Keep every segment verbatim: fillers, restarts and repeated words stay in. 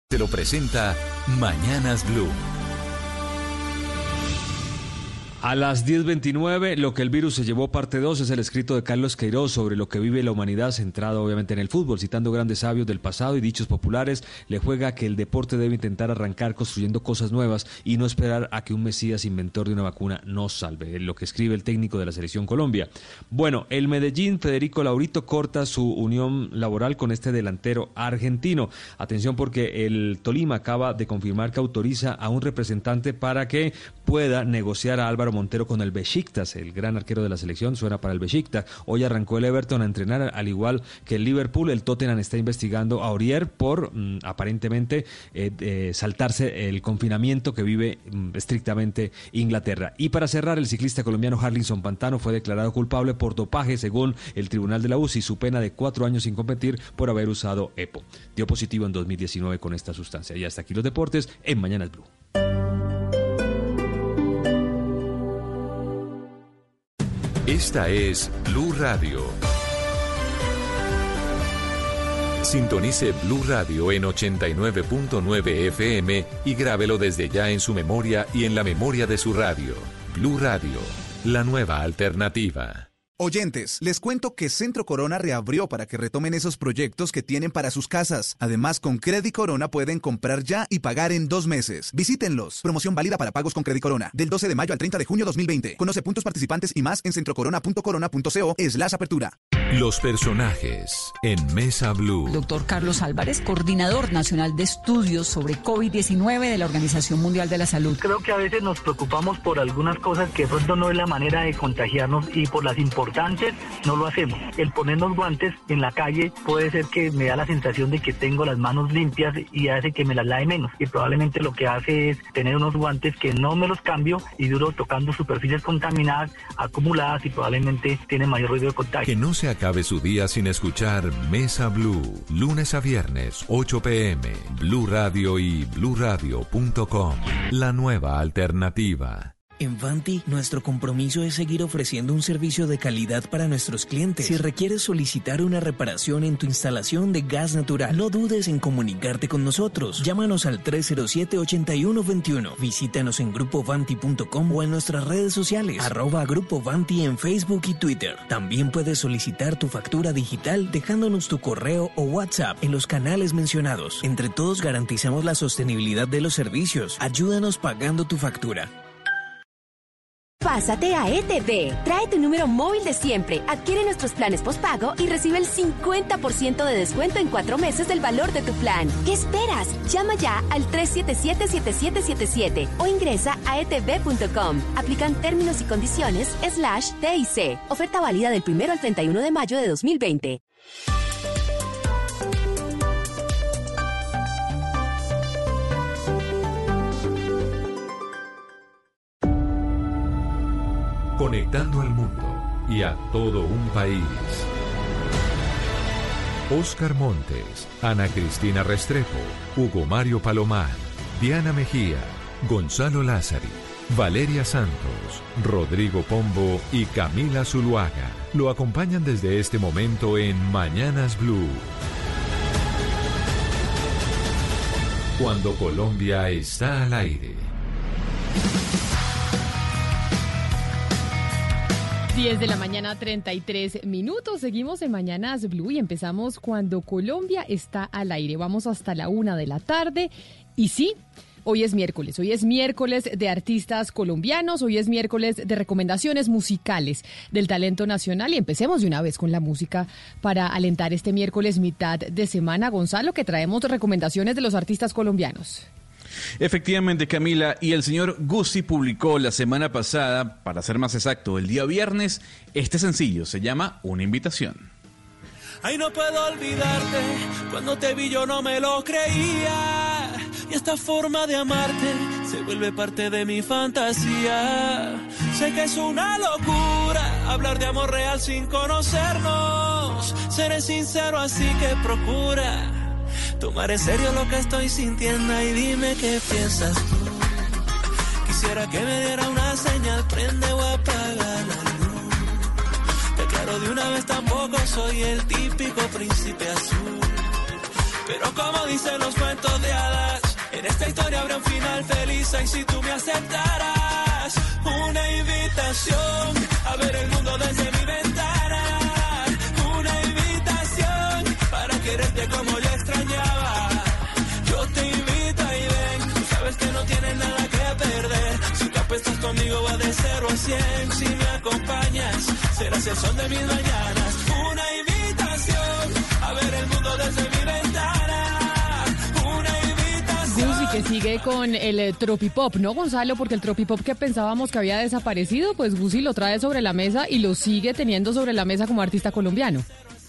Te lo presenta Mañanas Blue. A las diez veintinueve, Lo que el virus se llevó, parte dos, es el escrito de Carlos Queiroz sobre lo que vive la humanidad, centrado obviamente en el fútbol, citando grandes sabios del pasado y dichos populares. Le juega que el deporte debe intentar arrancar construyendo cosas nuevas y no esperar a que un mesías inventor de una vacuna nos salve, lo que escribe el técnico de la Selección Colombia. Bueno, el Medellín, Federico Laurito, corta su unión laboral con este delantero argentino. Atención, porque el Tolima acaba de confirmar que autoriza a un representante para que pueda negociar a Álvaro Montero con el Beşiktaş. El gran arquero de la selección suena para el Beşiktaş. Hoy arrancó el Everton a entrenar, al igual que el Liverpool. El Tottenham está investigando a Aurier por mmm, aparentemente eh, eh, saltarse el confinamiento que vive mmm, estrictamente Inglaterra. Y para cerrar, el ciclista colombiano Harlinson Pantano fue declarado culpable por dopaje según el tribunal de la U C I. Su pena de cuatro años sin competir por haber usado EPO. Dio positivo en dos mil diecinueve con esta sustancia. Y hasta aquí los deportes en Mañanas Blue. Esta es Blue Radio. Sintonice Blue Radio en ochenta y nueve punto nueve F M y grábelo desde ya en su memoria y en la memoria de su radio. Blue Radio, la nueva alternativa. Oyentes, les cuento que Centro Corona reabrió para que retomen esos proyectos que tienen para sus casas. Además, con Credit Corona pueden comprar ya y pagar en dos meses. Visítenlos. Promoción válida para pagos con Credit Corona del doce de mayo al treinta de junio dos mil veinte. Conoce puntos participantes y más en centrocorona punto corona punto co slash apertura. Los personajes en Mesa Blue. Doctor Carlos Álvarez, coordinador nacional de estudios sobre COVID diecinueve de la Organización Mundial de la Salud. Creo que a veces nos preocupamos por algunas cosas que de pronto no es la manera de contagiarnos y por las importantes no lo hacemos. El ponernos guantes en la calle puede ser que me da la sensación de que tengo las manos limpias y hace que me las lave menos. Y probablemente lo que hace es tener unos guantes que no me los cambio y duro tocando superficies contaminadas, acumuladas y probablemente tienen mayor riesgo de contagio. Que no se acabe su día sin escuchar Mesa Blue. Lunes a viernes, ocho pe eme. Blue Radio y blue radio punto com. La nueva alternativa. En Vanti, nuestro compromiso es seguir ofreciendo un servicio de calidad para nuestros clientes. Si requieres solicitar una reparación en tu instalación de gas natural, no dudes en comunicarte con nosotros. Llámanos al tres cero siete, ocho uno dos uno. Visítanos en grupo vanti punto com o en nuestras redes sociales, arroba Grupo Vanti en Facebook y Twitter. También puedes solicitar tu factura digital dejándonos tu correo o WhatsApp en los canales mencionados. Entre todos garantizamos la sostenibilidad de los servicios. Ayúdanos pagando tu factura. Pásate a E T V. Trae tu número móvil de siempre, adquiere nuestros planes postpago y recibe el cincuenta por ciento de descuento en cuatro meses del valor de tu plan. ¿Qué esperas? Llama ya al tres siete siete, siete siete siete siete o ingresa a e t v punto com. Aplican términos y condiciones slash T I C. Oferta válida del primero al treinta y uno de mayo de dos mil veinte. Conectando al mundo y a todo un país. Oscar Montes, Ana Cristina Restrepo, Hugo Mario Palomar, Diana Mejía, Gonzalo Lázari, Valeria Santos, Rodrigo Pombo y Camila Zuluaga lo acompañan desde este momento en Mañanas Blue. Cuando Colombia está al aire. diez de la mañana, treinta y tres minutos. Seguimos en Mañanas Blue y empezamos cuando Colombia está al aire. Vamos hasta la una de la tarde. Y sí, hoy es miércoles. Hoy es miércoles de artistas colombianos. Hoy es miércoles de recomendaciones musicales del talento nacional. Y empecemos de una vez con la música para alentar este miércoles mitad de semana. Gonzalo, que traemos recomendaciones de los artistas colombianos. Efectivamente, Camila, y el señor Guzzi publicó la semana pasada, para ser más exacto, el día viernes, este sencillo, se llama Una Invitación. Ay, no puedo olvidarte, cuando te vi yo no me lo creía, y esta forma de amarte se vuelve parte de mi fantasía. Sé que es una locura hablar de amor real sin conocernos, seré sincero así que procura tomar en serio lo que estoy sintiendo y dime qué piensas tú. Quisiera que me diera una señal, prende o apaga la luz. Te aclaro de una vez, tampoco soy el típico príncipe azul, pero como dicen los cuentos de hadas, En esta historia habrá un final feliz, y si tú me aceptaras, una invitación a ver el mundo desde mi ventana, una invitación para quererte como yo extrañaba. Yo te invito y ven, tú sabes que no tienes nada que perder. Si te apuestas conmigo va de cero a cien. Si me acompañas, serás el sol de mis mañanas. Una invitación a ver el mundo desde mi ventana. Una invitación. Gusi, que sigue con el eh, tropipop, ¿no, Gonzalo? Porque el tropipop que pensábamos que había desaparecido, pues Gusi lo trae sobre la mesa y lo sigue teniendo sobre la mesa como artista colombiano.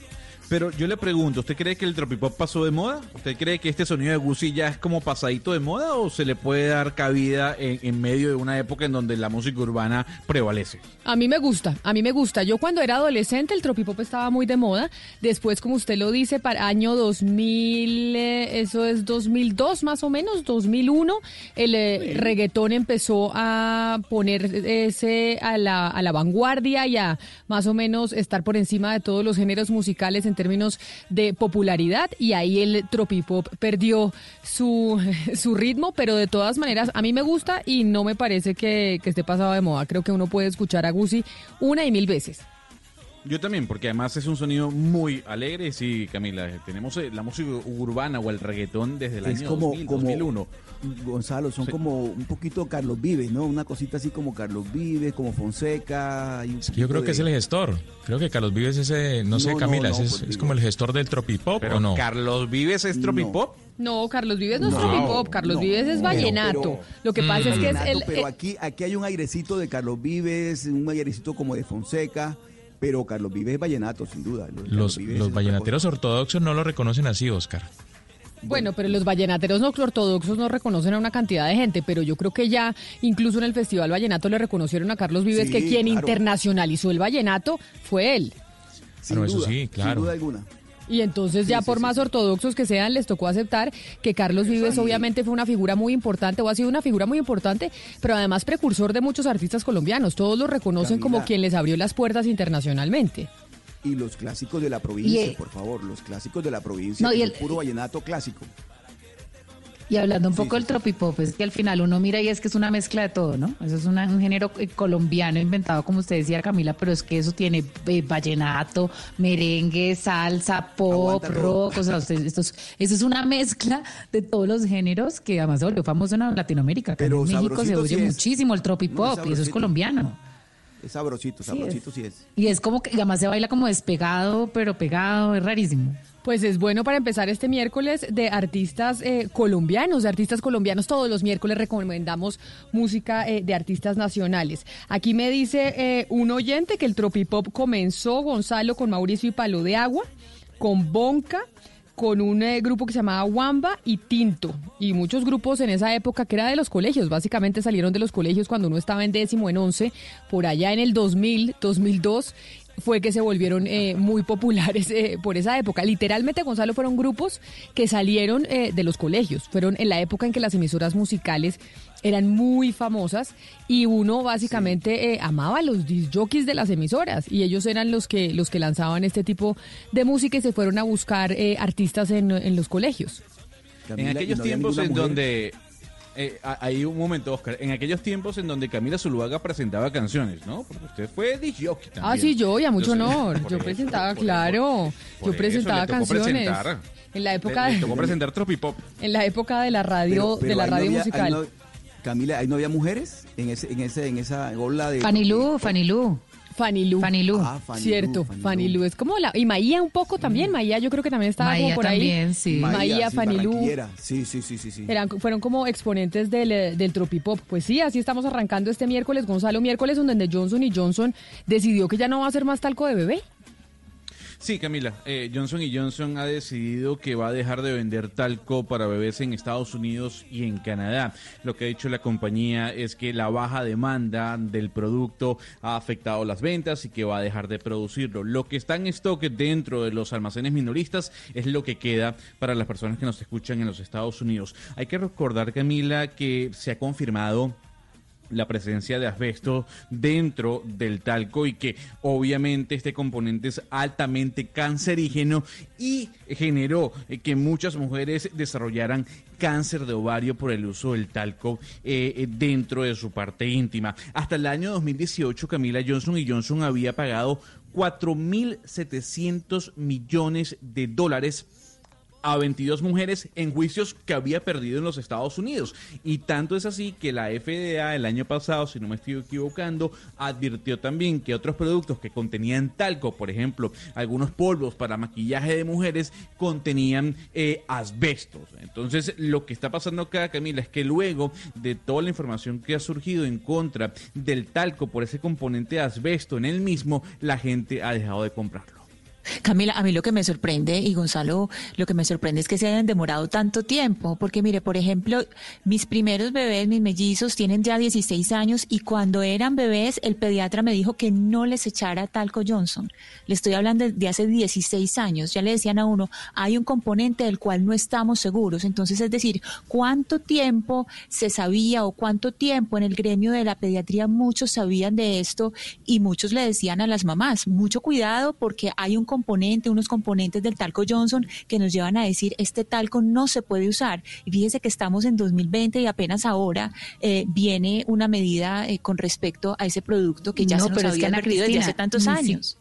Pero yo le pregunto, ¿usted cree que el tropipop pasó de moda? ¿Usted cree que este sonido de Gusi ya es como pasadito de moda o se le puede dar cabida en, en medio de una época en donde la música urbana prevalece? A mí me gusta, a mí me gusta. Yo cuando era adolescente el tropipop estaba muy de moda. Después, como usted lo dice, para año dos mil, eh, eso es dos mil dos más o menos, dos mil uno, el eh, reggaetón empezó a poner ese a la, a la vanguardia y a más o menos estar por encima de todos los géneros musicales en términos de popularidad, y ahí el tropipop perdió su, su ritmo, pero de todas maneras a mí me gusta y no me parece que, que esté pasado de moda. Creo que uno puede escuchar a Gusi una y mil veces. Yo también, porque además es un sonido muy alegre. Sí, Camila, tenemos la música urbana o el reggaetón desde el es año como, dos mil, como, dos mil uno. Gonzalo, son sí. como un poquito Carlos Vives, ¿no? Una cosita así como Carlos Vives, como Fonseca. Y un Yo creo que de... es el gestor. Creo que Carlos Vives es ese, no sé, no, Camila, no, no, es, es como el gestor del tropipop, ¿o no? ¿Carlos Vives es tropipop? No, Carlos Vives no es no, tropipop, Carlos no, Vives es vallenato. Pero, Lo que pasa mm, es que es el... Pero aquí, aquí hay un airecito de Carlos Vives, un airecito como de Fonseca. Pero Carlos Vives es vallenato, sin duda. Los, los vallenateros ortodoxos no lo reconocen así, Oscar. Bueno, pero los vallenateros no ortodoxos no reconocen a una cantidad de gente, pero yo creo que ya incluso en el Festival Vallenato le reconocieron a Carlos Vives sí, que quien claro. internacionalizó el vallenato fue él. Sin bueno, duda, eso sí, claro. Sin duda alguna. Y entonces ya sí, por sí, más sí. ortodoxos que sean, les tocó aceptar que Carlos Vives sí. obviamente fue una figura muy importante, o ha sido una figura muy importante, pero además precursor de muchos artistas colombianos. Todos lo reconocen Camila. como quien les abrió las puertas internacionalmente. Y los clásicos de la provincia, el... por favor, los clásicos de la provincia, no, y el... el puro vallenato clásico. Y hablando un poco sí, del sí. tropipop, es que al final uno mira y es que es una mezcla de todo, ¿no? Eso es una, un género colombiano inventado, como usted decía, Camila, pero es que eso tiene eh, vallenato, merengue, salsa, pop, Aguanta rock, o sea, usted, esto, es, esto es una mezcla de todos los géneros que además se volvió famoso en Latinoamérica. Acá en México se oye sí muchísimo el tropipop no, y eso es colombiano. Es sabrosito, sabrosito sí es. sí es. Y es como que además se baila como despegado, pero pegado, es rarísimo. Pues es bueno para empezar este miércoles de artistas eh, colombianos, de artistas colombianos. Todos los miércoles recomendamos música eh, de artistas nacionales. Aquí me dice eh, un oyente que el tropipop comenzó, Gonzalo, con Mauricio y Palo de Agua, con Bonca, con un eh, grupo que se llamaba Wamba y Tinto. Y muchos grupos en esa época que era de los colegios, básicamente salieron de los colegios cuando uno estaba en décimo, en once, por allá en el dos mil, dos mil dos, fue que se volvieron eh, muy populares eh, por esa época. Literalmente, Gonzalo, fueron grupos que salieron eh, de los colegios. Fueron en la época en que las emisoras musicales eran muy famosas y uno básicamente sí. eh, amaba a los disc jockeys de las emisoras y ellos eran los que los que lanzaban este tipo de música y se fueron a buscar eh, artistas en, en los colegios. Camila, en aquellos no tiempos en mujer. donde... Eh, hay un momento, Oscar, en aquellos tiempos en donde Camila Zuluaga presentaba canciones, ¿no? Porque usted fue disc jockey también. Ah, sí, yo, y a mucho Entonces, honor. Yo eso, presentaba, por, claro, por yo presentaba eso, canciones. Presentar. En la época le, de... le tocó presentar tropipop. En la época de la radio, pero, pero de la radio no había, musical. Ahí no, Camila, ¿ahí no había mujeres en ese, en ese, en esa ola de... Fanny Lu, Fanny Lu. Fanny Lu. Fanny Lu. Ah, Fanny Cierto, Lu, Fanny Lu. Es como la... Y Maía un poco también. Mm. Maía yo creo que también estaba Maía como por también, ahí. Sí. Maía, Maía sí, Fanny Lu. Sí, sí, sí, sí, sí. Eran, fueron como exponentes del, del tropipop. Pues sí, así estamos arrancando este miércoles, Gonzalo. Miércoles donde Johnson y Johnson decidió que ya no va a hacer más talco de bebé. Sí, Camila, eh, Johnson y Johnson ha decidido que va a dejar de vender talco para bebés en Estados Unidos y en Canadá. Lo que ha dicho la compañía es que la baja demanda del producto ha afectado las ventas y que va a dejar de producirlo. Lo que está en stock dentro de los almacenes minoristas es lo que queda para las personas que nos escuchan en los Estados Unidos. Hay que recordar, Camila, que se ha confirmado la presencia de asbesto dentro del talco y que obviamente este componente es altamente cancerígeno y generó que muchas mujeres desarrollaran cáncer de ovario por el uso del talco eh, dentro de su parte íntima. Hasta el año dos mil dieciocho, Camila, Johnson y Johnson había pagado cuatro mil setecientos millones de dólares a veintidós mujeres en juicios que había perdido en los Estados Unidos. Y tanto es así que la F D A el año pasado, si no me estoy equivocando, advirtió también que otros productos que contenían talco, por ejemplo, algunos polvos para maquillaje de mujeres, contenían eh, asbestos. Entonces, lo que está pasando acá, Camila, es que luego de toda la información que ha surgido en contra del talco por ese componente de asbesto en el mismo, la gente ha dejado de comprarlo. Camila, a mí lo que me sorprende, y Gonzalo, lo que me sorprende es que se hayan demorado tanto tiempo, porque mire, por ejemplo, mis primeros bebés, mis mellizos, tienen ya dieciséis años y cuando eran bebés el pediatra me dijo que no les echara talco Johnson. Le estoy hablando de, de hace dieciséis años, ya le decían a uno, hay un componente del cual no estamos seguros. Entonces, es decir, ¿cuánto tiempo se sabía o cuánto tiempo en el gremio de la pediatría muchos sabían de esto y muchos le decían a las mamás, mucho cuidado porque hay un componente, unos componentes del talco Johnson que nos llevan a decir este talco no se puede usar? Y fíjese que estamos en dos mil veinte y apenas ahora eh, viene una medida eh, con respecto a ese producto que ya no, se nos había advertido desde hace tantos años.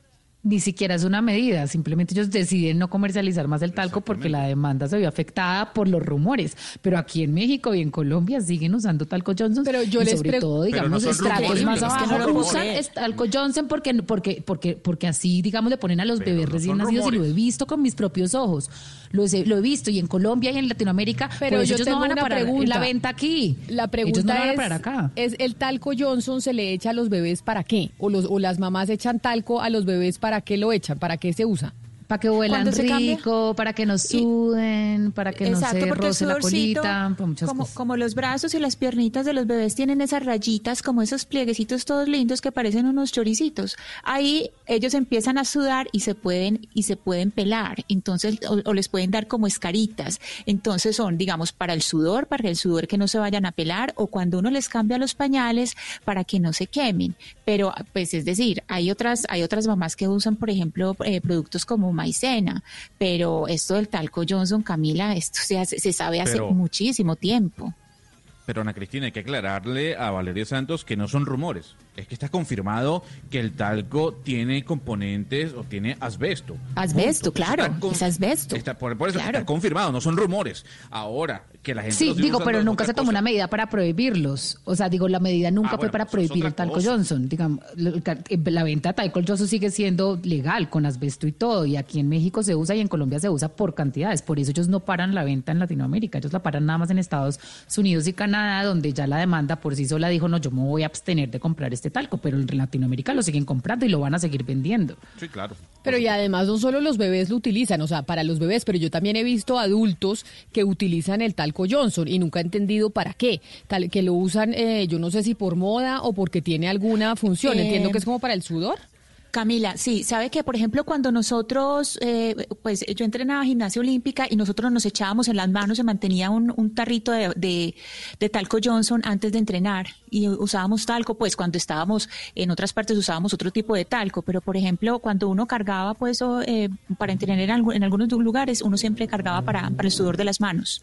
Ni siquiera es una medida, simplemente ellos deciden no comercializar más el talco porque la demanda se vio afectada por los rumores. Pero aquí en México y en Colombia siguen usando talco Johnson. Pero yo y les sobre pre- todo, digamos, no estratos más abajo es que no usan es talco Johnson porque, porque, porque, porque así, digamos, le ponen a los pero bebés no recién nacidos rumores. y lo he visto con mis propios ojos. Lo he, lo he visto y en Colombia y en Latinoamérica, pero pues yo ellos tengo no van a una parar pregunta. la venta aquí. La pregunta ellos no van a es, parar acá. ¿es el talco Johnson se le echa a los bebés para qué? ¿O, los, o las mamás echan talco a los bebés para qué lo echan? ¿Para qué se usa? Para que huelan Cuando se cambia- rico, para que no suden, para que Exacto, no se porque el roce la sudorcito, colita, para muchas como, cosas. como los brazos y las piernitas de los bebés tienen esas rayitas, como esos plieguecitos todos lindos que parecen unos choricitos. Ahí ellos empiezan a sudar y se pueden y se pueden pelar, entonces o, o les pueden dar como escaritas. Entonces son, digamos, para el sudor, para el sudor que no se vayan a pelar, o cuando uno les cambia los pañales para que no se quemen. Pero, pues, es decir, hay otras hay otras mamás que usan, por ejemplo, eh, productos como maicena. Pero esto del talco Johnson, Camila, esto se, hace, se sabe hace Pero- muchísimo tiempo. Pero Ana Cristina, hay que aclararle a Valeria Santos que no son rumores. Es que está confirmado que el talco tiene componentes o tiene asbesto. Asbesto, Punto. claro, Está con- es asbesto. Está, por, por eso Claro. está confirmado, no son rumores. Ahora, que la gente Sí, lo siga digo, usando pero es nunca otra se tomó cosa. una medida para prohibirlos. O sea, digo, la medida nunca Ah, fue bueno, para pues eso es prohibir otra el talco cosa. Johnson. Digamos, el cal- la venta de talco Johnson sigue siendo legal, con asbesto y todo. Y aquí en México se usa y en Colombia se usa por cantidades. Por eso ellos no paran la venta en Latinoamérica. Ellos la paran nada más en Estados Unidos y Canadá, donde ya la demanda por sí sola dijo, no, yo me voy a abstener de comprar este talco. Pero en Latinoamérica lo siguen comprando y lo van a seguir vendiendo. Sí, claro. Pero y además no solo los bebés lo utilizan, o sea, para los bebés, pero yo también he visto adultos que utilizan el talco Johnson y nunca he entendido para qué, tal que lo usan, eh, yo no sé si por moda o porque tiene alguna función, Eh, entiendo que es como para el sudor. Camila, sí, sabe que, por ejemplo, cuando nosotros, eh, pues yo entrenaba gimnasia olímpica y nosotros nos echábamos en las manos, se mantenía un, un tarrito de, de, de talco Johnson antes de entrenar y usábamos talco, pues cuando estábamos en otras partes usábamos otro tipo de talco, pero por ejemplo, cuando uno cargaba, pues o, eh, para entrenar en, algu- en algunos lugares, uno siempre cargaba para, para el sudor de las manos.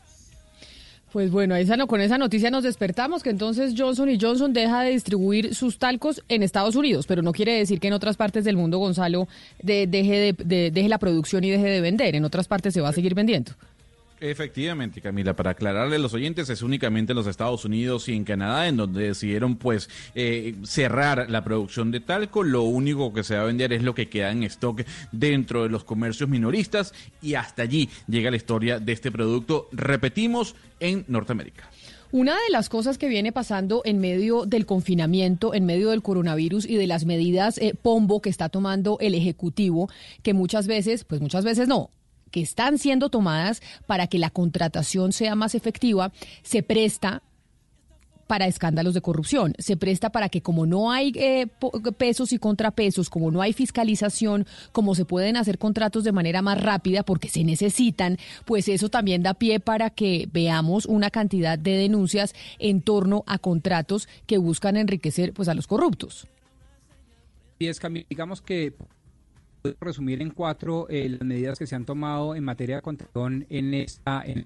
Pues bueno, esa no, con esa noticia nos despertamos que entonces Johnson y Johnson deja de distribuir sus talcos en Estados Unidos, pero no quiere decir que en otras partes del mundo, Gonzalo, de- deje, de, de- deje la producción y deje de vender. En otras partes se va a seguir vendiendo. Efectivamente, Camila, para aclararle a los oyentes, es únicamente en los Estados Unidos y en Canadá en donde decidieron pues eh, cerrar la producción de talco. Lo único que se va a vender es lo que queda en stock dentro de los comercios minoristas y hasta allí llega la historia de este producto, repetimos, en Norteamérica. Una de las cosas que viene pasando en medio del confinamiento, en medio del coronavirus y de las medidas eh, pombo que está tomando el Ejecutivo, que muchas veces, pues muchas veces no, que están siendo tomadas para que la contratación sea más efectiva, se presta para escándalos de corrupción, se presta para que como no hay eh, pesos y contrapesos, como no hay fiscalización, como se pueden hacer contratos de manera más rápida porque se necesitan, pues eso también da pie para que veamos una cantidad de denuncias en torno a contratos que buscan enriquecer pues a los corruptos. Y es que digamos que puedo resumir en cuatro eh, las medidas que se han tomado en materia de contratación en esta... En...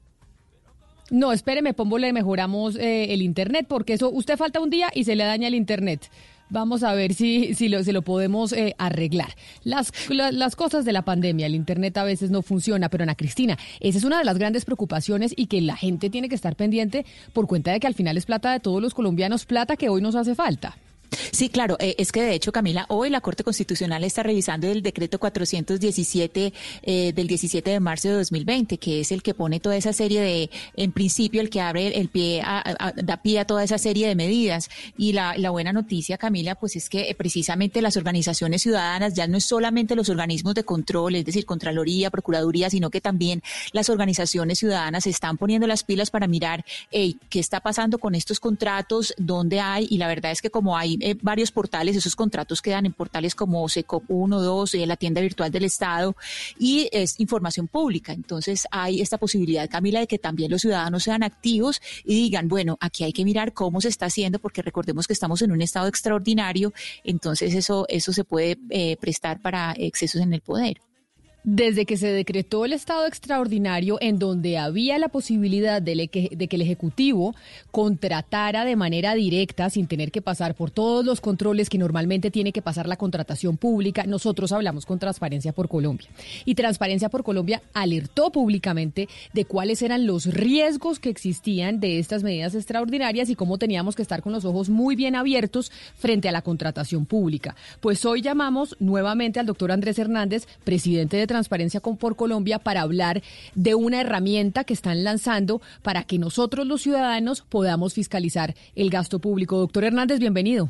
No, espéreme, Pombo, le mejoramos eh, el internet, porque eso, usted falta un día y se le daña el internet. Vamos a ver si, si, lo, si lo podemos eh, arreglar. Las, la, las cosas de la pandemia, el internet a veces no funciona, pero Ana Cristina, esa es una de las grandes preocupaciones y que la gente tiene que estar pendiente por cuenta de que al final es plata de todos los colombianos, plata que hoy nos hace falta. Sí, claro, eh, es que de hecho, Camila, hoy la Corte Constitucional está revisando el decreto cuatrocientos diecisiete eh, del diecisiete de marzo de dos mil veinte, que es el que pone toda esa serie de, en principio, el que abre el pie, a, a, da pie a toda esa serie de medidas. Y la, la buena noticia, Camila, pues es que precisamente las organizaciones ciudadanas, ya no es solamente los organismos de control, es decir, Contraloría, Procuraduría, sino que también las organizaciones ciudadanas están poniendo las pilas para mirar hey, qué está pasando con estos contratos, dónde hay, y la verdad es que como hay Eh, varios portales, esos contratos quedan en portales como SECOP uno, dos, eh, la tienda virtual del Estado, y es información pública. Entonces hay esta posibilidad, Camila, de que también los ciudadanos sean activos y digan, bueno, aquí hay que mirar cómo se está haciendo, porque recordemos que estamos en un estado extraordinario, entonces eso, eso se puede eh, prestar para excesos en el poder. Desde que se decretó el estado extraordinario, en donde había la posibilidad de, le que, de que el Ejecutivo contratara de manera directa, sin tener que pasar por todos los controles que normalmente tiene que pasar la contratación pública, nosotros hablamos con Transparencia por Colombia. Y Transparencia por Colombia alertó públicamente de cuáles eran los riesgos que existían de estas medidas extraordinarias y cómo teníamos que estar con los ojos muy bien abiertos frente a la contratación pública. Pues hoy llamamos nuevamente al doctor Andrés Hernández, presidente de Transparencia por Colombia, para hablar de una herramienta que están lanzando para que nosotros los ciudadanos podamos fiscalizar el gasto público. Doctor Hernández, bienvenido.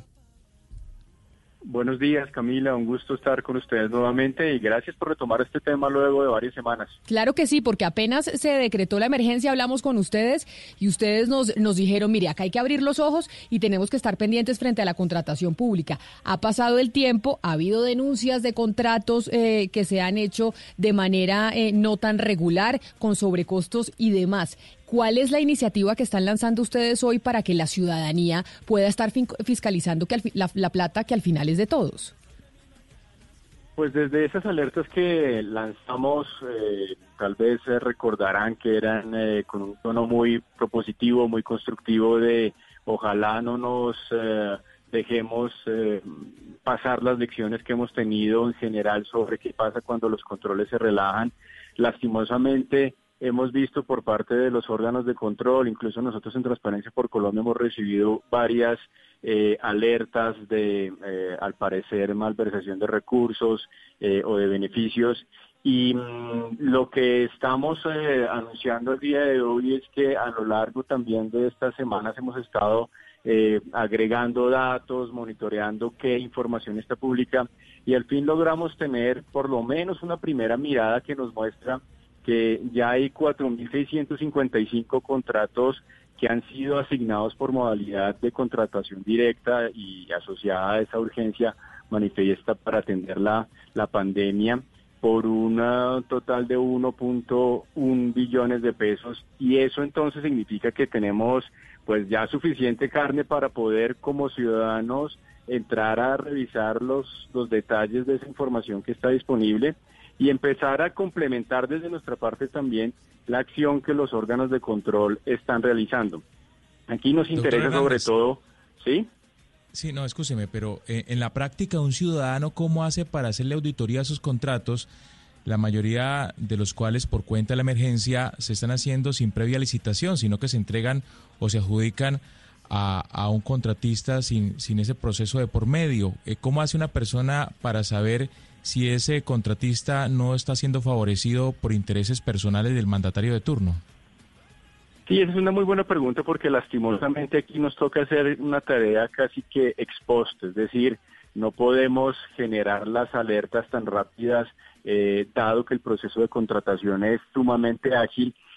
Buenos días, Camila, un gusto estar con ustedes nuevamente y gracias por retomar este tema luego de varias semanas. Claro que sí, porque apenas se decretó la emergencia, hablamos con ustedes y ustedes nos, nos dijeron, mire, acá hay que abrir los ojos y tenemos que estar pendientes frente a la contratación pública. Ha pasado el tiempo, ha habido denuncias de contratos eh, que se han hecho de manera eh, no tan regular, con sobrecostos y demás. ¿Cuál es la iniciativa que están lanzando ustedes hoy para que la ciudadanía pueda estar fiscalizando que al, la, la plata que al final es de todos? Pues desde esas alertas que lanzamos, eh, tal vez eh, recordarán que eran eh, con un tono muy propositivo, muy constructivo de ojalá no nos eh, dejemos eh, pasar las lecciones que hemos tenido en general sobre qué pasa cuando los controles se relajan. Lastimosamente, hemos visto por parte de los órganos de control, incluso nosotros en Transparencia por Colombia hemos recibido varias eh, alertas de, eh, al parecer, malversación de recursos eh, o de beneficios. Y mmm, lo que estamos eh, anunciando el día de hoy es que a lo largo también de estas semanas hemos estado eh, agregando datos, monitoreando qué información está pública y al fin logramos tener por lo menos una primera mirada que nos muestra que ya hay cuatro mil seiscientos cincuenta y cinco contratos que han sido asignados por modalidad de contratación directa y asociada a esa urgencia manifiesta para atender la, la pandemia por un total de uno punto uno billones de pesos, y eso entonces significa que tenemos pues ya suficiente carne para poder como ciudadanos entrar a revisar los, los detalles de esa información que está disponible y empezar a complementar desde nuestra parte también la acción que los órganos de control están realizando. Aquí nos interesa sobre todo, ¿sí? Sí, no, escúcheme, pero eh, en la práctica un ciudadano, ¿cómo hace para hacerle auditoría a sus contratos? La mayoría de los cuales por cuenta de la emergencia se están haciendo sin previa licitación, sino que se entregan o se adjudican a, a un contratista sin, sin ese proceso de por medio. Eh, ¿Cómo hace una persona para saber si ese contratista no está siendo favorecido por intereses personales del mandatario de turno? Sí, esa es una muy buena pregunta porque lastimosamente aquí nos toca hacer una tarea casi que ex post, es decir, no podemos generar las alertas tan rápidas, eh, dado que el proceso de contratación es sumamente ágil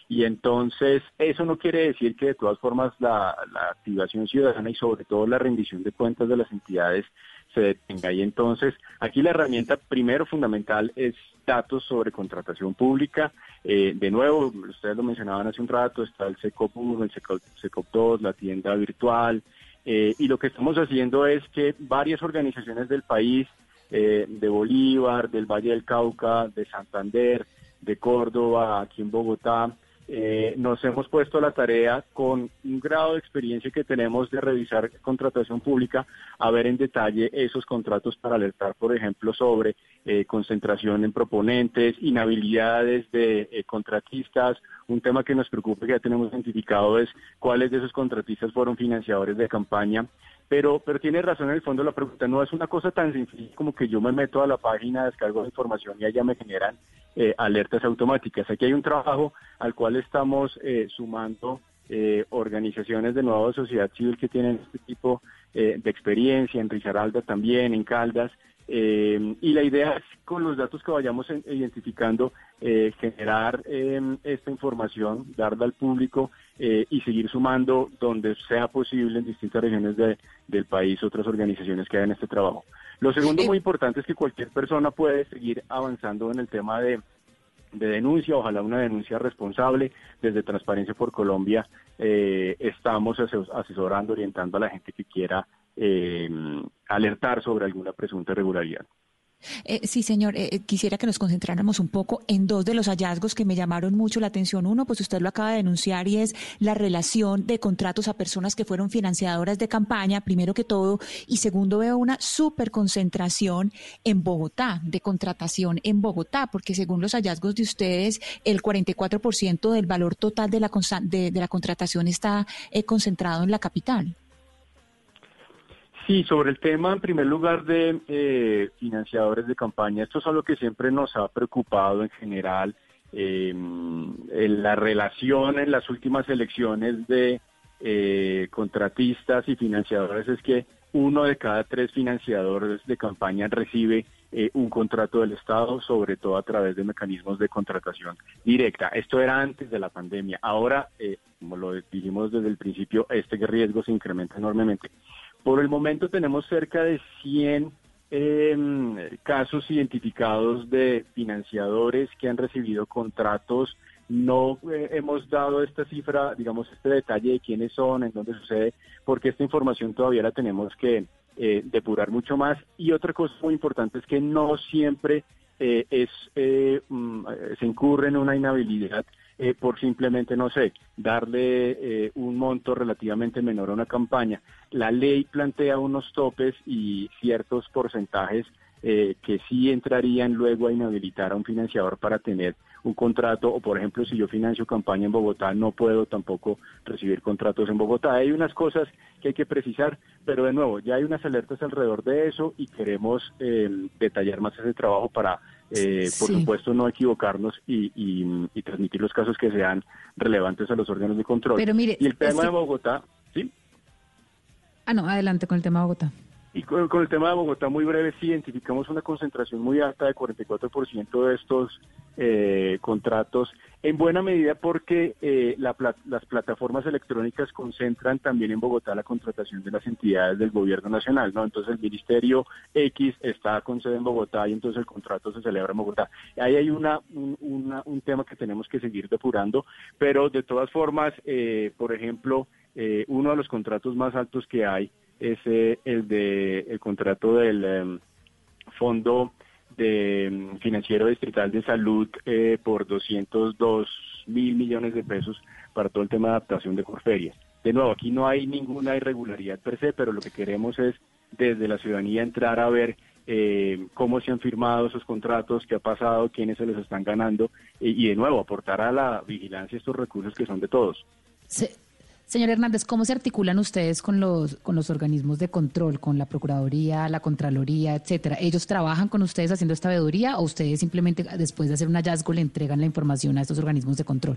Y entonces eso no quiere decir que de todas formas la, la activación ciudadana y sobre todo la rendición de cuentas de las entidades se detenga. Y entonces aquí la herramienta primero fundamental es datos sobre contratación pública. Eh, de nuevo, ustedes lo mencionaban hace un rato, está el SECOP uno, el SECOP, SECOP dos, la tienda virtual, eh, y lo que estamos haciendo es que varias organizaciones del país, eh, de Bolívar, del Valle del Cauca, de Santander, de Córdoba, aquí en Bogotá, Eh, nos hemos puesto a la tarea con un grado de experiencia que tenemos de revisar contratación pública, a ver en detalle esos contratos para alertar, por ejemplo, sobre eh, concentración en proponentes, inhabilidades de eh, contratistas. Un tema que nos preocupa, que ya tenemos identificado, es cuáles de esos contratistas fueron financiadores de campaña. Pero, pero tiene razón en el fondo la pregunta, no es una cosa tan sencilla como que yo me meto a la página, descargo la información y allá me generan eh, alertas automáticas. Aquí hay un trabajo al cual estamos eh, sumando eh, organizaciones de nueva sociedad civil que tienen este tipo eh, de experiencia, en Risaralda también, en Caldas, eh, y la idea es, con los datos que vayamos en, identificando, eh, generar eh, esta información, darla al público eh, y seguir sumando donde sea posible en distintas regiones de, del país otras organizaciones que hagan este trabajo. Lo segundo muy importante es que cualquier persona puede seguir avanzando en el tema de de denuncia, ojalá una denuncia responsable. Desde Transparencia por Colombia eh, estamos asesorando, orientando a la gente que quiera eh, alertar sobre alguna presunta irregularidad. Eh, sí, señor, eh, quisiera que nos concentráramos un poco en dos de los hallazgos que me llamaron mucho la atención. Uno, pues usted lo acaba de denunciar, y es la relación de contratos a personas que fueron financiadoras de campaña, primero que todo, y segundo, veo una superconcentración en Bogotá, de contratación en Bogotá, porque según los hallazgos de ustedes, el cuarenta y cuatro por ciento del valor total de la, de, de la contratación está eh, concentrado en la capital. Sí, sobre el tema, en primer lugar, de eh, financiadores de campaña, esto es algo que siempre nos ha preocupado en general, eh, en la relación en las últimas elecciones de eh, contratistas y financiadores, es que uno de cada tres financiadores de campaña recibe eh, un contrato del Estado, sobre todo a través de mecanismos de contratación directa. Esto era antes de la pandemia. Ahora, eh, como lo dijimos desde el principio, este riesgo se incrementa enormemente. Por el momento tenemos cerca de cien eh, casos identificados de financiadores que han recibido contratos. No eh, hemos dado esta cifra, digamos, este detalle de quiénes son, en dónde sucede, porque esta información todavía la tenemos que eh, depurar mucho más. Y otra cosa muy importante es que no siempre eh, es eh, um, se incurre en una inhabilidad Eh, por simplemente, no sé, darle eh, un monto relativamente menor a una campaña. La ley plantea unos topes y ciertos porcentajes eh, que sí entrarían luego a inhabilitar a un financiador para tener un contrato, o por ejemplo, si yo financio campaña en Bogotá, no puedo tampoco recibir contratos en Bogotá. Hay unas cosas que hay que precisar, pero de nuevo, ya hay unas alertas alrededor de eso y queremos eh, detallar más ese trabajo para Eh, por sí. supuesto, no equivocarnos y, y, y transmitir los casos que sean relevantes a los órganos de control. Pero mire, y el tema este... de Bogotá, ¿sí? Ah, no, adelante con el tema de Bogotá. Y con, con el tema de Bogotá, muy breve, sí, identificamos una concentración muy alta de cuarenta y cuatro por ciento de estos eh, contratos, en buena medida porque eh, la, las plataformas electrónicas concentran también en Bogotá la contratación de las entidades del gobierno nacional, ¿no? Entonces el Ministerio X está con sede en Bogotá y entonces el contrato se celebra en Bogotá. Ahí hay una, un, una, un tema que tenemos que seguir depurando, pero de todas formas, eh, por ejemplo, eh, uno de los contratos más altos que hay es eh, el de el contrato del eh, Fondo de Financiero Distrital de Salud eh, por doscientos dos mil millones de pesos para todo el tema de adaptación de Corferias. De nuevo, aquí no hay ninguna irregularidad per se, pero lo que queremos es desde la ciudadanía entrar a ver eh, cómo se han firmado esos contratos, qué ha pasado, quiénes se les están ganando eh, y de nuevo aportar a la vigilancia estos recursos que son de todos. Sí. Señor Hernández, ¿cómo se articulan ustedes con los con los organismos de control, con la Procuraduría, la Contraloría, etcétera? ¿Ellos trabajan con ustedes haciendo esta veeduría o ustedes simplemente después de hacer un hallazgo le entregan la información a estos organismos de control?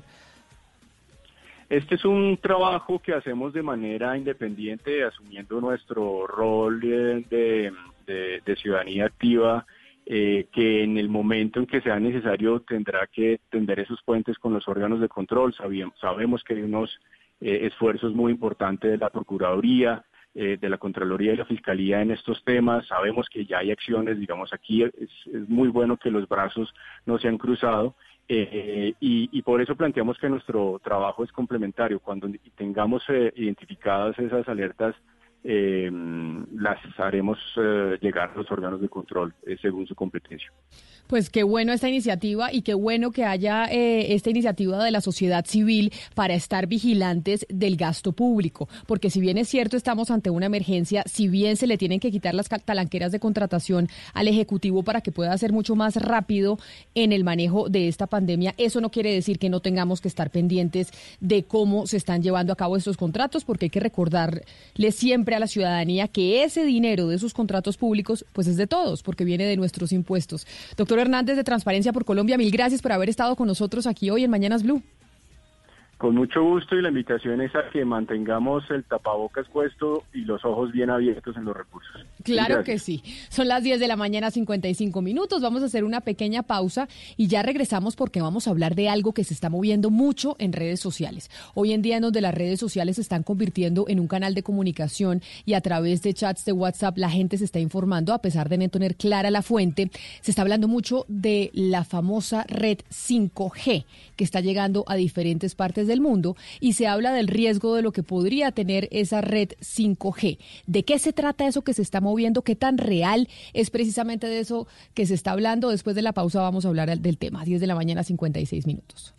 Este es un trabajo que hacemos de manera independiente, asumiendo nuestro rol de, de, de ciudadanía activa eh, que en el momento en que sea necesario tendrá que tender esos puentes con los órganos de control. Sabíamos, sabemos que hay unos eh, esfuerzos muy importantes de la Procuraduría, eh, de la Contraloría y la Fiscalía en estos temas. Sabemos que ya hay acciones, digamos, aquí es, es muy bueno que los brazos no se han cruzado. Eh, y, y por eso planteamos que nuestro trabajo es complementario. Cuando tengamos eh, identificadas esas alertas, eh, las haremos eh, llegar a los órganos de control eh, según su competencia. Pues qué bueno esta iniciativa y qué bueno que haya eh, esta iniciativa de la sociedad civil para estar vigilantes del gasto público, porque si bien es cierto estamos ante una emergencia, si bien se le tienen que quitar las talanqueras de contratación al Ejecutivo para que pueda ser mucho más rápido en el manejo de esta pandemia, eso no quiere decir que no tengamos que estar pendientes de cómo se están llevando a cabo estos contratos, porque hay que recordarle siempre a la ciudadanía que ese dinero de esos contratos públicos pues es de todos, porque viene de nuestros impuestos. Doctor Hernández de Transparencia por Colombia, mil gracias por haber estado con nosotros aquí hoy en Mañanas Blue. Con mucho gusto, y la invitación es a que mantengamos el tapabocas puesto y los ojos bien abiertos en los recursos. Claro que sí. Son las diez de la mañana, cincuenta y cinco minutos. Vamos a hacer una pequeña pausa y ya regresamos porque vamos a hablar de algo que se está moviendo mucho en redes sociales. Hoy en día en donde las redes sociales se están convirtiendo en un canal de comunicación y a través de chats de WhatsApp la gente se está informando a pesar de no tener clara la fuente. Se está hablando mucho de la famosa red cinco G que está llegando a diferentes partes del mundo y se habla del riesgo de lo que podría tener esa red cinco G. ¿De qué se trata eso que se está moviendo? ¿Qué tan real es precisamente de eso que se está hablando? Después de la pausa vamos a hablar del tema. diez de la mañana, cincuenta y seis minutos.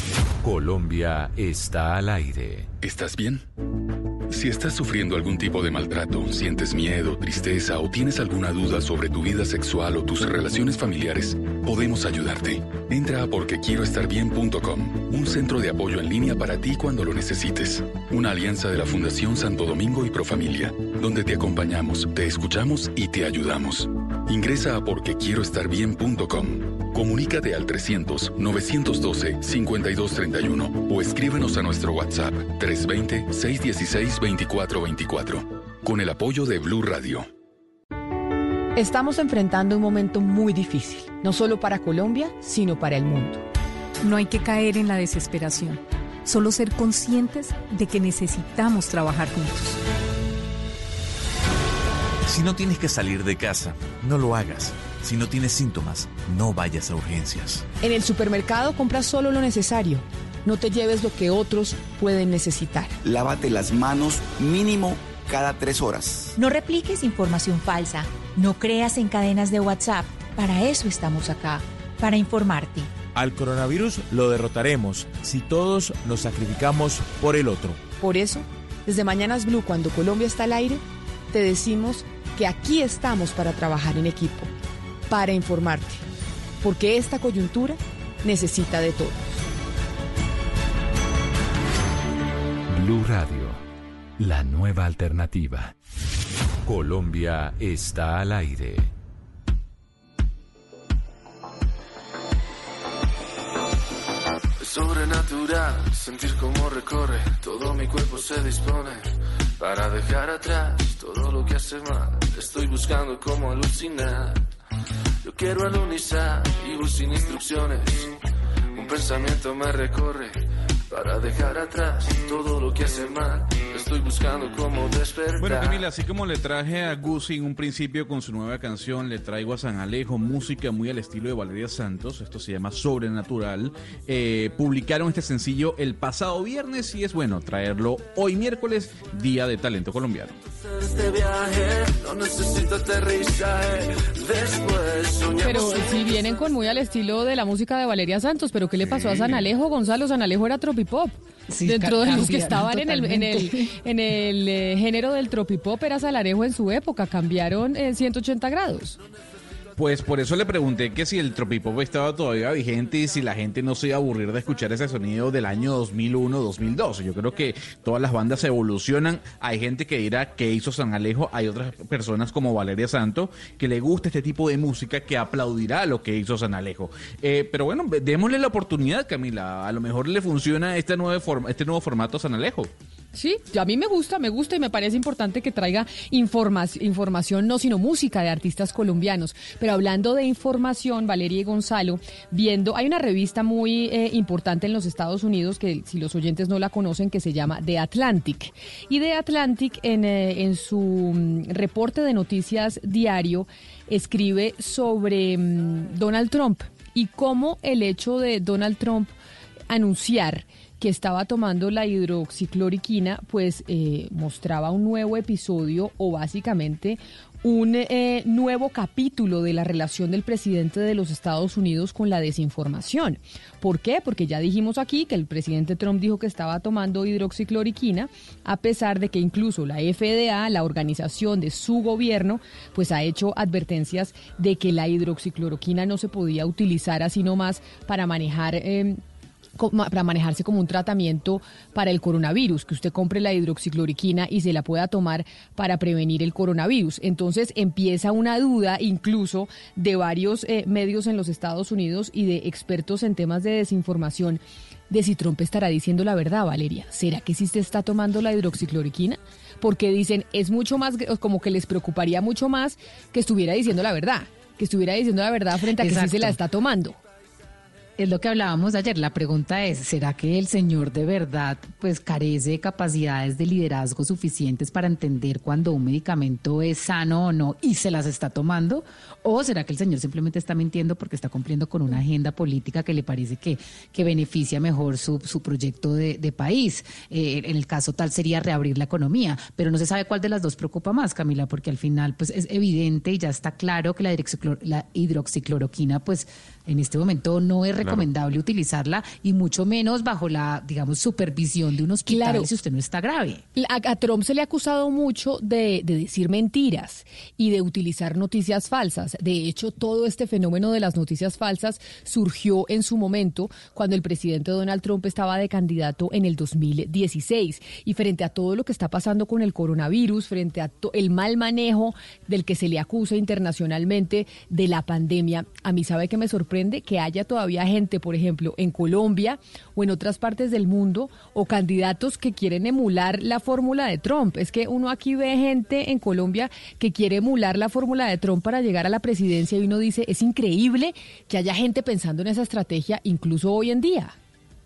Colombia está al aire. ¿Estás bien? Si estás sufriendo algún tipo de maltrato, sientes miedo, tristeza o tienes alguna duda sobre tu vida sexual o tus relaciones familiares, podemos ayudarte. Entra a porque quiero estar bien punto com, un centro de apoyo en línea para ti cuando lo necesites. Una alianza de la Fundación Santo Domingo y Profamilia, donde te acompañamos, te escuchamos y te ayudamos. Ingresa a porque quiero estar bien punto com. Comunícate al trescientos, novecientos doce, cincuenta y dos treinta y uno o escríbenos a nuestro WhatsApp tres dos cero, seis uno seis, dos cuatro dos cuatro con el apoyo de Blue Radio. Estamos enfrentando un momento muy difícil, no solo para Colombia, sino para el mundo. No hay que caer en la desesperación, solo ser conscientes de que necesitamos trabajar juntos. Si no tienes que salir de casa, no lo hagas. Si no tienes síntomas, no vayas a urgencias. En el supermercado compra solo lo necesario. No te lleves lo que otros pueden necesitar. Lávate las manos mínimo cada tres horas. No repliques información falsa. No creas en cadenas de WhatsApp. Para eso estamos acá, para informarte. Al coronavirus lo derrotaremos si todos nos sacrificamos por el otro. Por eso, desde Mañanas Blue, cuando Colombia está al aire, te decimos que aquí estamos para trabajar en equipo, para informarte, porque esta coyuntura necesita de todos. Blue Radio, la nueva alternativa. Colombia está al aire. Sobrenatural, sentir cómo recorre, todo mi cuerpo se dispone para dejar atrás todo lo que hace mal. Estoy buscando cómo alucinar. Yo quiero alunizar, vivo sin instrucciones. Un pensamiento me recorre para dejar atrás todo lo que hace mal. Estoy buscando cómo despertar. Bueno, Camila, así como le traje a Guzzi en un principio con su nueva canción, le traigo a San Alejo, música muy al estilo de Valeria Santos. Esto se llama Sobrenatural. Eh, publicaron este sencillo el pasado viernes y es bueno traerlo hoy miércoles, Día de Talento Colombiano. Este viaje no necesito aterrizaje. Después Pero si vienen con muy al estilo de la música de Valeria Santos, pero ¿qué le pasó a San Alejo, Gonzalo? San Alejo era tropipop. Sí, Dentro de los que estaban en el, totalmente. en el, en el eh, género del tropipop era San Alejo en su época, cambiaron en ciento ochenta grados. Pues por eso le pregunté que si el tropipop estaba todavía vigente y si la gente no se iba a aburrir de escuchar ese sonido del año dos mil uno, dos mil dos. Yo creo que todas las bandas evolucionan. Hay gente que dirá que hizo San Alejo, hay otras personas como Valeria Santo que le gusta este tipo de música, que aplaudirá lo que hizo San Alejo. Eh, pero bueno, démosle la oportunidad, Camila. A lo mejor le funciona este nuevo, form- este nuevo formato San Alejo. Sí, a mí me gusta, me gusta y me parece importante que traiga informa- información, no sino música de artistas colombianos. Pero hablando de información, Valeria y Gonzalo, viendo, hay una revista muy eh, importante en los Estados Unidos que si los oyentes no la conocen, que se llama The Atlantic. Y The Atlantic en, eh, en su um, reporte de noticias diario escribe sobre um, Donald Trump y cómo el hecho de Donald Trump anunciar que estaba tomando la hidroxicloroquina, pues eh, mostraba un nuevo episodio o básicamente un eh, nuevo capítulo de la relación del presidente de los Estados Unidos con la desinformación. ¿Por qué? Porque ya dijimos aquí que el presidente Trump dijo que estaba tomando hidroxicloroquina, a pesar de que incluso la F D A, la organización de su gobierno, pues ha hecho advertencias de que la hidroxicloroquina no se podía utilizar así nomás para manejar... Eh, para manejarse como un tratamiento para el coronavirus, que usted compre la hidroxicloroquina y se la pueda tomar para prevenir el coronavirus. Entonces empieza una duda incluso de varios eh, medios en los Estados Unidos y de expertos en temas de desinformación de si Trump estará diciendo la verdad, Valeria. ¿Será que sí se está tomando la hidroxicloroquina? Porque dicen, es mucho más, como que les preocuparía mucho más que estuviera diciendo la verdad, que estuviera diciendo la verdad frente a que Exacto. sí se la está tomando. Es lo que hablábamos ayer. La pregunta es, ¿será que el señor de verdad pues carece de capacidades de liderazgo suficientes para entender cuando un medicamento es sano o no y se las está tomando? ¿O será que el señor simplemente está mintiendo porque está cumpliendo con una agenda política que le parece que, que beneficia mejor su, su proyecto de, de país? Eh, en el caso tal sería reabrir la economía, pero no se sabe cuál de las dos preocupa más, Camila, porque al final pues es evidente y ya está claro que la, la hidroxicloroquina pues en este momento no es recomendable claro. utilizarla y mucho menos bajo la, digamos, supervisión de un hospital claro. si usted no está grave. A, a Trump se le ha acusado mucho de, de decir mentiras y de utilizar noticias falsas. De hecho, todo este fenómeno de las noticias falsas surgió en su momento cuando el presidente Donald Trump estaba de candidato en el dos mil dieciséis. Y frente a todo lo que está pasando con el coronavirus, frente a to- el mal manejo del que se le acusa internacionalmente de la pandemia, a mí sabe que me sorprende que haya todavía gente, por ejemplo, en Colombia o en otras partes del mundo, o candidatos que quieren emular la fórmula de Trump. Es que uno aquí ve gente en Colombia que quiere emular la fórmula de Trump para llegar a la presidencia y uno dice, es increíble que haya gente pensando en esa estrategia incluso hoy en día.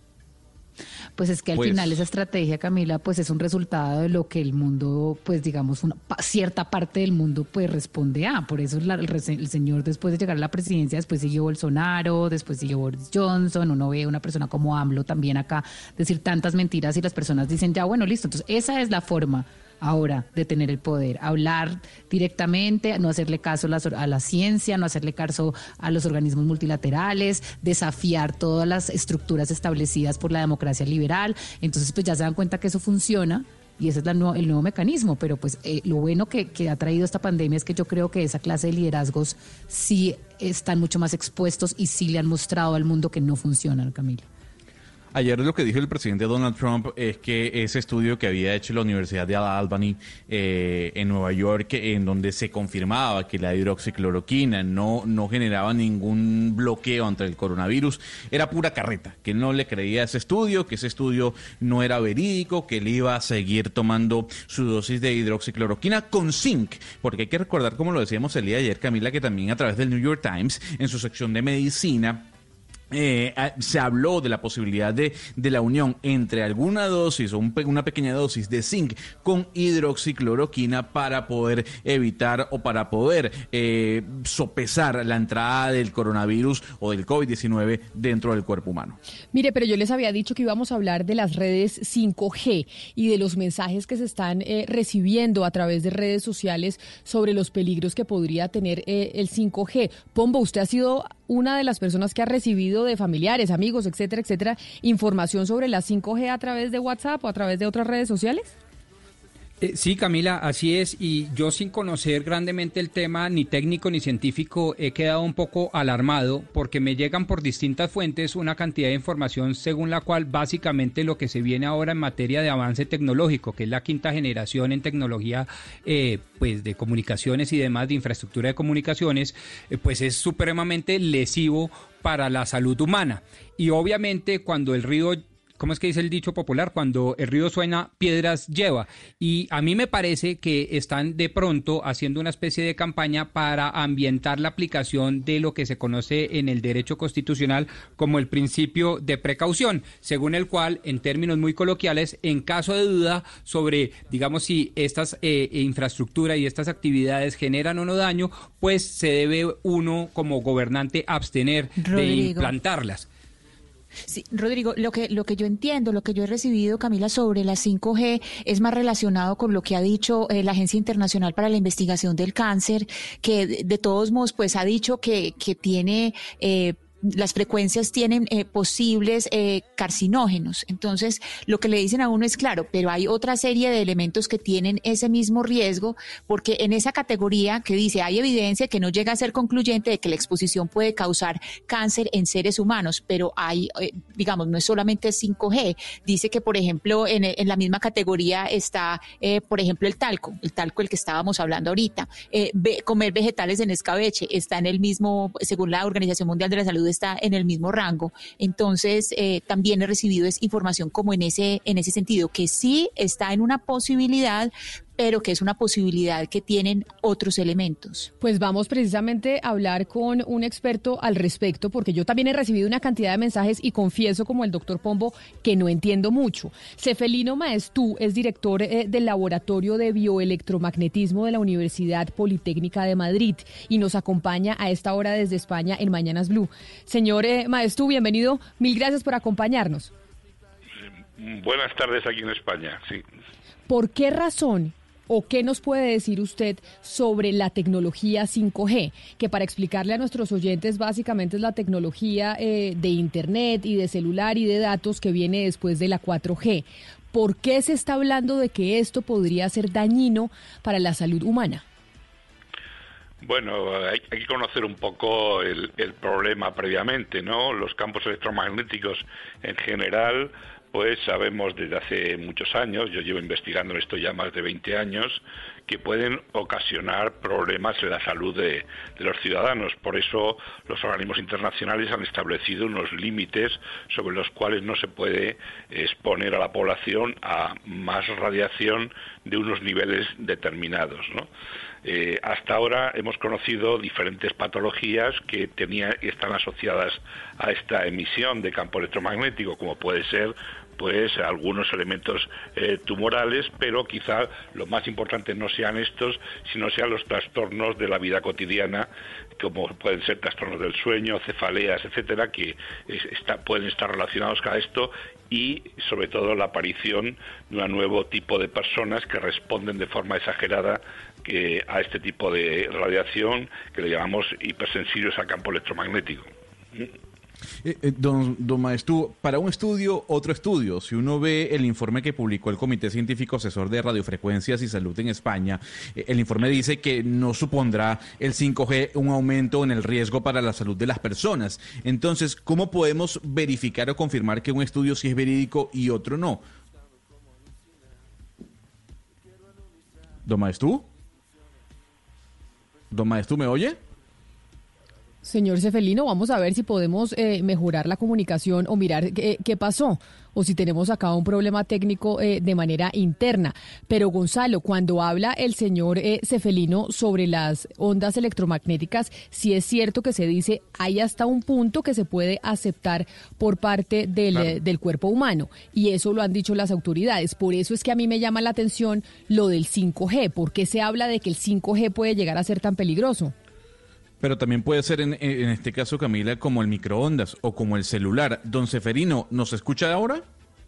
Pues es que al pues, final esa estrategia, Camila, pues es un resultado de lo que el mundo, pues digamos, una cierta parte del mundo pues responde a. Por eso la, el, el señor después de llegar a la presidencia, después siguió Bolsonaro, después siguió Boris Johnson, uno ve una persona como AMLO también acá decir tantas mentiras y las personas dicen, ya bueno, listo, entonces esa es la forma ahora de tener el poder, hablar directamente, no hacerle caso a la, a la ciencia, no hacerle caso a los organismos multilaterales, desafiar todas las estructuras establecidas por la democracia liberal. Entonces pues ya se dan cuenta que eso funciona y ese es la no, el nuevo mecanismo, pero pues eh, lo bueno que, que ha traído esta pandemia es que yo creo que esa clase de liderazgos sí están mucho más expuestos y sí le han mostrado al mundo que no funcionan, Camila. Ayer lo que dijo el presidente Donald Trump es que ese estudio que había hecho la Universidad de Albany eh, en Nueva York, en donde se confirmaba que la hidroxicloroquina no, no generaba ningún bloqueo ante el coronavirus, era pura carreta, que no le creía a ese estudio, que ese estudio no era verídico, que él iba a seguir tomando su dosis de hidroxicloroquina con zinc, porque hay que recordar, como lo decíamos el día de ayer, Camila, que también a través del New York Times, en su sección de medicina, Eh, se habló de la posibilidad de, de la unión entre alguna dosis o un, una pequeña dosis de zinc con hidroxicloroquina para poder evitar o para poder eh, sopesar la entrada del coronavirus o del COVID diecinueve dentro del cuerpo humano. Mire, pero yo les había dicho que íbamos a hablar de las redes cinco G y de los mensajes que se están eh, recibiendo a través de redes sociales sobre los peligros que podría tener eh, el cinco G. Pombo, usted ha sido una de las personas que ha recibido de familiares, amigos, etcétera, etcétera, información sobre la cinco G a través de WhatsApp o a través de otras redes sociales. Eh, sí, Camila, así es, y yo sin conocer grandemente el tema, ni técnico ni científico, he quedado un poco alarmado porque me llegan por distintas fuentes una cantidad de información según la cual básicamente lo que se viene ahora en materia de avance tecnológico, que es la quinta generación en tecnología eh, pues de comunicaciones y demás, de infraestructura de comunicaciones, eh, pues es supremamente lesivo para la salud humana. Y obviamente cuando el río ¿cómo es que dice el dicho popular? Cuando el río suena, piedras lleva. Y a mí me parece que están de pronto haciendo una especie de campaña para ambientar la aplicación de lo que se conoce en el derecho constitucional como el principio de precaución, según el cual, en términos muy coloquiales, en caso de duda sobre, digamos, si estas eh, infraestructuras y estas actividades generan o no daño, pues se debe uno como gobernante abstener Rodrigo. de implantarlas. Sí, Rodrigo, lo que lo que yo entiendo, lo que yo he recibido, Camila, sobre la cinco G es más relacionado con lo que ha dicho eh, la Agencia Internacional para la Investigación del Cáncer, que de, de todos modos pues ha dicho que, que tiene... Eh, las frecuencias tienen eh, posibles eh, carcinógenos. Entonces, lo que le dicen a uno es claro, pero hay otra serie de elementos que tienen ese mismo riesgo, porque en esa categoría que dice hay evidencia que no llega a ser concluyente de que la exposición puede causar cáncer en seres humanos, pero hay, eh, digamos, no es solamente cinco G. Dice que, por ejemplo, en, en la misma categoría está, eh, por ejemplo, el talco, el talco del que estábamos hablando ahorita. Eh, ve, comer vegetales en escabeche está en el mismo, según la Organización Mundial de la Salud, está en el mismo rango. Entonces, eh, también he recibido es información como en ese, en ese sentido, que sí está en una posibilidad, pero que es una posibilidad que tienen otros elementos. Pues vamos precisamente a hablar con un experto al respecto, porque yo también he recibido una cantidad de mensajes y confieso, como el doctor Pombo, que no entiendo mucho. Cefelino Maestú es director eh, del Laboratorio de Bioelectromagnetismo de la Universidad Politécnica de Madrid y nos acompaña a esta hora desde España en Mañanas Blue. Señor eh, Maestú, bienvenido. Mil gracias por acompañarnos. Buenas tardes aquí en España, sí. ¿Por qué razón o qué nos puede decir usted sobre la tecnología cinco G? Que para explicarle a nuestros oyentes, básicamente es la tecnología eh, de Internet y de celular y de datos que viene después de la cuatro G. ¿Por qué se está hablando de que esto podría ser dañino para la salud humana? Bueno, hay, hay que conocer un poco el, el problema previamente, ¿no? Los campos electromagnéticos en general, pues sabemos desde hace muchos años, yo llevo investigando esto ya más de veinte años, que pueden ocasionar problemas en la salud de, de los ciudadanos. Por eso los organismos internacionales han establecido unos límites sobre los cuales no se puede exponer a la población a más radiación de unos niveles determinados, ¿no? Eh, hasta ahora hemos conocido diferentes patologías que tenía, están asociadas a esta emisión de campo electromagnético, como puede ser pues algunos elementos eh, tumorales, pero quizá lo más importante no sean estos, sino sean los trastornos de la vida cotidiana, como pueden ser trastornos del sueño, cefaleas, etcétera, que es, está, pueden estar relacionados con esto, y sobre todo la aparición de un nuevo tipo de personas que responden de forma exagerada que a este tipo de radiación, que le llamamos hipersensibles al campo electromagnético. Eh, eh, don, don Maestú, para un estudio, otro estudio. Si uno ve el informe que publicó el Comité Científico Asesor de Radiofrecuencias y Salud en España, eh, el informe dice que no supondrá el cinco G un aumento en el riesgo para la salud de las personas. Entonces, ¿cómo podemos verificar o confirmar que un estudio sí es verídico y otro no? ¿Don Maestú? ¿Don Maestú me oye? Señor Cefelino, vamos a ver si podemos eh, mejorar la comunicación o mirar qué, qué pasó, o si tenemos acá un problema técnico eh, de manera interna. Pero Gonzalo, cuando habla el señor eh, Cefelino sobre las ondas electromagnéticas, sí es cierto que se dice hay hasta un punto que se puede aceptar por parte del, claro. eh, del cuerpo humano, y eso lo han dicho las autoridades. Por eso es que a mí me llama la atención lo del cinco G. ¿Por qué se habla de que el cinco G puede llegar a ser tan peligroso? Pero también puede ser en, en este caso, Camila, como el microondas o como el celular. Don Ceferino, ¿nos escucha ahora?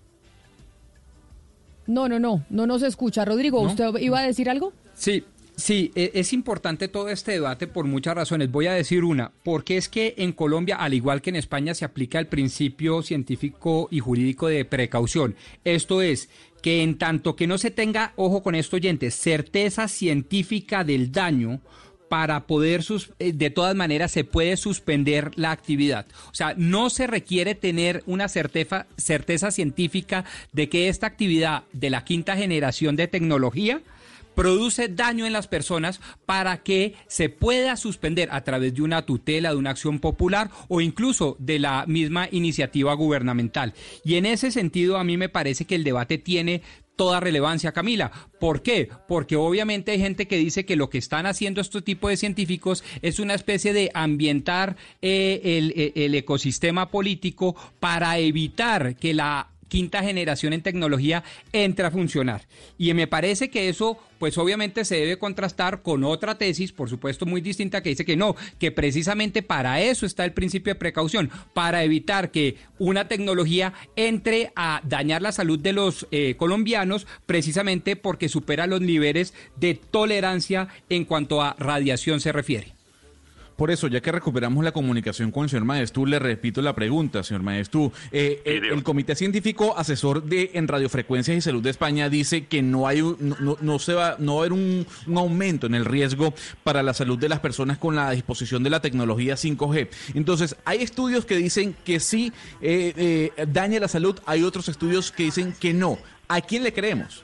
No, no, no, no nos escucha. Rodrigo, ¿no? ¿Usted iba a decir algo? Sí, sí, es importante todo este debate por muchas razones. Voy a decir una, porque es que en Colombia, al igual que en España, se aplica el principio científico y jurídico de precaución. Esto es, que en tanto que no se tenga, ojo con esto, oyentes, certeza científica del daño, para poder, sus, de todas maneras, se puede suspender la actividad. O sea, no se requiere tener una certeza, certeza científica de que esta actividad de la quinta generación de tecnología produce daño en las personas para que se pueda suspender a través de una tutela, de una acción popular o incluso de la misma iniciativa gubernamental. Y en ese sentido a mí me parece que el debate tiene toda relevancia, Camila. ¿Por qué? Porque obviamente hay gente que dice que lo que están haciendo este tipo de científicos es una especie de ambientar eh, el, el ecosistema político para evitar que la quinta generación en tecnología entre a funcionar. Y me parece que eso, pues obviamente se debe contrastar con otra tesis, por supuesto muy distinta, que dice que no, que precisamente para eso está el principio de precaución, para evitar que una tecnología entre a dañar la salud de los eh, colombianos, precisamente porque supera los niveles de tolerancia en cuanto a radiación se refiere. Por eso, ya que recuperamos la comunicación con el señor Maestú, le repito la pregunta, señor Maestú. Eh, el, el Comité Científico Asesor de en Radiofrecuencias y Salud de España dice que no hay un, no, no se va, no va a haber un, un aumento en el riesgo para la salud de las personas con la disposición de la tecnología cinco G. Entonces, hay estudios que dicen que sí eh, eh, daña la salud, hay otros estudios que dicen que no. ¿A quién le creemos?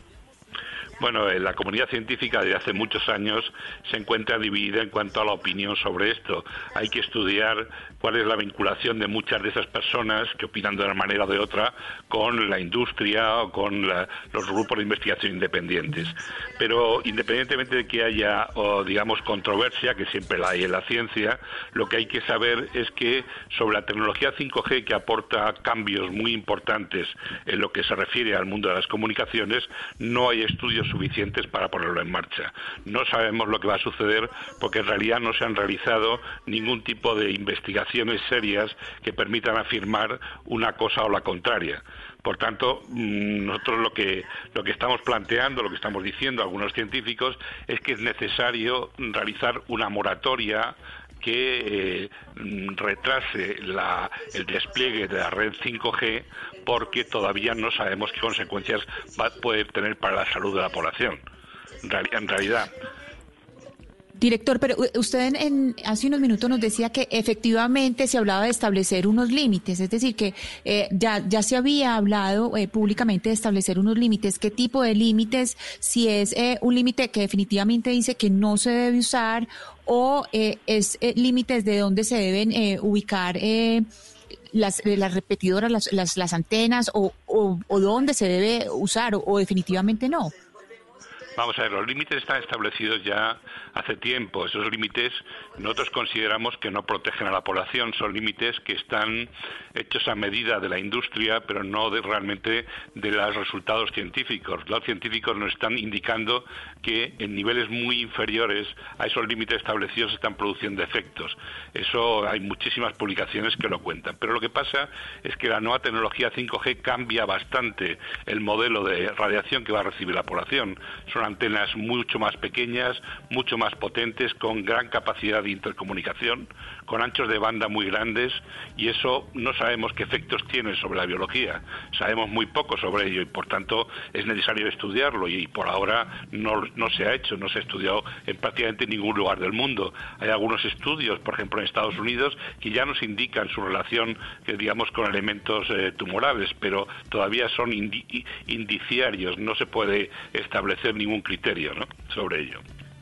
Bueno, la comunidad científica desde hace muchos años se encuentra dividida en cuanto a la opinión sobre esto. Hay que estudiar cuál es la vinculación de muchas de esas personas que opinan de una manera o de otra con la industria o con la, los grupos de investigación independientes. Pero independientemente de que haya, o, digamos, controversia, que siempre la hay en la ciencia, lo que hay que saber es que sobre la tecnología cinco G, que aporta cambios muy importantes en lo que se refiere al mundo de las comunicaciones, no hay estudios suficientes para ponerlo en marcha. No sabemos lo que va a suceder porque en realidad no se han realizado ningún tipo de investigaciones serias que permitan afirmar una cosa o la contraria. Por tanto, nosotros lo que lo que estamos planteando, lo que estamos diciendo algunos científicos, es que es necesario realizar una moratoria que eh, retrase la, el despliegue de la red cinco G, porque todavía no sabemos qué consecuencias va a poder tener para la salud de la población. En realidad. Director, pero usted en, en, hace unos minutos nos decía que efectivamente se hablaba de establecer unos límites, es decir, que eh, ya, ya se había hablado eh, públicamente de establecer unos límites. ¿Qué tipo de límites? Si es eh, un límite que definitivamente dice que no se debe usar, o eh, es eh, límites de dónde se deben eh, ubicar eh, las, las repetidoras, las, las, las antenas, o, o, o dónde se debe usar, o, o definitivamente no. Vamos a ver, los límites están establecidos ya hace tiempo. Esos límites nosotros consideramos que no protegen a la población, son límites que están hechos a medida de la industria, pero no de, realmente de los resultados científicos. Los científicos nos están indicando que en niveles muy inferiores a esos límites establecidos se están produciendo efectos. Eso hay muchísimas publicaciones que lo cuentan. Pero lo que pasa es que la nueva tecnología cinco G cambia bastante el modelo de radiación que va a recibir la población. Son antenas mucho más pequeñas, mucho más potentes, con gran capacidad de intercomunicación, con anchos de banda muy grandes, y eso no sabemos qué efectos tiene sobre la biología. Sabemos muy poco sobre ello y por tanto es necesario estudiarlo, y por ahora no, no se ha hecho, no se ha estudiado en prácticamente ningún lugar del mundo. Hay algunos estudios, por ejemplo en Estados Unidos, que ya nos indican su relación, eh, digamos, con elementos eh, tumorales, pero todavía son indi indiciarios, no se puede establecer ningún criterio, ¿no?, sobre ello.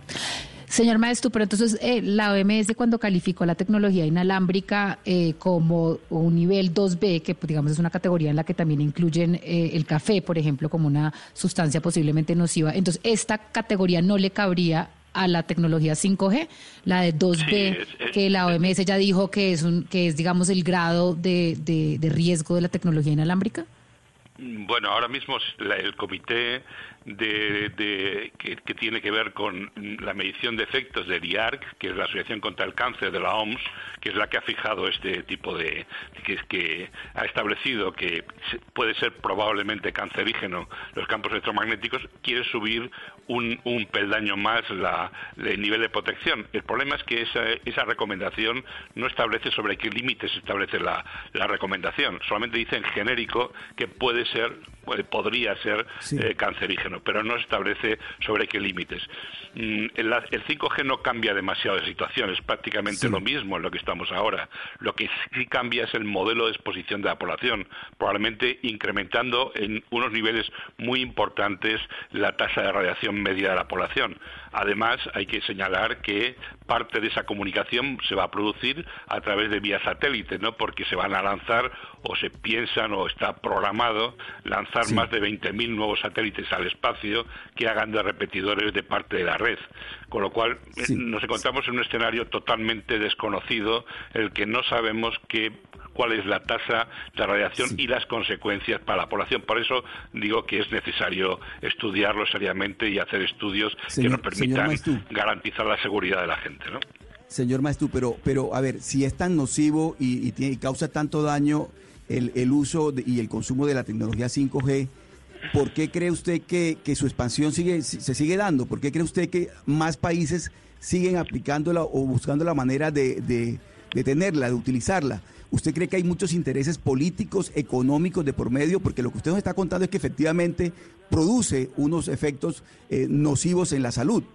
Señor Maestro, pero entonces eh, la O M S, cuando calificó la tecnología inalámbrica eh, como un nivel dos B, que pues, digamos es una categoría en la que también incluyen eh, el café, por ejemplo, como una sustancia posiblemente nociva, entonces esta categoría no le cabría a la tecnología cinco G, la de dos B, sí, es, es, que la O M S ya dijo que es un que es digamos el grado de, de, de riesgo de la tecnología inalámbrica. Bueno, ahora mismo la, el comité de, de que, que tiene que ver con la medición de efectos del I A R C, que es la Asociación contra el Cáncer de la O M S, que es la que ha fijado este tipo de, que es que ha establecido que puede ser probablemente cancerígeno los campos electromagnéticos, quiere subir un, un peldaño más la, el nivel de protección. El problema es que esa, esa recomendación no establece sobre qué límites establece la, la recomendación, solamente dice en genérico que puede puede ser, puede, podría ser sí. eh, cancerígeno, pero no se establece sobre qué límites. Mm, el, el cinco G no cambia demasiado de situación, es prácticamente sí. lo mismo en lo que estamos ahora. Lo que sí cambia es el modelo de exposición de la población, probablemente incrementando en unos niveles muy importantes la tasa de radiación media de la población. Además, hay que señalar que parte de esa comunicación se va a producir a través de vía satélite, ¿no? Porque se van a lanzar, o se piensan, o está programado lanzar sí. más de veinte mil nuevos satélites al espacio que hagan de repetidores de parte de la red. Con lo cual, sí. nos encontramos en un escenario totalmente desconocido, en el que no sabemos qué cuál es la tasa de radiación sí. y las consecuencias para la población. Por eso digo que es necesario estudiarlo seriamente y hacer estudios señor, que nos permitan garantizar la seguridad de la gente, ¿no? Señor Maestú, pero, pero a ver, si es tan nocivo y, y, tiene, y causa tanto daño el, el uso de, y el consumo de la tecnología cinco G, ¿por qué cree usted que, que su expansión sigue se sigue dando? ¿Por qué cree usted que más países siguen aplicándola o buscando la manera de, de, de tenerla, de utilizarla? ¿Usted cree que hay muchos intereses políticos, económicos de por medio? Porque lo que usted nos está contando es que efectivamente produce unos efectos eh, nocivos en la salud.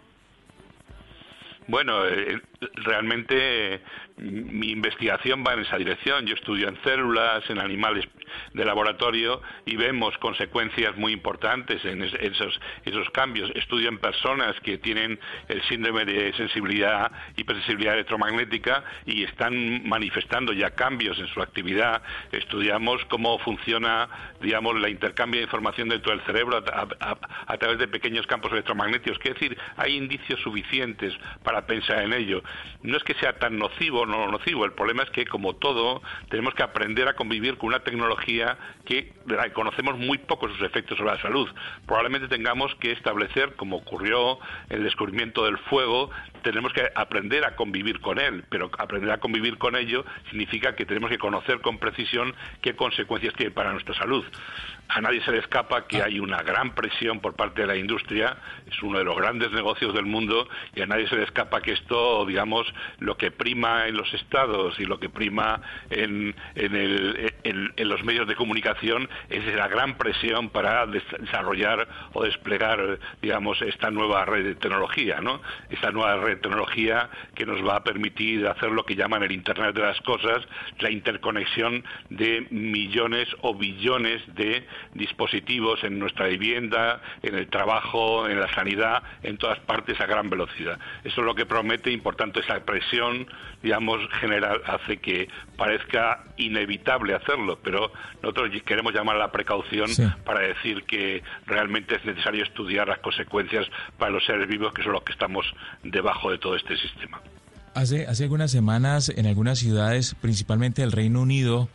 Bueno, eh, realmente eh, mi investigación va en esa dirección. Yo estudio en células, en animales de laboratorio, y vemos consecuencias muy importantes en es, esos, esos cambios. Estudio en personas que tienen el síndrome de sensibilidad, hipersensibilidad electromagnética, y están manifestando ya cambios en su actividad. Estudiamos cómo funciona, digamos, el intercambio de información dentro del cerebro a, a, a través de pequeños campos electromagnéticos. Es decir, hay indicios suficientes para pensar en ello. No es que sea tan nocivo o no nocivo, el problema es que, como todo, tenemos que aprender a convivir con una tecnología que conocemos muy poco sus efectos sobre la salud. Probablemente tengamos que establecer, como ocurrió en el descubrimiento del fuego, tenemos que aprender a convivir con él, pero aprender a convivir con ello significa que tenemos que conocer con precisión qué consecuencias tiene para nuestra salud. A nadie se le escapa que hay una gran presión por parte de la industria, es uno de los grandes negocios del mundo, y a nadie se le escapa que esto, digamos, lo que prima en los estados y lo que prima en, en, el, en, en los medios de comunicación es la gran presión para desarrollar o desplegar, digamos, esta nueva red de tecnología, ¿no? Esta nueva red de tecnología que nos va a permitir hacer lo que llaman el Internet de las cosas, la interconexión de millones o billones de dispositivos en nuestra vivienda, en el trabajo, en la sanidad, en todas partes a gran velocidad. Eso es lo que promete, y por tanto esa presión, digamos, general hace que parezca inevitable hacerlo, pero nosotros queremos llamar a la precaución sí. para decir que realmente es necesario estudiar las consecuencias para los seres vivos, que son los que estamos debajo de todo este sistema. Hace, hace algunas semanas, en algunas ciudades, principalmente del Reino Unido,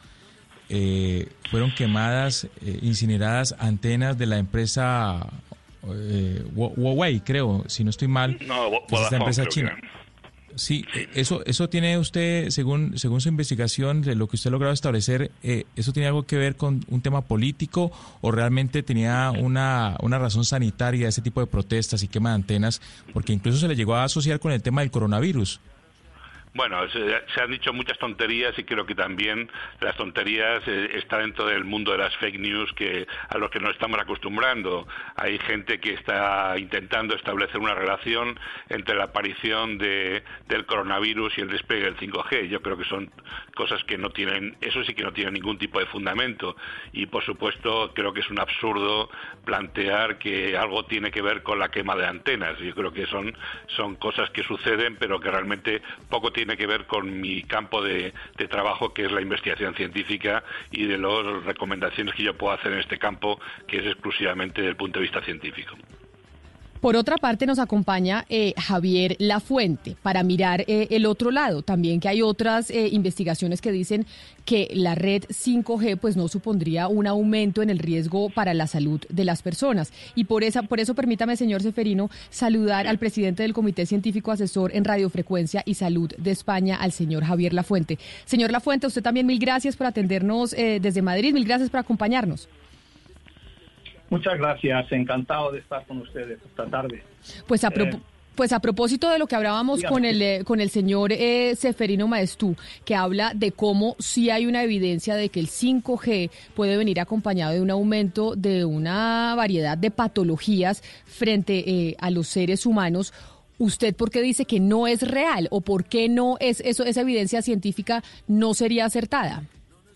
Eh, fueron quemadas, eh, incineradas antenas de la empresa eh, Huawei, creo, si no estoy mal. No, que es esta empresa china. Sí, eso eso tiene usted, según según su investigación, de lo que usted ha logrado establecer, eh, ¿eso tiene algo que ver con un tema político o realmente tenía una, una razón sanitaria ese tipo de protestas y quema de antenas? Porque incluso se le llegó a asociar con el tema del coronavirus. Bueno, se, se han dicho muchas tonterías, y creo que también las tonterías eh, están dentro del mundo de las fake news, que a los que nos estamos acostumbrando. Hay gente que está intentando establecer una relación entre la aparición de, del coronavirus y el despegue del cinco G. Yo creo que son cosas que no tienen, eso sí que no tiene ningún tipo de fundamento. Y por supuesto creo que es un absurdo plantear que algo tiene que ver con la quema de antenas. Yo creo que son, son cosas que suceden, pero que realmente poco tienen tiene que ver con mi campo de, de trabajo, que es la investigación científica, y de las recomendaciones que yo puedo hacer en este campo, que es exclusivamente desde el punto de vista científico. Por otra parte, nos acompaña eh, Javier Lafuente para mirar eh, el otro lado. También que hay otras eh, investigaciones que dicen que la red cinco G pues no supondría un aumento en el riesgo para la salud de las personas. Y por, esa, por eso, permítame, señor Ceferino, saludar al presidente del Comité Científico Asesor en Radiofrecuencia y Salud de España, al señor Javier Lafuente. Señor Lafuente, usted también mil gracias por atendernos eh, desde Madrid, mil gracias por acompañarnos. Muchas gracias, encantado de estar con ustedes esta tarde. Pues a, pro- eh, Pues a propósito de lo que hablábamos Dígame. con el eh, con el señor eh, Seferino Maestú, que habla de cómo sí hay una evidencia de que el cinco G puede venir acompañado de un aumento de una variedad de patologías frente eh, a los seres humanos. ¿Usted por qué dice que no es real o por qué no es eso, esa evidencia científica no sería acertada?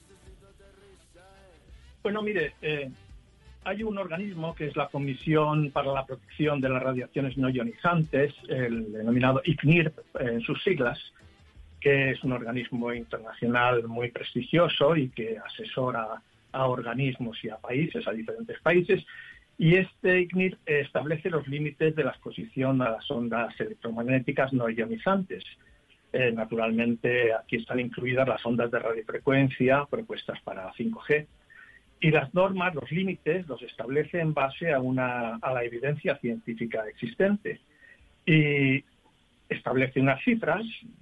Bueno, mire, eh, hay un organismo que es la Comisión para la Protección de las Radiaciones No Ionizantes, el denominado I C N I R P en sus siglas, que es un organismo internacional muy prestigioso y que asesora a organismos y a países, a diferentes países, y este I C N I R P establece los límites de la exposición a las ondas electromagnéticas no ionizantes. Eh, naturalmente, aquí están incluidas las ondas de radiofrecuencia propuestas para cinco G. Y las normas, los límites, los establece en base a, una, a la evidencia científica existente. Y establece unas cifras,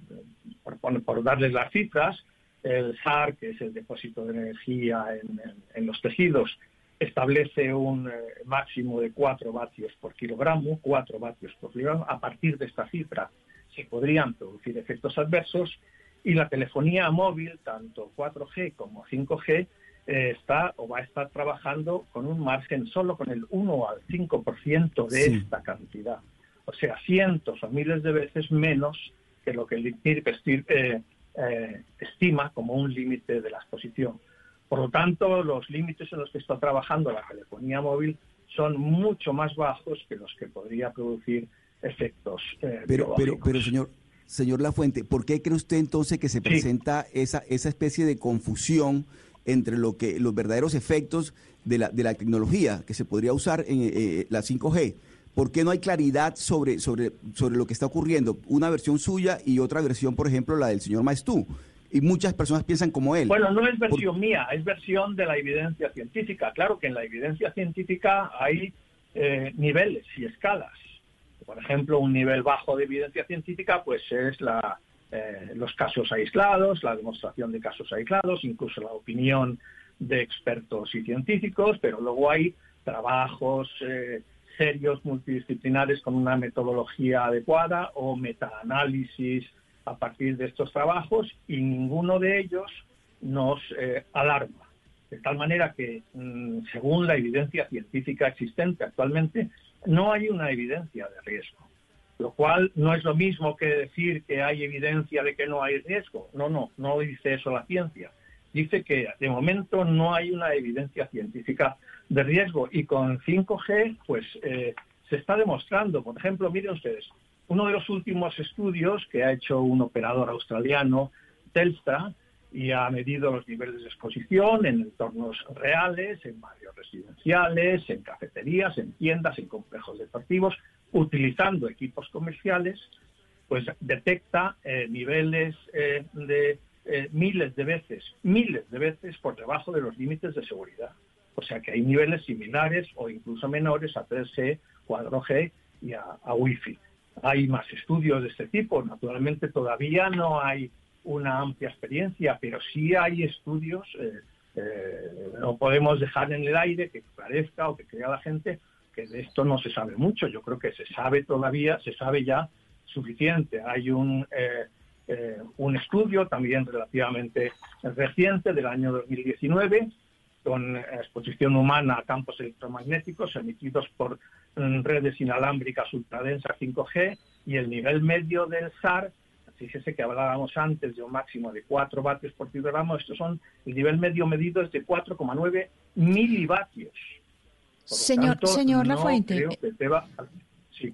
por, por darles las cifras, el S A R, que es el depósito de energía en, en, en los tejidos, establece un eh, máximo de cuatro vatios por kilogramo, cuatro vatios por kilogramo. A partir de esta cifra se podrían producir efectos adversos, y la telefonía móvil, tanto cuatro G como cinco G, Eh, está o va a estar trabajando con un margen solo con el uno al cinco por ciento de sí. esta cantidad. O sea, cientos o miles de veces menos que lo que el I C N I R P eh, eh, estima como un límite de la exposición. Por lo tanto, los límites en los que está trabajando la telefonía móvil son mucho más bajos que los que podría producir efectos eh, pero, pero, pero, señor, señor Lafuente, ¿por qué cree usted entonces que se presenta sí. esa, esa especie de confusión entre lo que los verdaderos efectos de la de la tecnología que se podría usar en eh, la cinco G? ¿Por qué no hay claridad sobre sobre sobre lo que está ocurriendo? Una versión suya y otra versión, por ejemplo, la del señor Maestú. Y muchas personas piensan como él. Bueno, no es versión por... mía, es versión de la evidencia científica. Claro que en la evidencia científica hay eh, niveles y escalas. Por ejemplo, un nivel bajo de evidencia científica pues es la Eh, los casos aislados, la demostración de casos aislados, incluso la opinión de expertos y científicos, pero luego hay trabajos eh, serios, multidisciplinares, con una metodología adecuada o metaanálisis a partir de estos trabajos, y ninguno de ellos nos eh, alarma. De tal manera que, mmm, según la evidencia científica existente actualmente, no hay una evidencia de riesgo. Lo cual no es lo mismo que decir que hay evidencia de que no hay riesgo. No, no, no dice eso la ciencia. Dice que de momento no hay una evidencia científica de riesgo. Y con cinco G, pues eh, se está demostrando. Por ejemplo, miren ustedes, uno de los últimos estudios que ha hecho un operador australiano, Telstra, y ha medido los niveles de exposición en entornos reales, en barrios residenciales, en cafeterías, en tiendas, en complejos deportivos, utilizando equipos comerciales, pues detecta eh, niveles eh, de eh, miles de veces, miles de veces por debajo de los límites de seguridad. O sea que hay niveles similares o incluso menores a tres G, cuatro G y a, a Wi-Fi. Hay más estudios de este tipo. Naturalmente todavía no hay una amplia experiencia, pero sí hay estudios. Eh, eh, no podemos dejar en el aire que parezca o que crea la gente que de esto no se sabe mucho. Yo creo que se sabe todavía, se sabe ya suficiente. Hay un, eh, eh, un estudio también relativamente reciente del año dos mil diecinueve con exposición humana a campos electromagnéticos emitidos por mm, redes inalámbricas ultradensas cinco G, y el nivel medio del S A R, fíjese que hablábamos antes de un máximo de cuatro vatios por kilogramo, estos son, el nivel medio medido es de cuatro coma nueve milivatios. Señor, tanto, señor no Lafuente. Creo que deba... Sí.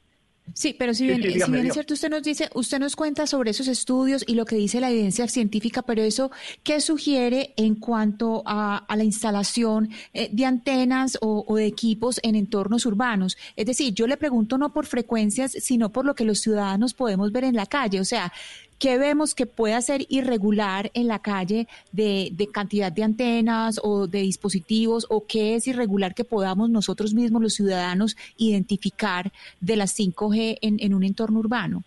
Sí, pero si bien, sí, sí, si dígame, bien es dígame. cierto, usted nos dice, usted nos cuenta sobre esos estudios y lo que dice la evidencia científica, pero eso, ¿qué sugiere en cuanto a, a la instalación eh, de antenas o, o de equipos en entornos urbanos? Es decir, yo le pregunto no por frecuencias, sino por lo que los ciudadanos podemos ver en la calle. O sea, ¿qué vemos que pueda ser irregular en la calle de, de cantidad de antenas o de dispositivos, o qué es irregular que podamos nosotros mismos, los ciudadanos, identificar de las cinco G en, en un entorno urbano?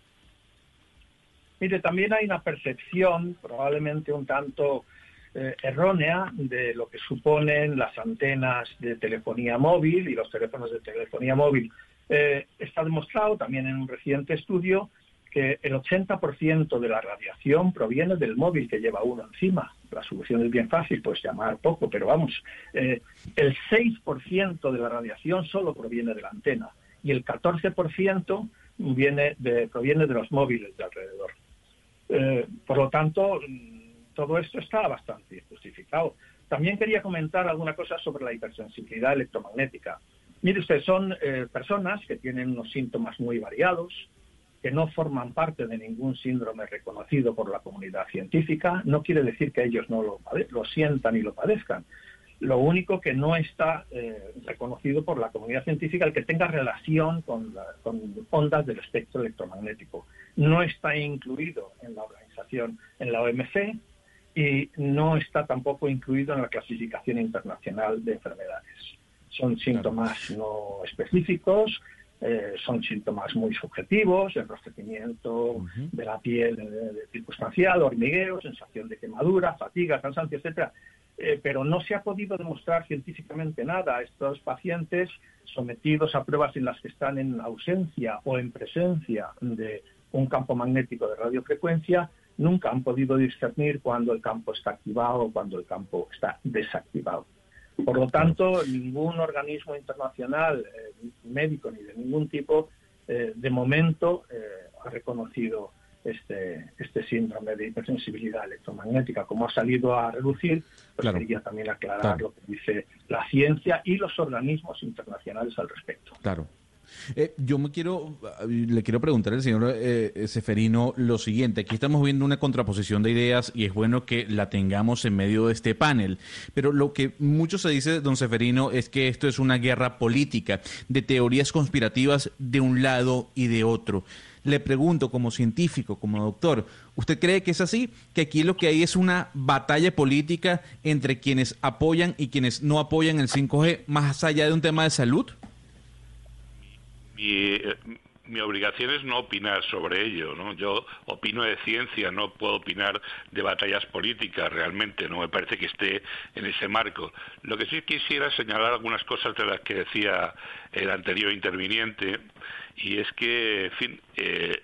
Mire, también hay una percepción probablemente un tanto eh, errónea de lo que suponen las antenas de telefonía móvil y los teléfonos de telefonía móvil. Eh, es está demostrado también en un reciente estudio que el ochenta por ciento de la radiación proviene del móvil que lleva uno encima. La solución es bien fácil, pues llamar poco, pero vamos, eh, el seis por ciento de la radiación solo proviene de la antena y el catorce por ciento viene de, proviene de los móviles de alrededor. Eh, por lo tanto, todo esto está bastante justificado. También quería comentar alguna cosa sobre la hipersensibilidad electromagnética. Mire usted, son eh, personas que tienen unos síntomas muy variados, que no forman parte de ningún síndrome reconocido por la comunidad científica. No quiere decir que ellos no lo, lo sientan y lo padezcan. Lo único que no está eh, reconocido por la comunidad científica el que tenga relación con, la, con ondas del espectro electromagnético. No está incluido en la organización, en la O M C, y no está tampoco incluido en la clasificación internacional de enfermedades. Son síntomas no específicos, eh, son síntomas muy subjetivos, enrojecimiento uh-huh. de la piel de, de circunstancial, hormigueo, sensación de quemadura, fatiga, cansancio, etcétera. Eh, pero no se ha podido demostrar científicamente nada. Estos pacientes sometidos a pruebas en las que están en ausencia o en presencia de un campo magnético de radiofrecuencia nunca han podido discernir cuando el campo está activado o cuando el campo está desactivado. Por lo tanto, ningún organismo internacional eh, médico ni de ningún tipo eh, de momento eh, ha reconocido este este síndrome de hipersensibilidad electromagnética. Como ha salido a relucir, pues claro. quería también aclarar claro. lo que dice la ciencia y los organismos internacionales al respecto. Claro. Eh, yo me quiero, le quiero preguntar al señor eh, Ceferino lo siguiente. Aquí estamos viendo una contraposición de ideas y es bueno que la tengamos en medio de este panel. Pero lo que mucho se dice, don Ceferino, es que esto es una guerra política de teorías conspirativas de un lado y de otro. Le pregunto, como científico, como doctor, ¿usted cree que es así? ¿Que aquí lo que hay es una batalla política entre quienes apoyan y quienes no apoyan el cinco G, más allá de un tema de salud? Mi, mi obligación es no opinar sobre ello, ¿no? Yo opino de ciencia, no puedo opinar de batallas políticas, realmente, no me parece que esté en ese marco. Lo que sí quisiera señalar algunas cosas de las que decía el anterior interviniente, y es que, en fin, eh,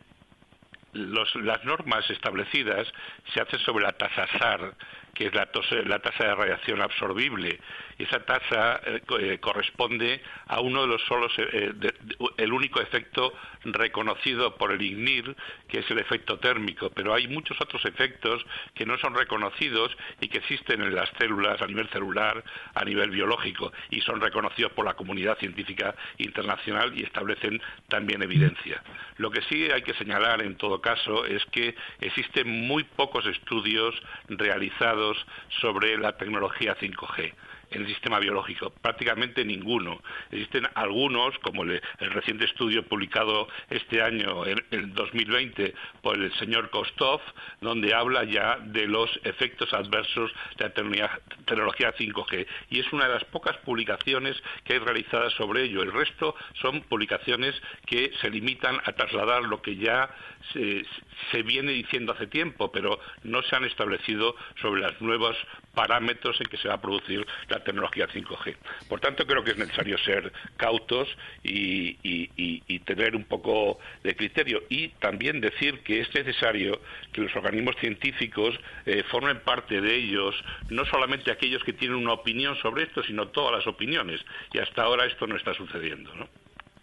los, las normas establecidas se hacen sobre la tasa S A R, que es la, tose, la tasa de radiación absorbible. Esa tasa eh, corresponde a uno de los solos, eh, de, de, el único efecto reconocido por el I G N I R, que es el efecto térmico, pero hay muchos otros efectos que no son reconocidos y que existen en las células a nivel celular, a nivel biológico, y son reconocidos por la comunidad científica internacional y establecen también evidencia. Lo que sí hay que señalar en todo caso es que existen muy pocos estudios realizados sobre la tecnología cinco G en el sistema biológico, prácticamente ninguno. Existen algunos, como el, el reciente estudio publicado este año, en el dos mil veinte, por el señor Kostov, donde habla ya de los efectos adversos de la tecnología, tecnología cinco G. Y es una de las pocas publicaciones que hay realizadas sobre ello. El resto son publicaciones que se limitan a trasladar lo que ya se, se viene diciendo hace tiempo, pero no se han establecido sobre los nuevos parámetros en que se va a producir la tecnología cinco G. Por tanto, creo que es necesario ser cautos y, y, y, y tener un poco de criterio. Y también decir que es necesario que los organismos científicos eh, formen parte de ellos, no solamente aquellos que tienen una opinión sobre esto, sino todas las opiniones. Y hasta ahora esto no está sucediendo, ¿no?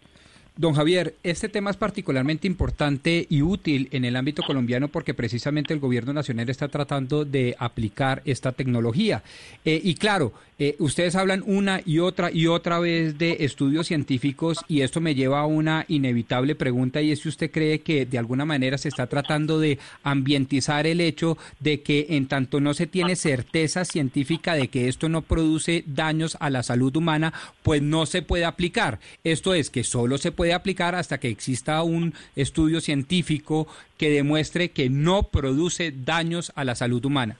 Don Javier, este tema es particularmente importante y útil en el ámbito colombiano porque precisamente el gobierno nacional está tratando de aplicar esta tecnología. Eh, y claro, eh, ustedes hablan una y otra y otra vez de estudios científicos y esto me lleva a una inevitable pregunta, y es si usted cree que de alguna manera se está tratando de ambientizar el hecho de que en tanto no se tiene certeza científica de que esto no produce daños a la salud humana, pues no se puede aplicar. Esto es que solo se puede aplicar hasta que exista un estudio científico que demuestre que no produce daños a la salud humana.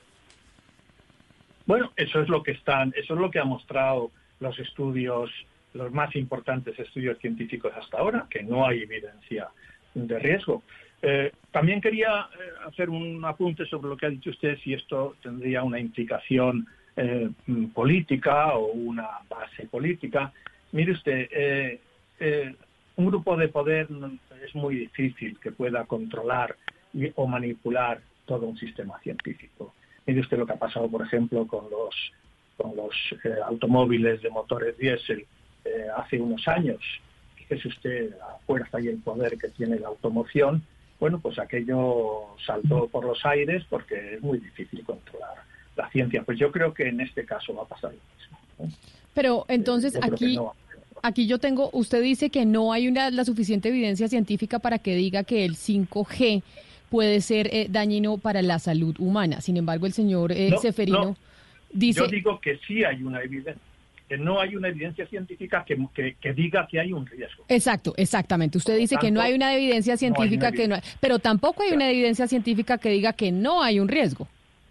Bueno, eso es lo que están, eso es lo que han mostrado los estudios, los más importantes estudios científicos hasta ahora, que no hay evidencia de riesgo. Eh, también quería eh, hacer un apunte sobre lo que ha dicho usted, si esto tendría una implicación eh, política o una base política. Mire usted, eh, eh, un grupo de poder es muy difícil que pueda controlar y, o manipular todo un sistema científico. Mire usted lo que ha pasado, por ejemplo, con los, con los eh, automóviles de motores diésel eh, hace unos años. Fíjese usted la fuerza y el poder que tiene la automoción. Bueno, pues aquello saltó por los aires porque es muy difícil controlar la ciencia. Pues yo creo que en este caso va a pasar lo mismo, ¿no? Pero entonces Eh, aquí... no. Aquí yo tengo, usted dice que no hay una la suficiente evidencia científica para que diga que el cinco G puede ser eh, dañino para la salud humana. Sin embargo, el señor eh, No, Ceferino no. dice... Yo digo que sí hay una evidencia, que no hay una evidencia científica que, que, que diga que hay un riesgo. Exacto, exactamente. Usted dice tanto, que no hay una evidencia científica no hay una que no hay, pero tampoco hay una evidencia científica que diga que no hay un riesgo.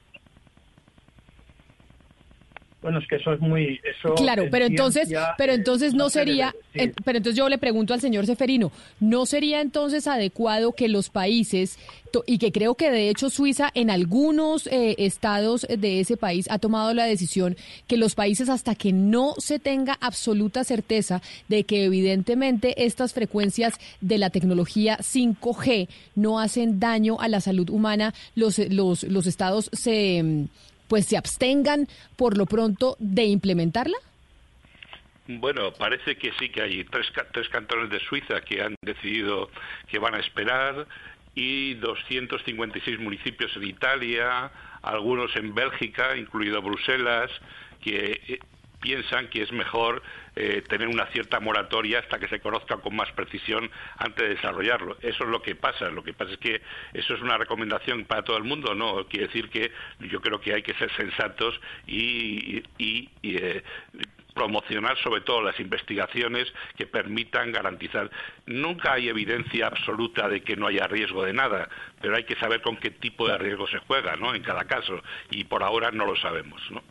Bueno, es que eso es muy... Eso Claro, en pero entonces, ciencia, pero eh, entonces no se debe sería, decir. en- pero entonces yo le pregunto al señor Ceferino, ¿no sería entonces adecuado que los países, to- y que creo que de hecho Suiza en algunos eh, estados de ese país ha tomado la decisión, que los países hasta que no se tenga absoluta certeza de que evidentemente estas frecuencias de la tecnología cinco G no hacen daño a la salud humana, los, los, los estados se... mm, pues se abstengan por lo pronto de implementarla? Bueno, parece que sí, que hay tres, ca- tres cantones de Suiza que han decidido que van a esperar y doscientos cincuenta y seis municipios en Italia, algunos en Bélgica, incluido Bruselas, que eh, piensan que es mejor eh, tener una cierta moratoria hasta que se conozca con más precisión antes de desarrollarlo. Eso es lo que pasa. Lo que pasa es que eso es una recomendación para todo el mundo, no quiere decir que yo creo que hay que ser sensatos y, y, y eh, promocionar sobre todo las investigaciones que permitan garantizar. Nunca hay evidencia absoluta de que no haya riesgo de nada, pero hay que saber con qué tipo de riesgo se juega, ¿no? En cada caso, y por ahora no lo sabemos, ¿no?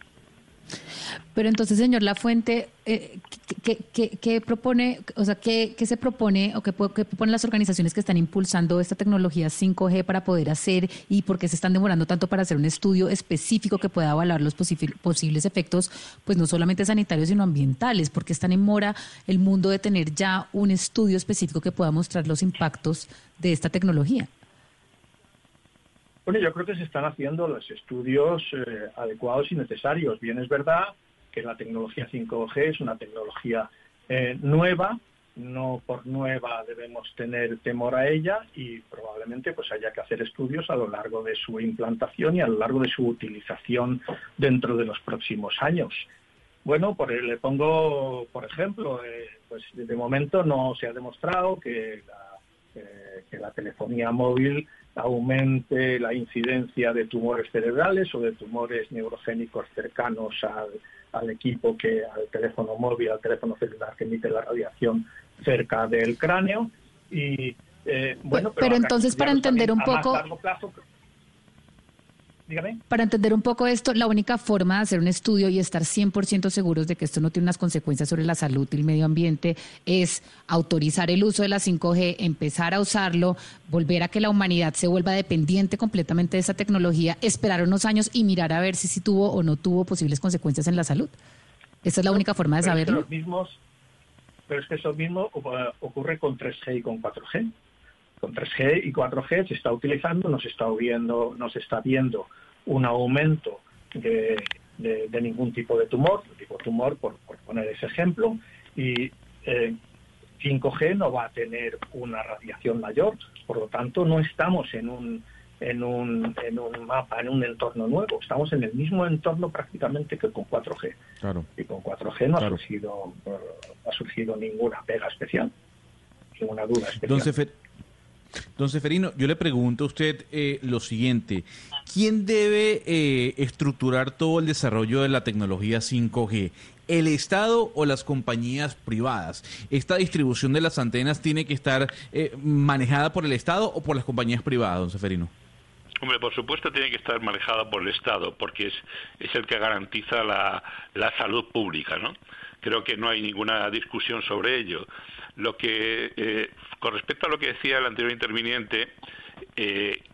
Pero entonces, señor Lafuente, eh, ¿qué, qué, qué propone, o sea, qué, qué se propone o qué, qué proponen las organizaciones que están impulsando esta tecnología cinco G para poder hacer y por qué se están demorando tanto para hacer un estudio específico que pueda evaluar los posi- posibles efectos, pues no solamente sanitarios, sino ambientales? ¿Por qué está en mora el mundo de tener ya un estudio específico que pueda mostrar los impactos de esta tecnología? Bueno, yo creo que se están haciendo los estudios eh, adecuados y necesarios. Bien, es verdad que la tecnología cinco G es una tecnología eh, nueva, no por nueva debemos tener temor a ella y probablemente pues haya que hacer estudios a lo largo de su implantación y a lo largo de su utilización dentro de los próximos años. Bueno, por, le pongo, por ejemplo, eh, pues de momento no se ha demostrado que la, eh, que la telefonía móvil aumente la incidencia de tumores cerebrales o de tumores neurogénicos cercanos al, al equipo que, al teléfono móvil, al teléfono celular que emite la radiación cerca del cráneo. Y eh, bueno, pero, pero entonces para entender un a más poco, largo plazo, dígame. para entender un poco esto, la única forma de hacer un estudio y estar cien por ciento seguros de que esto no tiene unas consecuencias sobre la salud y el medio ambiente es autorizar el uso de la cinco G, empezar a usarlo, volver a que la humanidad se vuelva dependiente completamente de esa tecnología, esperar unos años y mirar a ver si sí tuvo o no tuvo posibles consecuencias en la salud. Esa es la única forma de Pero es que saberlo. los mismos, pero es que eso mismo uh, ocurre con tres G y con cuatro G. Con tres G y cuatro G se está utilizando, no se está viendo, no se está viendo un aumento de, de, de ningún tipo de tumor, tipo tumor por, por poner ese ejemplo, y eh, cinco G no va a tener una radiación mayor, por lo tanto no estamos en un en un en un mapa, en un entorno nuevo, estamos en el mismo entorno prácticamente que con cuatro G. Claro. Y con cuatro G no Claro. ha surgido no ha surgido ninguna pega especial, ninguna duda especial. Don, Cefer- Don Ceferino, yo le pregunto a usted eh, lo siguiente. ¿Quién debe eh, estructurar todo el desarrollo de la tecnología cinco G? ¿El Estado o las compañías privadas? ¿Esta distribución de las antenas tiene que estar eh, manejada por el Estado o por las compañías privadas, don Ceferino? Hombre, por supuesto tiene que estar manejada por el Estado, porque es, es el que garantiza la, la salud pública, ¿no? Creo que no hay ninguna discusión sobre ello. Lo que, eh, con respecto a lo que decía el anterior interviniente, eh,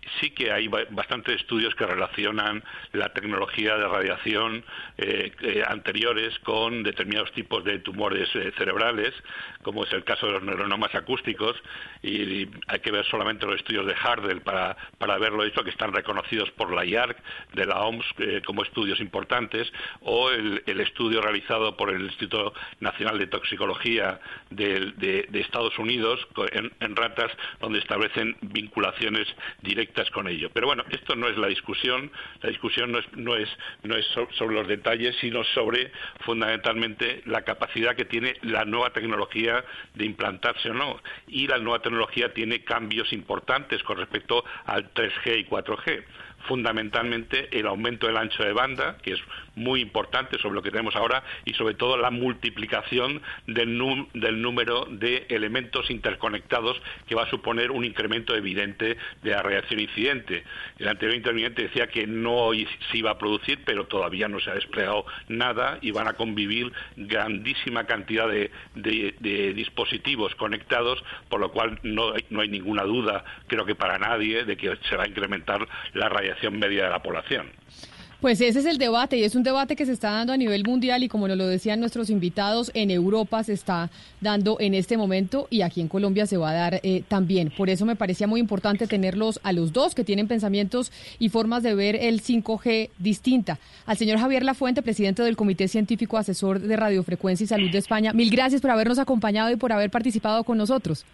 sí que hay bastantes estudios que relacionan la tecnología de radiación eh, eh, anteriores con determinados tipos de tumores eh, cerebrales, como es el caso de los neuronomas acústicos, y, y hay que ver solamente los estudios de Hardel para, para verlo hecho, que están reconocidos por la I A R C de la O M S eh, como estudios importantes, o el, el estudio realizado por el Instituto Nacional de Toxicología de, de, de Estados Unidos en, en ratas, donde establecen vinculaciones directas con ello. Pero bueno, esto no es la discusión, la discusión no es, no es, no es sobre los detalles, sino sobre fundamentalmente la capacidad que tiene la nueva tecnología de implantarse o no. Y la nueva tecnología tiene cambios importantes con respecto al tres G y cuatro G. Fundamentalmente el aumento del ancho de banda, que es muy importante sobre lo que tenemos ahora, y sobre todo la multiplicación del, num del número de elementos interconectados, que va a suponer un incremento evidente de la radiación incidente. El anterior interviniente decía que no se iba a producir, pero todavía no se ha desplegado nada y van a convivir grandísima cantidad de, de, de dispositivos conectados, por lo cual no hay, no hay ninguna duda, creo que para nadie, de que se va a incrementar la radiación media de la población. Pues ese es el debate, y es un debate que se está dando a nivel mundial, y como nos lo decían nuestros invitados, en Europa se está dando en este momento, y aquí en Colombia se va a dar eh, también. Por eso me parecía muy importante tenerlos a los dos, que tienen pensamientos y formas de ver el cinco G distinta. Al señor Javier Lafuente, presidente del Comité Científico Asesor de Radiofrecuencia y Salud de España, mil gracias por habernos acompañado y por haber participado con nosotros.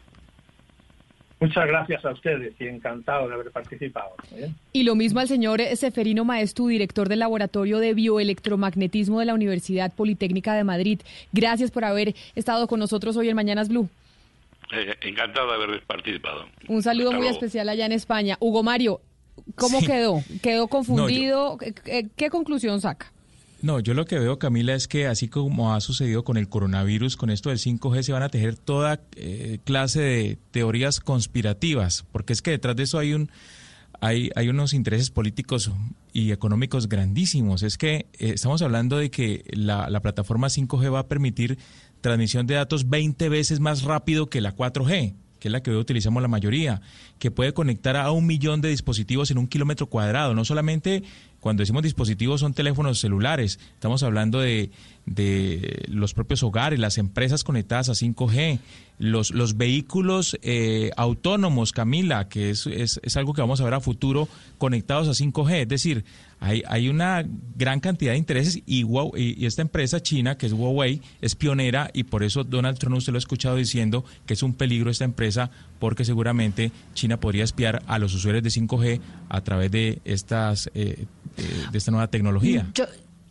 Muchas gracias a ustedes y encantado de haber participado. ¿eh? Y lo mismo al señor Seferino Maestu, director del Laboratorio de Bioelectromagnetismo de la Universidad Politécnica de Madrid. Gracias por haber estado con nosotros hoy en Mañanas Blue. Eh, encantado de haber participado. Un saludo Hasta muy luego. especial allá en España. Hugo Mario, ¿cómo Sí. quedó? ¿Quedó confundido? No, yo- ¿Qué, qué conclusión saca? No, yo lo que veo, Camila, es que así como ha sucedido con el coronavirus, con esto del cinco G se van a tejer toda eh, clase de teorías conspirativas, porque es que detrás de eso hay un hay, hay unos intereses políticos y económicos grandísimos. Es que eh, estamos hablando de que la, la plataforma cinco G va a permitir transmisión de datos veinte veces más rápido que la cuatro G, que es la que hoy utilizamos la mayoría, que puede conectar a un millón de dispositivos en un kilómetro cuadrado. No solamente cuando decimos dispositivos son teléfonos celulares, estamos hablando de, de los propios hogares, las empresas conectadas a cinco G, los, los vehículos eh, autónomos, Camila, que es, es, es algo que vamos a ver a futuro, conectados a cinco G. Es decir, hay, hay una gran cantidad de intereses y, Huawei, y esta empresa china, que es Huawei, es pionera, y por eso Donald Trump, usted lo ha escuchado diciendo que es un peligro esta empresa, porque seguramente China podría espiar a los usuarios de cinco G a través de estas eh, de, de esta nueva tecnología. Yo,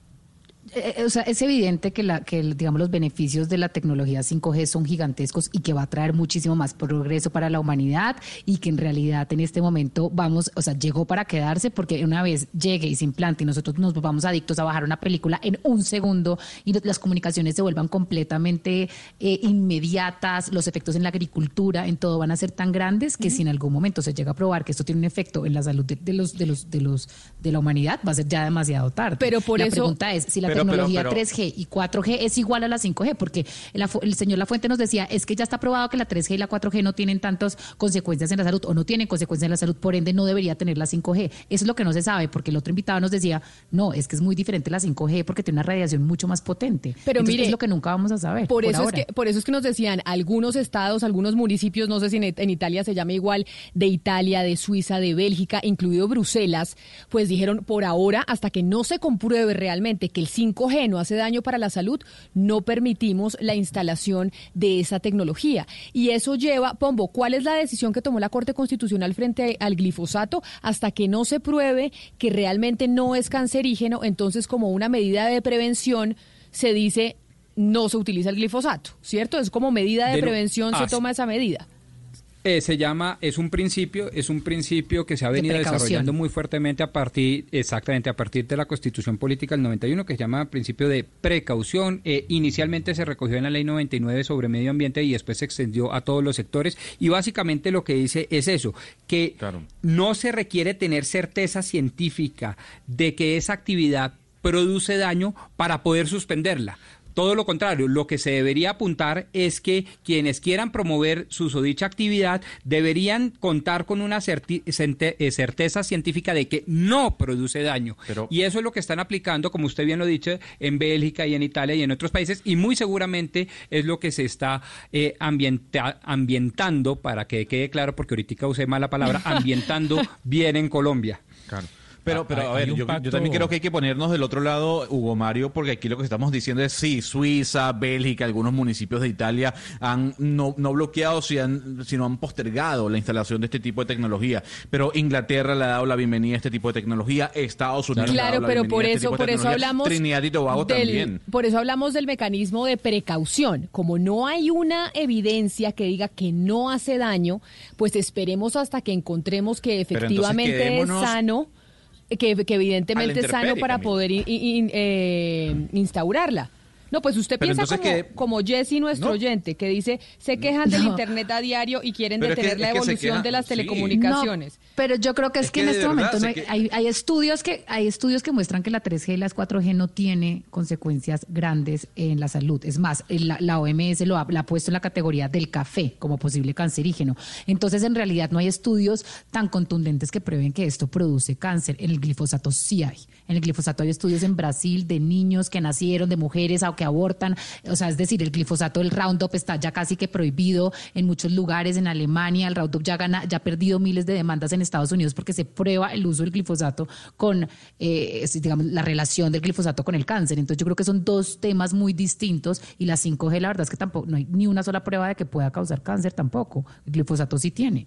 eh, o sea, es evidente que, la, que el, digamos, los beneficios de la tecnología cinco G son gigantescos y que va a traer muchísimo más progreso para la humanidad, y que en realidad en este momento vamos, o sea, llegó para quedarse, porque una vez llegue y se implante y nosotros nos volvamos adictos a bajar una película en un segundo y las comunicaciones se vuelvan completamente eh, inmediatas, los efectos en la agricultura, en todo, van a ser tan grandes que uh-huh. si en algún momento se llega a probar que esto tiene un efecto en la salud de, de los de los de los de la humanidad, va a ser ya demasiado tarde. Pero por la eso, pregunta es si la pero, tecnología pero, pero, tres G y cuatro G es igual a la cinco G, porque el, el señor Lafuente nos decía, es que ya está probado que la tres G y la cuatro G no tienen tantas consecuencias en la salud, o no tienen consecuencias en la salud, por ende no debería tener la cinco G. Eso es lo que no se sabe, porque el otro invitado nos decía, no, es que es muy diferente la cinco G porque tiene una radiación mucho más potente. Pero Entonces, mire, es lo que nunca vamos a saber. Por, por eso ahora. es que, por eso es que nos decían algunos estados, algunos municipios, no sé si en, en Italia se llama igual, de Italia, de Suiza, de Bélgica, incluido Bruselas, pues dijeron, por ahora, hasta que no se compruebe realmente que el cinco G no hace daño para la salud, no permitimos la instalación de esa tecnología. Y eso lleva, Pombo, ¿cuál es la decisión que tomó la Corte Constitucional frente al glifosato? Hasta que no se pruebe que realmente no es cancerígeno, entonces como una medida de prevención se dice no se utiliza el glifosato, ¿cierto? Es como medida de, de prevención, no, se toma esa medida. Eh, se llama, es un principio, es un principio que se ha venido de desarrollando muy fuertemente a partir, exactamente, a partir de la Constitución Política del noventa y uno, que se llama principio de precaución. Eh, inicialmente se recogió en la Ley noventa y nueve sobre medio ambiente y después se extendió a todos los sectores, y básicamente lo que dice es eso, que claro. no se requiere tener certeza científica de que esa actividad produce daño para poder suspenderla. todo lo contrario, lo que se debería apuntar es que quienes quieran promover su dicha actividad deberían contar con una certi- cente- certeza científica de que no produce daño. Pero, y eso es lo que están aplicando, como usted bien lo ha dicho, en Bélgica y en Italia y en otros países, y muy seguramente es lo que se está eh, ambienta- ambientando, para que quede claro, porque ahorita usé mal la palabra, ambientando bien en Colombia. Claro. Pero, pero a Hay- hay ver, un yo, pacto- yo también creo que hay que ponernos del otro lado, Hugo Mario, porque aquí lo que estamos diciendo es sí, Suiza, Bélgica, algunos municipios de Italia han no, no bloqueado, sino han postergado la instalación de este tipo de tecnología. Pero Inglaterra le ha dado la bienvenida a este tipo de tecnología, Estados Unidos le ha Claro, dado la pero bienvenida por a este eso, tipo de por eso tecnología. hablamos Trinidad y Tobago del, también. por eso hablamos del mecanismo de precaución. Como no hay una evidencia que diga que no hace daño, pues esperemos hasta que encontremos que Pero entonces efectivamente es quedémonos- sano. Que, que evidentemente a la es sano intemperie, para Camila. poder in- in- eh, instaurarla. No, pues usted Pero piensa entonces como, que- como Jesse, nuestro No. oyente, que dice, se quejan del No. Internet a diario y quieren Pero es que- detener la es que se evolución quejan- de las sí. telecomunicaciones. No, pero yo creo que es, Es que, que en de este verdad momento no se hay, que- hay, hay estudios que hay estudios que muestran que la tres G y las cuatro G no tiene consecuencias grandes en la salud. Es más, la, la O M S lo ha, la ha puesto en la categoría del café como posible cancerígeno. Entonces, en realidad no hay estudios tan contundentes que prueben que esto produce cáncer. En el glifosato sí hay. En el glifosato hay estudios en Brasil de niños que nacieron, de mujeres o que abortan. O sea, es decir, el glifosato, el Roundup está ya casi que prohibido en muchos lugares. En Alemania, el Roundup ya, gana, ya ha perdido miles de demandas en Estados Unidos porque se prueba el uso del glifosato con, eh, digamos, la relación del glifosato con el cáncer. Entonces yo creo que son dos temas muy distintos y la cinco G la verdad es que tampoco, no hay ni una sola prueba de que pueda causar cáncer tampoco. El glifosato sí tiene.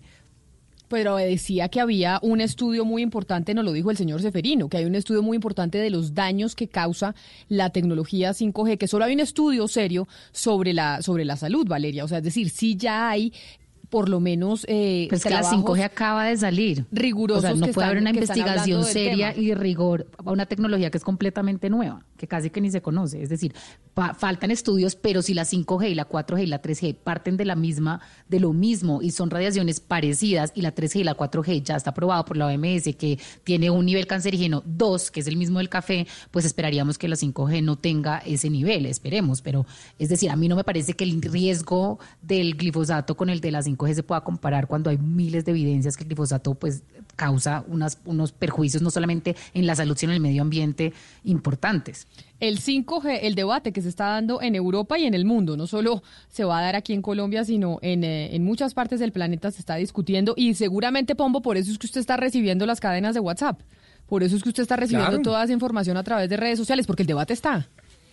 Pero decía que había un estudio muy importante, nos lo dijo el señor Seferino, que hay un estudio muy importante de los daños que causa la tecnología cinco G, que solo hay un estudio serio sobre la, sobre la salud, Valeria. O sea, es decir, sí ya hay por lo menos eh, Pues que la cinco G acaba de salir. rigurosos O sea, no que puede están- haber una que están investigación hablando del seria tema. y de rigor a una tecnología que es completamente nueva, que casi que ni se conoce. Es decir, pa- faltan estudios, pero si la cinco G y la cuatro G y la tres G parten de la misma, de lo mismo y son radiaciones parecidas y la tres G y la cuatro G ya está aprobado por la O M S que tiene un nivel cancerígeno dos, que es el mismo del café, pues esperaríamos que la cinco G no tenga ese nivel, esperemos. Pero es decir, a mí no me parece que el riesgo del glifosato con el de la cinco G se pueda comparar cuando hay miles de evidencias que el glifosato pues causa unas, unos perjuicios no solamente en la salud sino en el medio ambiente importantes. El cinco G, el debate que se está dando en Europa y en el mundo, no solo se va a dar aquí en Colombia, sino en, eh, en muchas partes del planeta se está discutiendo y seguramente, Pombo, por eso es que usted está recibiendo las cadenas de WhatsApp, por eso es que usted está recibiendo Claro. toda esa información a través de redes sociales, porque el debate está.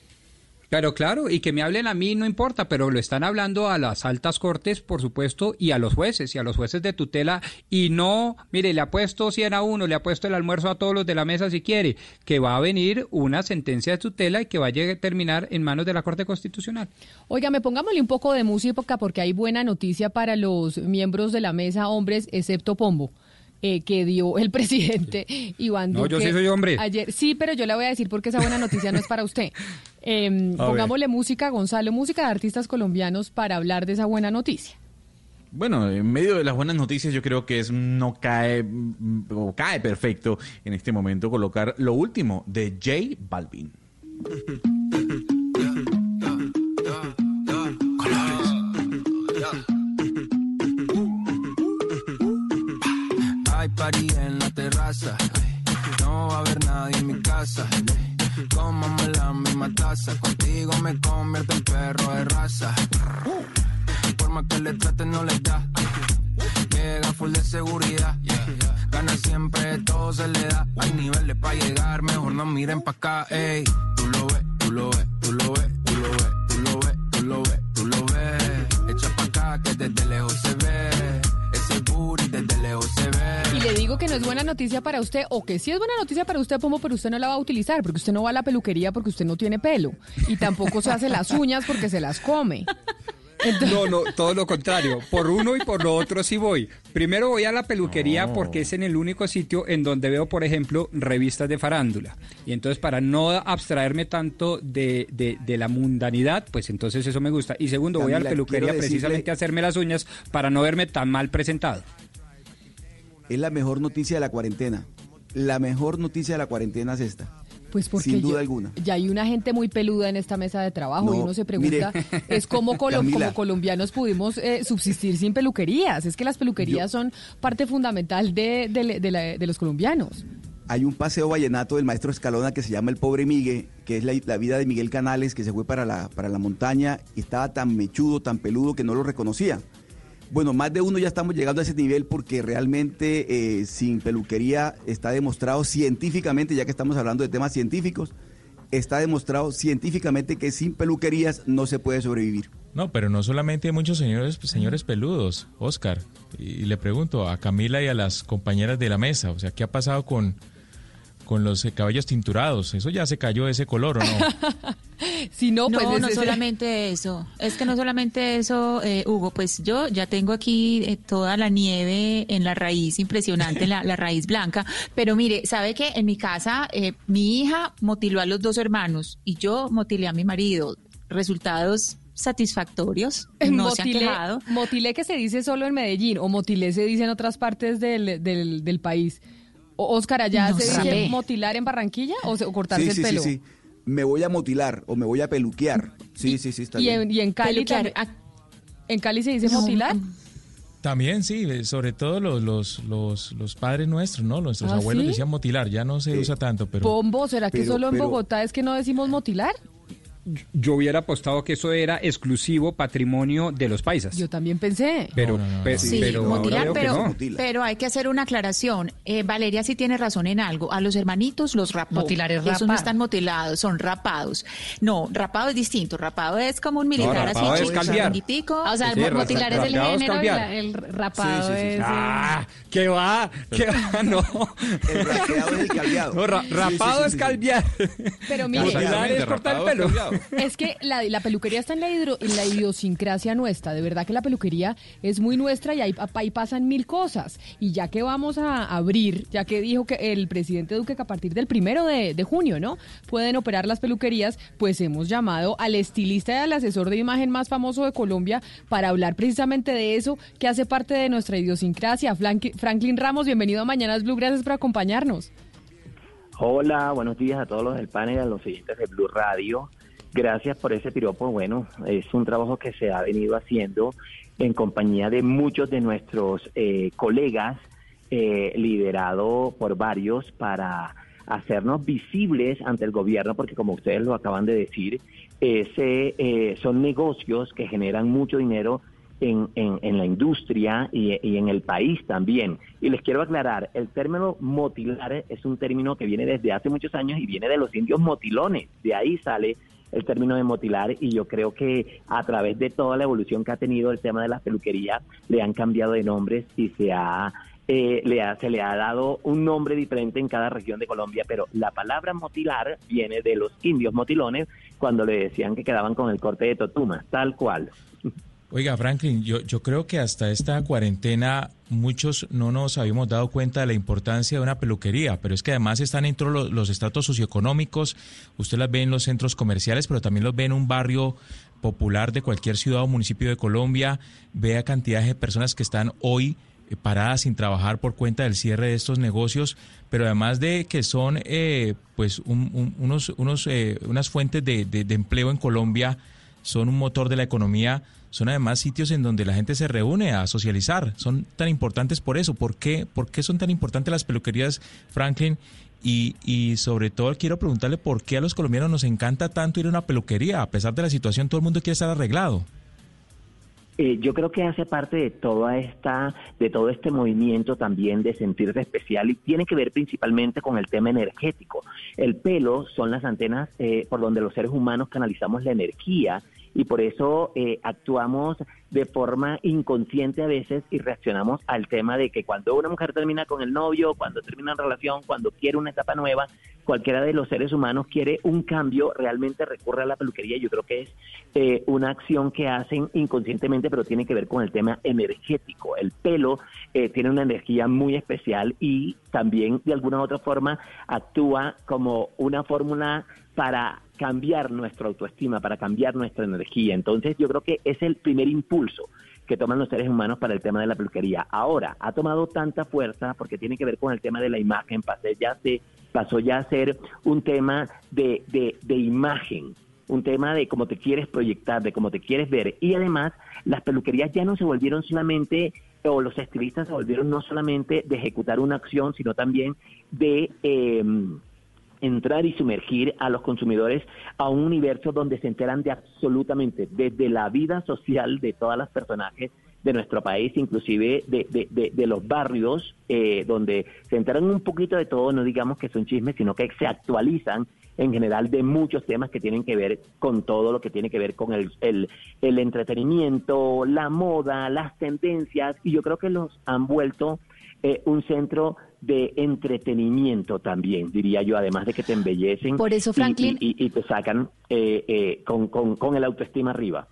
Claro, claro, y que me hablen a mí no importa, pero lo están hablando a las altas cortes, por supuesto, y a los jueces, y a los jueces de tutela, y no, mire, le apuesto cien a uno, le apuesto el almuerzo a todos los de la mesa si quiere, que va a venir una sentencia de tutela y que va a llegar, terminar en manos de la Corte Constitucional. Óigame, pongámosle un poco de música porque hay buena noticia para los miembros de la mesa, hombres, excepto Pombo. Eh, que dio el presidente Iván No, Duque. yo sí soy hombre. Ayer. Sí, pero yo le voy a decir porque esa buena noticia no es para usted. Eh, A pongámosle música, Gonzalo, música de artistas colombianos para hablar de esa buena noticia. Bueno, en medio de las buenas noticias yo creo que es no cae mm, o cae perfecto en este momento colocar lo último de J Balvin. Hay party en la terraza, no va a haber nadie en mi casa. Comamos la misma taza, contigo me convierto en perro de raza. Por más que le traten no les da, llega full de seguridad. Gana siempre, todo se le da. Hay niveles para llegar, mejor no miren pa' acá, ey. Tú lo ves, tú lo ves, tú lo ves, tú lo ves, tú lo ves, tú lo ves, tú lo ves. Echa pa' acá que desde lejos se ve, ese booty desde lejos se ve. Y le digo que no es buena noticia para usted, o que sí es buena noticia para usted, Pombo, pero usted no la va a utilizar, porque usted no va a la peluquería porque usted no tiene pelo. Y tampoco se hace las uñas porque se las come. Entonces... No, no, todo lo contrario. Por uno y por lo otro sí voy. Primero voy a la peluquería No. porque es en el único sitio en donde veo, por ejemplo, revistas de farándula. Y entonces para no abstraerme tanto de, de, de la mundanidad, pues entonces eso me gusta. Y segundo, voy a la Camila, peluquería quiero decirle- precisamente a hacerme las uñas para no verme tan mal presentado. Es la mejor noticia de la cuarentena. La mejor noticia de la cuarentena es esta. Pues porque sin duda yo, alguna. Ya hay una gente muy peluda en esta mesa de trabajo No, y uno se pregunta, mire, es cómo, colo Camila, como colombianos pudimos eh, subsistir sin peluquerías. Es que las peluquerías yo, son parte fundamental de, de, de, la, de los colombianos. Hay un paseo vallenato del maestro Escalona que se llama El Pobre Migue, que es la, la vida de Miguel Canales, que se fue para la, para la montaña y estaba tan mechudo, tan peludo que no lo reconocía. Bueno, más de uno ya estamos llegando a ese nivel porque realmente eh, sin peluquería está demostrado científicamente, ya que estamos hablando de temas científicos, está demostrado científicamente que sin peluquerías no se puede sobrevivir. No, pero no solamente hay muchos señores, señores peludos, Oscar. Y le pregunto a Camila y a las compañeras de la mesa, o sea, ¿qué ha pasado con, con los eh, cabellos tinturados? ¿Eso ya se cayó ese color o no? Si no, pues no, es no ese... solamente eso. Es que no solamente eso, eh, Hugo, pues yo ya tengo aquí eh, toda la nieve en la raíz, impresionante, la, la raíz blanca. Pero mire, ¿sabe qué? En mi casa, eh, mi hija motiló a los dos hermanos y yo motilé a mi marido. Resultados satisfactorios, no motilé, se han quejado. Motilé que se dice solo en Medellín o motilé se dice en otras partes del, del, del país. O, Oscar, ¿allá No se sé. dice motilar en Barranquilla o, se, o cortarse Sí, el sí, pelo? sí, sí. Me voy a motilar o me voy a peluquear. Sí, sí, sí, está Y bien. en, y en Cali Peluquear, también- ¿En Cali se dice motilar? También sí, eh, sobre todo los los los, los padres nuestros, ¿no? Nuestros ¿Ah, abuelos sí? decían motilar, ya no se Eh, usa tanto, pero... Pombo, ¿será que pero- solo en pero- Bogotá es que no decimos motilar? Yo hubiera apostado que eso era exclusivo patrimonio de los paisas. Yo también pensé. Pero, No, no, no, pe- no. Sí, pero ahora motilar, veo que pero, no. Motila. pero hay que hacer una aclaración. Eh, Valeria sí tiene razón en algo. A los hermanitos los rapó. Motilar es Esos no rapar. están motilados, son rapados. No, rapado es distinto. Rapado es como un militar rapado así, es chiquito, calviar. chiquitico. Ah, o sea, Sí, el motilar es el rapeado es género y cambiar. la- el rapado Sí, sí, sí, sí. es... el- Ah, ¿qué va? ¿Qué va? No. El rapeado es el caldeado. No, ra- Sí, sí, rapado sí, es sí, sí. calviar. Pero mire, Motilar es cortar el pelo. es que la, la peluquería está en la, hidro- en la idiosincrasia nuestra. De verdad que la peluquería es muy nuestra y ahí, ahí pasan mil cosas. Y ya que vamos a abrir, ya que dijo que el presidente Duque que a partir del primero de, de junio, ¿no? Pueden operar las peluquerías, pues hemos llamado al estilista y al asesor de imagen más famoso de Colombia para hablar precisamente de eso que hace parte de nuestra idiosincrasia. Frank- Franklin Ramos, bienvenido a Mañanas Blue, gracias por acompañarnos. Hola, buenos días a todos los del panel, a los siguientes de Blue Radio. Gracias por ese piropo. Bueno, es un trabajo que se ha venido haciendo en compañía de muchos de nuestros eh, colegas, eh, liderado por varios para hacernos visibles ante el gobierno, porque como ustedes lo acaban de decir, ese, eh, son negocios que generan mucho dinero en, en, en la industria y, y en el país también. Y les quiero aclarar, el término motilar es un término que viene desde hace muchos años y viene de los indios motilones. De ahí sale el término de motilar, y yo creo que a través de toda la evolución que ha tenido el tema de la peluquería, le han cambiado de nombres y se ha, eh, le ha, se le ha dado un nombre diferente en cada región de Colombia, pero la palabra motilar viene de los indios motilones cuando le decían que quedaban con el corte de totuma, tal cual. Oiga, Franklin, yo, yo creo que hasta esta cuarentena muchos no nos habíamos dado cuenta de la importancia de una peluquería, pero es que además están dentro los, los estratos socioeconómicos, usted las ve en los centros comerciales, pero también los ve en un barrio popular de cualquier ciudad o municipio de Colombia, ve a cantidad de personas que están hoy eh, paradas sin trabajar por cuenta del cierre de estos negocios, pero además de que son eh, pues un, un, unos, unos, eh, unas fuentes de, de, de empleo en Colombia, son un motor de la economía, son además sitios en donde la gente se reúne a socializar, son tan importantes por eso. ¿Por qué, por qué son tan importantes las peluquerías, Franklin? Y, y sobre todo quiero preguntarle por qué a los colombianos nos encanta tanto ir a una peluquería, a pesar de la situación, todo el mundo quiere estar arreglado. Eh, yo creo que hace parte de toda esta, de todo este movimiento también de sentirse especial, y tiene que ver principalmente con el tema energético. El pelo son las antenas eh, por donde los seres humanos canalizamos la energía, y por eso eh, actuamos de forma inconsciente a veces y reaccionamos al tema de que cuando una mujer termina con el novio, cuando termina una relación, cuando quiere una etapa nueva, cualquiera de los seres humanos quiere un cambio, realmente recurre a la peluquería. Yo creo que es eh, una acción que hacen inconscientemente, pero tiene que ver con el tema energético. El pelo eh, tiene una energía muy especial y también de alguna u otra forma actúa como una fórmula para cambiar nuestra autoestima, para cambiar nuestra energía. Entonces yo creo que es el primer impulso que toman los seres humanos para el tema de la peluquería. Ahora, ha tomado tanta fuerza porque tiene que ver con el tema de la imagen, pasó ya, se, pasó ya a ser un tema de, de, de imagen, un tema de cómo te quieres proyectar, de cómo te quieres ver. Y además, las peluquerías ya no se volvieron solamente, o los estilistas se volvieron no solamente de ejecutar una acción, sino también de eh, entrar y sumergir a los consumidores a un universo donde se enteran de absolutamente, desde la vida social de todas las personajes de nuestro país, inclusive de, de, de, de los barrios, eh, donde se enteran un poquito de todo, no digamos que son chismes, sino que se actualizan en general de muchos temas que tienen que ver con todo lo que tiene que ver con el, el, el entretenimiento, la moda, las tendencias, y yo creo que los han vuelto eh, un centro de entretenimiento también, diría yo, además de que te embellecen. Por eso, Franklin, y, y, y te sacan eh, eh, con, con, con el autoestima arriba.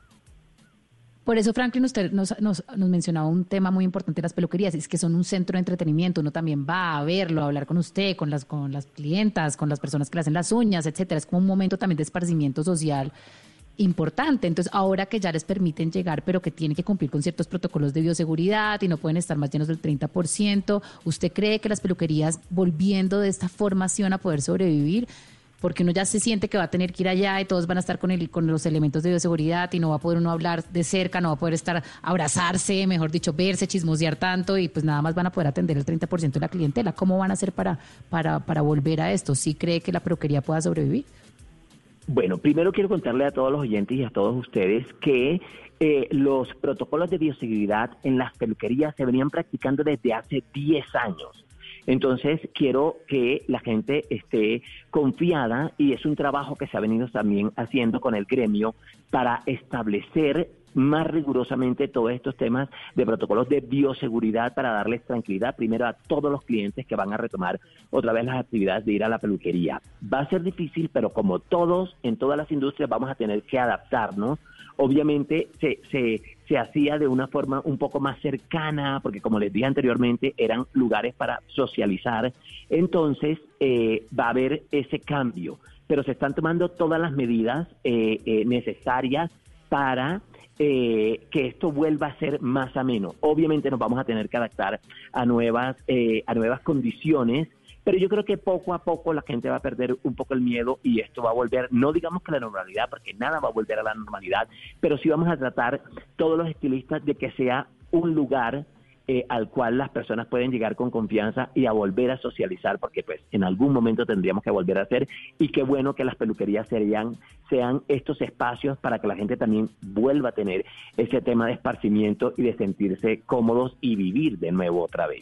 Por eso, Franklin, usted nos, nos, nos mencionaba un tema muy importante de las peluquerías, es que son un centro de entretenimiento, uno también va a verlo, a hablar con usted, con las, con las clientas, con las personas que le hacen las uñas, etcétera. Es como un momento también de esparcimiento social importante. Entonces, ahora que ya les permiten llegar, pero que tienen que cumplir con ciertos protocolos de bioseguridad y no pueden estar más llenos del treinta por ciento, ¿usted cree que las peluquerías, volviendo de esta forma, sí van a poder sobrevivir? Porque uno ya se siente que va a tener que ir allá y todos van a estar con el, con los elementos de bioseguridad y no va a poder uno hablar de cerca, no va a poder estar, abrazarse, mejor dicho, verse, chismosear tanto, y pues nada más van a poder atender el treinta por ciento de la clientela. ¿Cómo van a hacer para, para, para volver a esto? ¿Sí cree que la peluquería pueda sobrevivir? Bueno, primero quiero contarle a todos los oyentes y a todos ustedes que eh, los protocolos de bioseguridad en las peluquerías se venían practicando desde hace diez años. Entonces, quiero que la gente esté confiada, y es un trabajo que se ha venido también haciendo con el gremio para establecer más rigurosamente todos estos temas de protocolos de bioseguridad para darles tranquilidad primero a todos los clientes que van a retomar otra vez las actividades de ir a la peluquería. Va a ser difícil, pero como todos, en todas las industrias vamos a tener que adaptarnos. Obviamente se, se, se hacía de una forma un poco más cercana, porque como les dije anteriormente, eran lugares para socializar. Entonces eh, va a haber ese cambio, pero se están tomando todas las medidas eh, eh, necesarias para eh, que esto vuelva a ser más ameno. Obviamente nos vamos a tener que adaptar a nuevas, eh, a nuevas condiciones, pero yo creo que poco a poco la gente va a perder un poco el miedo y esto va a volver, no digamos que la normalidad, porque nada va a volver a la normalidad, pero sí vamos a tratar todos los estilistas de que sea un lugar eh, al cual las personas pueden llegar con confianza y a volver a socializar, porque pues en algún momento tendríamos que volver a hacer, y qué bueno que las peluquerías serían, sean estos espacios para que la gente también vuelva a tener ese tema de esparcimiento y de sentirse cómodos y vivir de nuevo otra vez.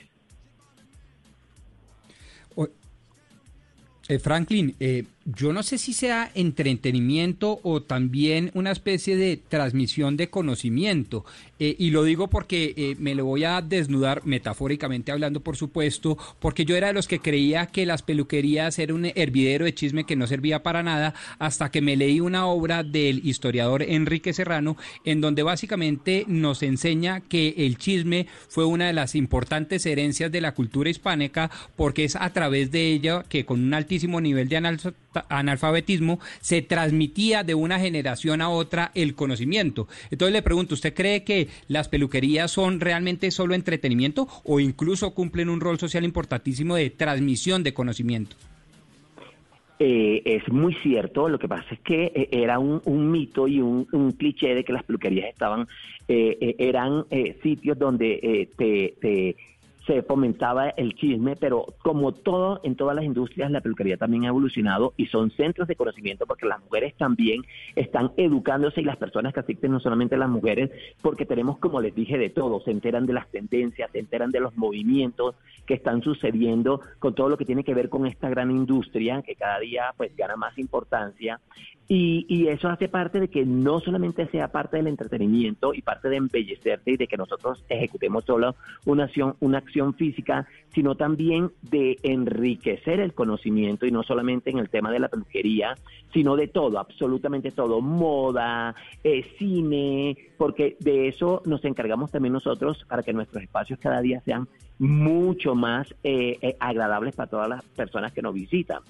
Eh, Franklin, eh, yo no sé si sea entretenimiento o también una especie de transmisión de conocimiento, eh, y lo digo porque eh, me lo voy a desnudar, metafóricamente hablando, por supuesto, porque yo era de los que creía que las peluquerías eran un hervidero de chisme que no servía para nada, hasta que me leí una obra del historiador Enrique Serrano, en donde básicamente nos enseña que el chisme fue una de las importantes herencias de la cultura hispánica, porque es a través de ella que con un altísimo nivel de anal analfabetismo se transmitía de una generación a otra el conocimiento. Entonces le pregunto, ¿usted cree que las peluquerías son realmente solo entretenimiento o incluso cumplen un rol social importantísimo de transmisión de conocimiento? Eh, es muy cierto, lo que pasa es que eh, era un, un mito y un, un cliché de que las peluquerías estaban, eh, eh, eran eh, sitios donde eh, te... te se fomentaba el chisme, pero como todo en todas las industrias, la peluquería también ha evolucionado y son centros de conocimiento, porque las mujeres también están educándose, y las personas que asisten, no solamente las mujeres, porque tenemos, como les dije, de todo, se enteran de las tendencias, se enteran de los movimientos que están sucediendo con todo lo que tiene que ver con esta gran industria que cada día pues gana más importancia. Y, y eso hace parte de que no solamente sea parte del entretenimiento y parte de embellecerte y de que nosotros ejecutemos solo una acción, una acción física, sino también de enriquecer el conocimiento, y no solamente en el tema de la peluquería, sino de todo, absolutamente todo, moda, eh, cine, porque de eso nos encargamos también nosotros para que nuestros espacios cada día sean mucho más eh, eh, agradables para todas las personas que nos visitan.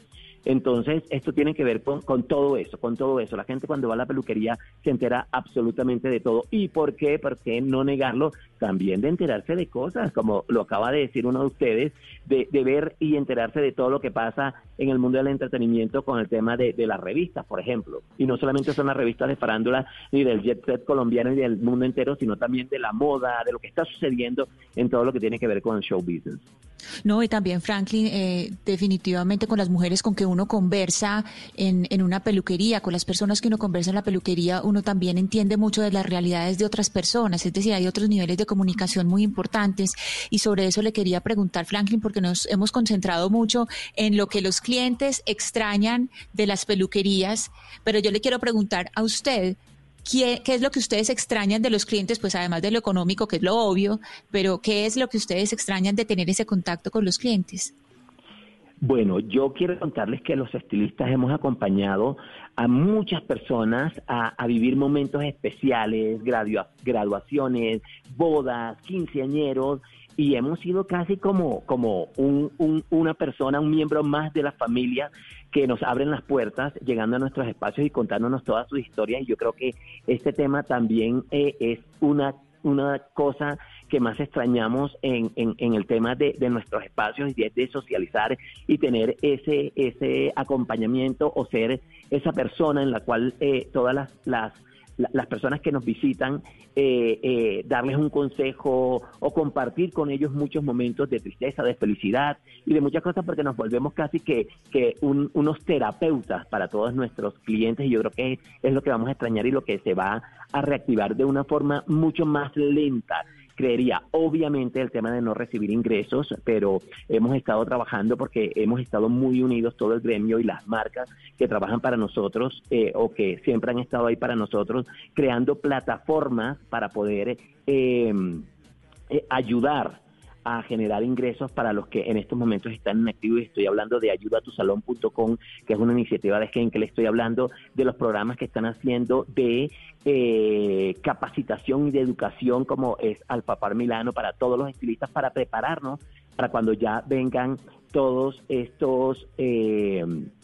Entonces, esto tiene que ver con, con todo eso, con todo eso. La gente cuando va a la peluquería se entera absolutamente de todo. ¿Y por qué? ¿Por qué no negarlo? También de enterarse de cosas, como lo acaba de decir uno de ustedes, de, de ver y enterarse de todo lo que pasa en el mundo del entretenimiento con el tema de, de las revistas, por ejemplo. Y no solamente son las revistas de farándula ni del jet set colombiano ni del mundo entero, sino también de la moda, de lo que está sucediendo en todo lo que tiene que ver con el show business. No, y también, Franklin, eh, definitivamente con las mujeres con que uno conversa en, en una peluquería, con las personas que uno conversa en la peluquería, uno también entiende mucho de las realidades de otras personas, es decir, hay otros niveles de comunicación muy importantes, y sobre eso le quería preguntar, Franklin, porque nos hemos concentrado mucho en lo que los clientes extrañan de las peluquerías, pero yo le quiero preguntar a usted, ¿Qué, ¿Qué es lo que ustedes extrañan de los clientes? Pues además de lo económico, que es lo obvio, pero ¿qué es lo que ustedes extrañan de tener ese contacto con los clientes? Bueno, yo quiero contarles que los estilistas hemos acompañado a muchas personas a, a vivir momentos especiales, gradua, graduaciones, bodas, quinceañeros, y hemos sido casi como, como un, un, una persona, un miembro más de la familia que nos abren las puertas, llegando a nuestros espacios y contándonos todas sus historias. Y yo creo que este tema también eh, es una, una cosa que más extrañamos en, en, en el tema de, de nuestros espacios, y de, de socializar y tener ese, ese acompañamiento, o ser esa persona en la cual eh, todas las, las las personas que nos visitan, eh, eh, darles un consejo o compartir con ellos muchos momentos de tristeza, de felicidad y de muchas cosas, porque nos volvemos casi que, que un, unos terapeutas para todos nuestros clientes, y yo creo que es lo que vamos a extrañar y lo que se va a reactivar de una forma mucho más lenta. Creería, obviamente, el tema de no recibir ingresos, pero hemos estado trabajando porque hemos estado muy unidos, todo el gremio y las marcas que trabajan para nosotros eh, o que siempre han estado ahí para nosotros, creando plataformas para poder eh, eh, ayudar a generar ingresos para los que en estos momentos están inactivos. Estoy hablando de ayuda tu salón punto com, que es una iniciativa de Henkel. Estoy hablando de los programas que están haciendo de eh, capacitación y de educación, como es Alpapar Milano, para todos los estilistas, para prepararnos para cuando ya vengan todos estos eh,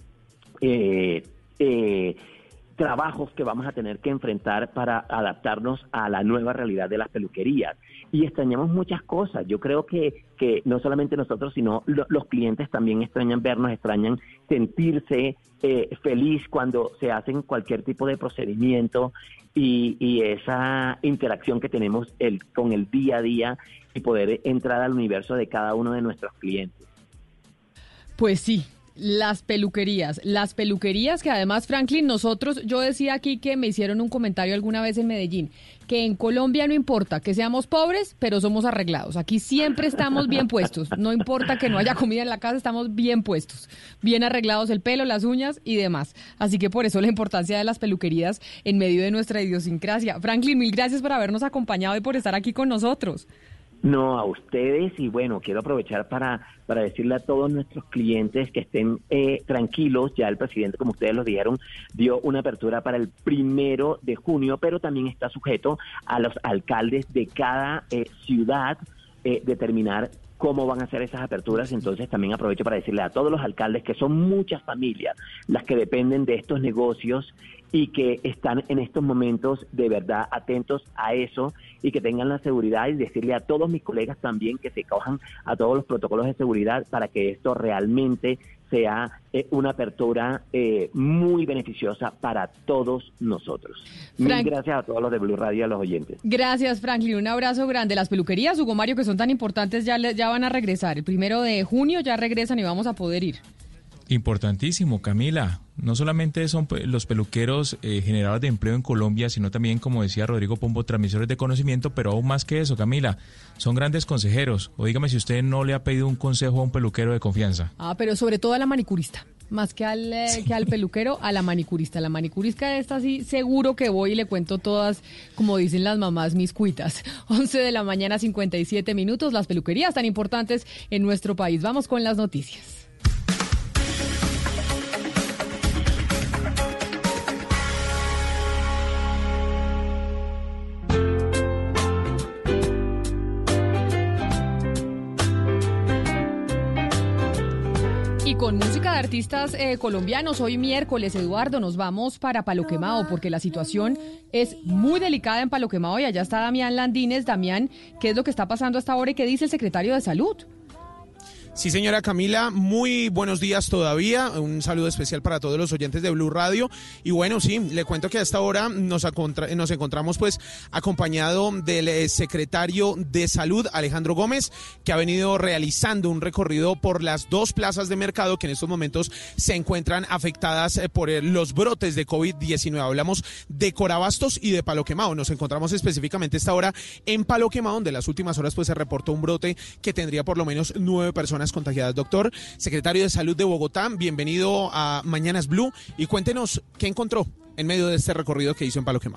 eh, eh, trabajos que vamos a tener que enfrentar para adaptarnos a la nueva realidad de las peluquerías. Y extrañamos muchas cosas. Yo creo que, que no solamente nosotros, sino lo, los clientes también extrañan vernos, extrañan sentirse eh, feliz cuando se hacen cualquier tipo de procedimiento, y, y esa interacción que tenemos el, con el día a día, y poder entrar al universo de cada uno de nuestros clientes. Pues sí. Las peluquerías, las peluquerías que además, Franklin, nosotros, yo decía aquí que me hicieron un comentario alguna vez en Medellín, que en Colombia no importa que seamos pobres, pero somos arreglados. Aquí siempre estamos bien puestos. No importa que no haya comida en la casa, estamos bien puestos, bien arreglados el pelo, las uñas y demás. Así que por eso la importancia de las peluquerías en medio de nuestra idiosincrasia. Franklin, mil gracias por habernos acompañado y por estar aquí con nosotros. No, a ustedes, y bueno, quiero aprovechar para, para decirle a todos nuestros clientes que estén eh, tranquilos. Ya el presidente, como ustedes lo dijeron, dio una apertura para el primero de junio, pero también está sujeto a los alcaldes de cada eh, ciudad eh, determinar cómo van a hacer esas aperturas. Entonces también aprovecho para decirle a todos los alcaldes, que son muchas familias las que dependen de estos negocios y que están en estos momentos de verdad atentos a eso, y que tengan la seguridad, y decirle a todos mis colegas también que se cojan a todos los protocolos de seguridad para que esto realmente sea eh, una apertura eh, muy beneficiosa para todos nosotros. Frank... Mil gracias a todos los de Blue Radio y a los oyentes. Gracias, Franklin. Un abrazo grande. Las peluquerías, Hugo Mario, que son tan importantes, ya, ya van a regresar. El primero de junio ya regresan y vamos a poder ir. Importantísimo, Camila. No solamente son los peluqueros eh, generadores de empleo en Colombia, sino también, como decía Rodrigo Pombo, transmisores de conocimiento, pero aún más que eso, Camila, son grandes consejeros. O dígame si usted no le ha pedido un consejo a un peluquero de confianza. Ah, pero sobre todo a la manicurista. Más que al, eh, sí. que al peluquero, a la manicurista. La manicurista esta sí, seguro que voy y le cuento todas, como dicen las mamás, mis cuitas. once de la mañana, cincuenta y siete minutos. Las peluquerías tan importantes en nuestro país. Vamos con las noticias. Y con música de artistas eh, colombianos, hoy miércoles, Eduardo, nos vamos para Palo Quemado, porque la situación es muy delicada en Palo Quemado y allá está Damián Landines. Damián, ¿qué es lo que está pasando hasta ahora y qué dice el secretario de Salud? Sí, señora Camila, muy buenos días todavía, un saludo especial para todos los oyentes de Blue Radio, y bueno, sí, le cuento que a esta hora nos, acontra- nos encontramos pues acompañado del eh, secretario de Salud, Alejandro Gómez, que ha venido realizando un recorrido por las dos plazas de mercado que en estos momentos se encuentran afectadas eh, por eh, los brotes de COVID diecinueve. Hablamos de Corabastos y de Palo Quemado. Nos encontramos específicamente a esta hora en Palo Quemado, donde en las últimas horas pues se reportó un brote que tendría por lo menos nueve personas contagiadas. Doctor, secretario de Salud de Bogotá, bienvenido a Mañanas Blue y cuéntenos qué encontró en medio de este recorrido que hizo en Palo Quemado.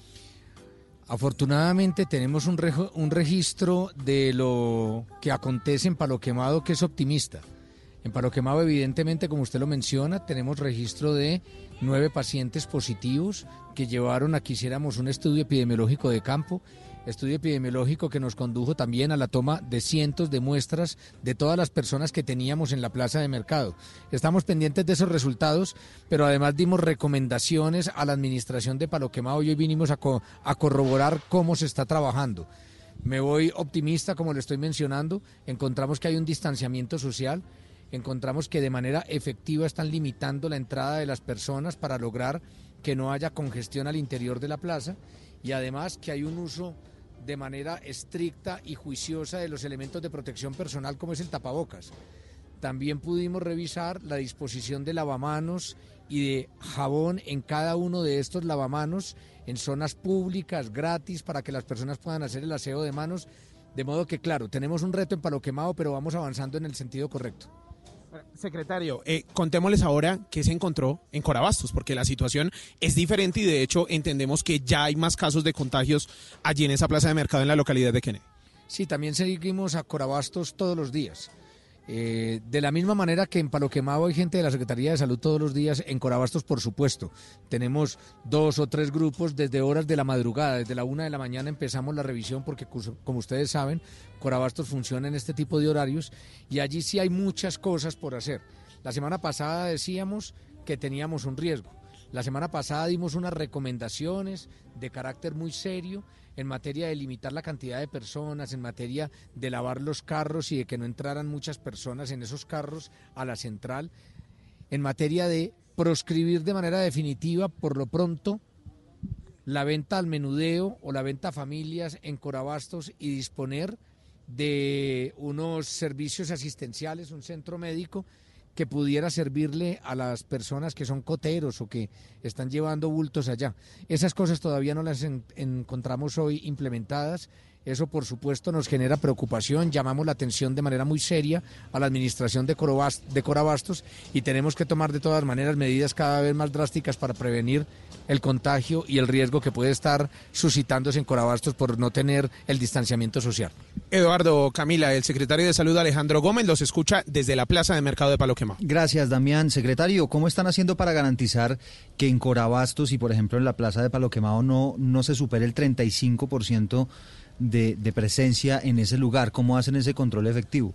Afortunadamente tenemos un, rejo, un registro de lo que acontece en Palo Quemado que es optimista. En Palo Quemado, evidentemente, como usted lo menciona, tenemos registro de nueve pacientes positivos que llevaron a que hiciéramos un estudio epidemiológico de campo. Estudio epidemiológico que nos condujo también a la toma de cientos de muestras de todas las personas que teníamos en la plaza de mercado. Estamos pendientes de esos resultados, pero además dimos recomendaciones a la administración de Palo Quemado y hoy vinimos a, co- a corroborar cómo se está trabajando. Me voy optimista, como le estoy mencionando, encontramos que hay un distanciamiento social, encontramos que de manera efectiva están limitando la entrada de las personas para lograr que no haya congestión al interior de la plaza y además que hay un uso de manera estricta y juiciosa de los elementos de protección personal como es el tapabocas. También pudimos revisar la disposición de lavamanos y de jabón en cada uno de estos lavamanos en zonas públicas, gratis, para que las personas puedan hacer el aseo de manos. De modo que, claro, tenemos un reto en Palo Quemado, pero vamos avanzando en el sentido correcto. Secretario, eh, contémosles ahora qué se encontró en Corabastos, porque la situación es diferente y de hecho entendemos que ya hay más casos de contagios allí en esa plaza de mercado en la localidad de Kennedy. Sí, también seguimos a Corabastos todos los días. Eh, de la misma manera que en Palo Quemado hay gente de la Secretaría de Salud todos los días, en Corabastos por supuesto. Tenemos dos o tres grupos desde horas de la madrugada, desde la una de la mañana empezamos la revisión porque como ustedes saben, Corabastos funciona en este tipo de horarios y allí sí hay muchas cosas por hacer. La semana pasada decíamos que teníamos un riesgo. La semana pasada dimos unas recomendaciones de carácter muy serio en materia de limitar la cantidad de personas, en materia de lavar los carros y de que no entraran muchas personas en esos carros a la central, en materia de proscribir de manera definitiva, por lo pronto, la venta al menudeo o la venta a familias en Corabastos y disponer de unos servicios asistenciales, un centro médico que pudiera servirle a las personas que son coteros o que están llevando bultos allá. Esas cosas todavía no las en, encontramos hoy implementadas. Eso, por supuesto, nos genera preocupación. Llamamos la atención de manera muy seria a la administración de, Corobast- de Corabastos y tenemos que tomar de todas maneras medidas cada vez más drásticas para prevenir el contagio y el riesgo que puede estar suscitándose en Corabastos por no tener el distanciamiento social. Eduardo, Camila, el secretario de Salud Alejandro Gómez los escucha desde la plaza de mercado de Palo Quemado. Gracias, Damián. Secretario, ¿cómo están haciendo para garantizar que en Corabastos y, por ejemplo, en la plaza de Palo Quemado no, no se supere el treinta y cinco por ciento de, de presencia en ese lugar? ¿Cómo hacen ese control efectivo?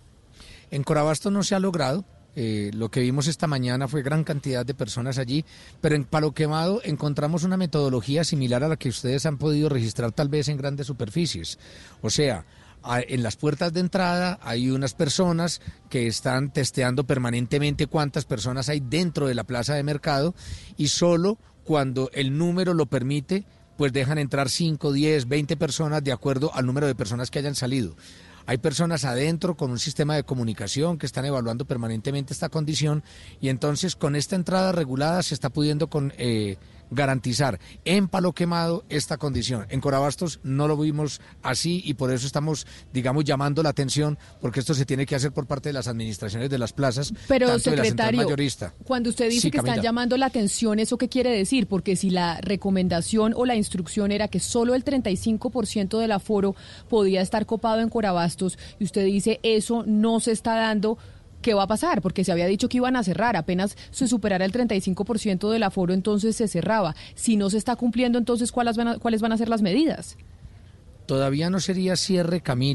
En Corabastos no se ha logrado. Eh, lo que vimos esta mañana fue gran cantidad de personas allí, pero en Palo Quemado encontramos una metodología similar a la que ustedes han podido registrar tal vez en grandes superficies. O sea, a, en las puertas de entrada hay unas personas que están testeando permanentemente cuántas personas hay dentro de la plaza de mercado y solo cuando el número lo permite, pues dejan entrar cinco, diez, veinte personas de acuerdo al número de personas que hayan salido. Hay personas adentro con un sistema de comunicación que están evaluando permanentemente esta condición y entonces con esta entrada regulada se está pudiendo con, eh, garantizar en Palo Quemado esta condición. En Corabastos no lo vimos así y por eso estamos, digamos, llamando la atención porque esto se tiene que hacer por parte de las administraciones de las plazas, pero tanto de la central secretario, mayorista. Cuando usted dice Sí, que Camila. están llamando la atención, ¿eso qué quiere decir? Porque si la recomendación o la instrucción era que solo el treinta y cinco por ciento del aforo podía estar copado en Corabastos y usted dice eso no se está dando, ¿qué va a pasar? Porque se había dicho que iban a cerrar, apenas se superara el treinta y cinco por ciento del aforo, entonces se cerraba. Si no se está cumpliendo, entonces ¿cuáles van a, cuáles van a ser las medidas? Todavía no sería cierre, Camila,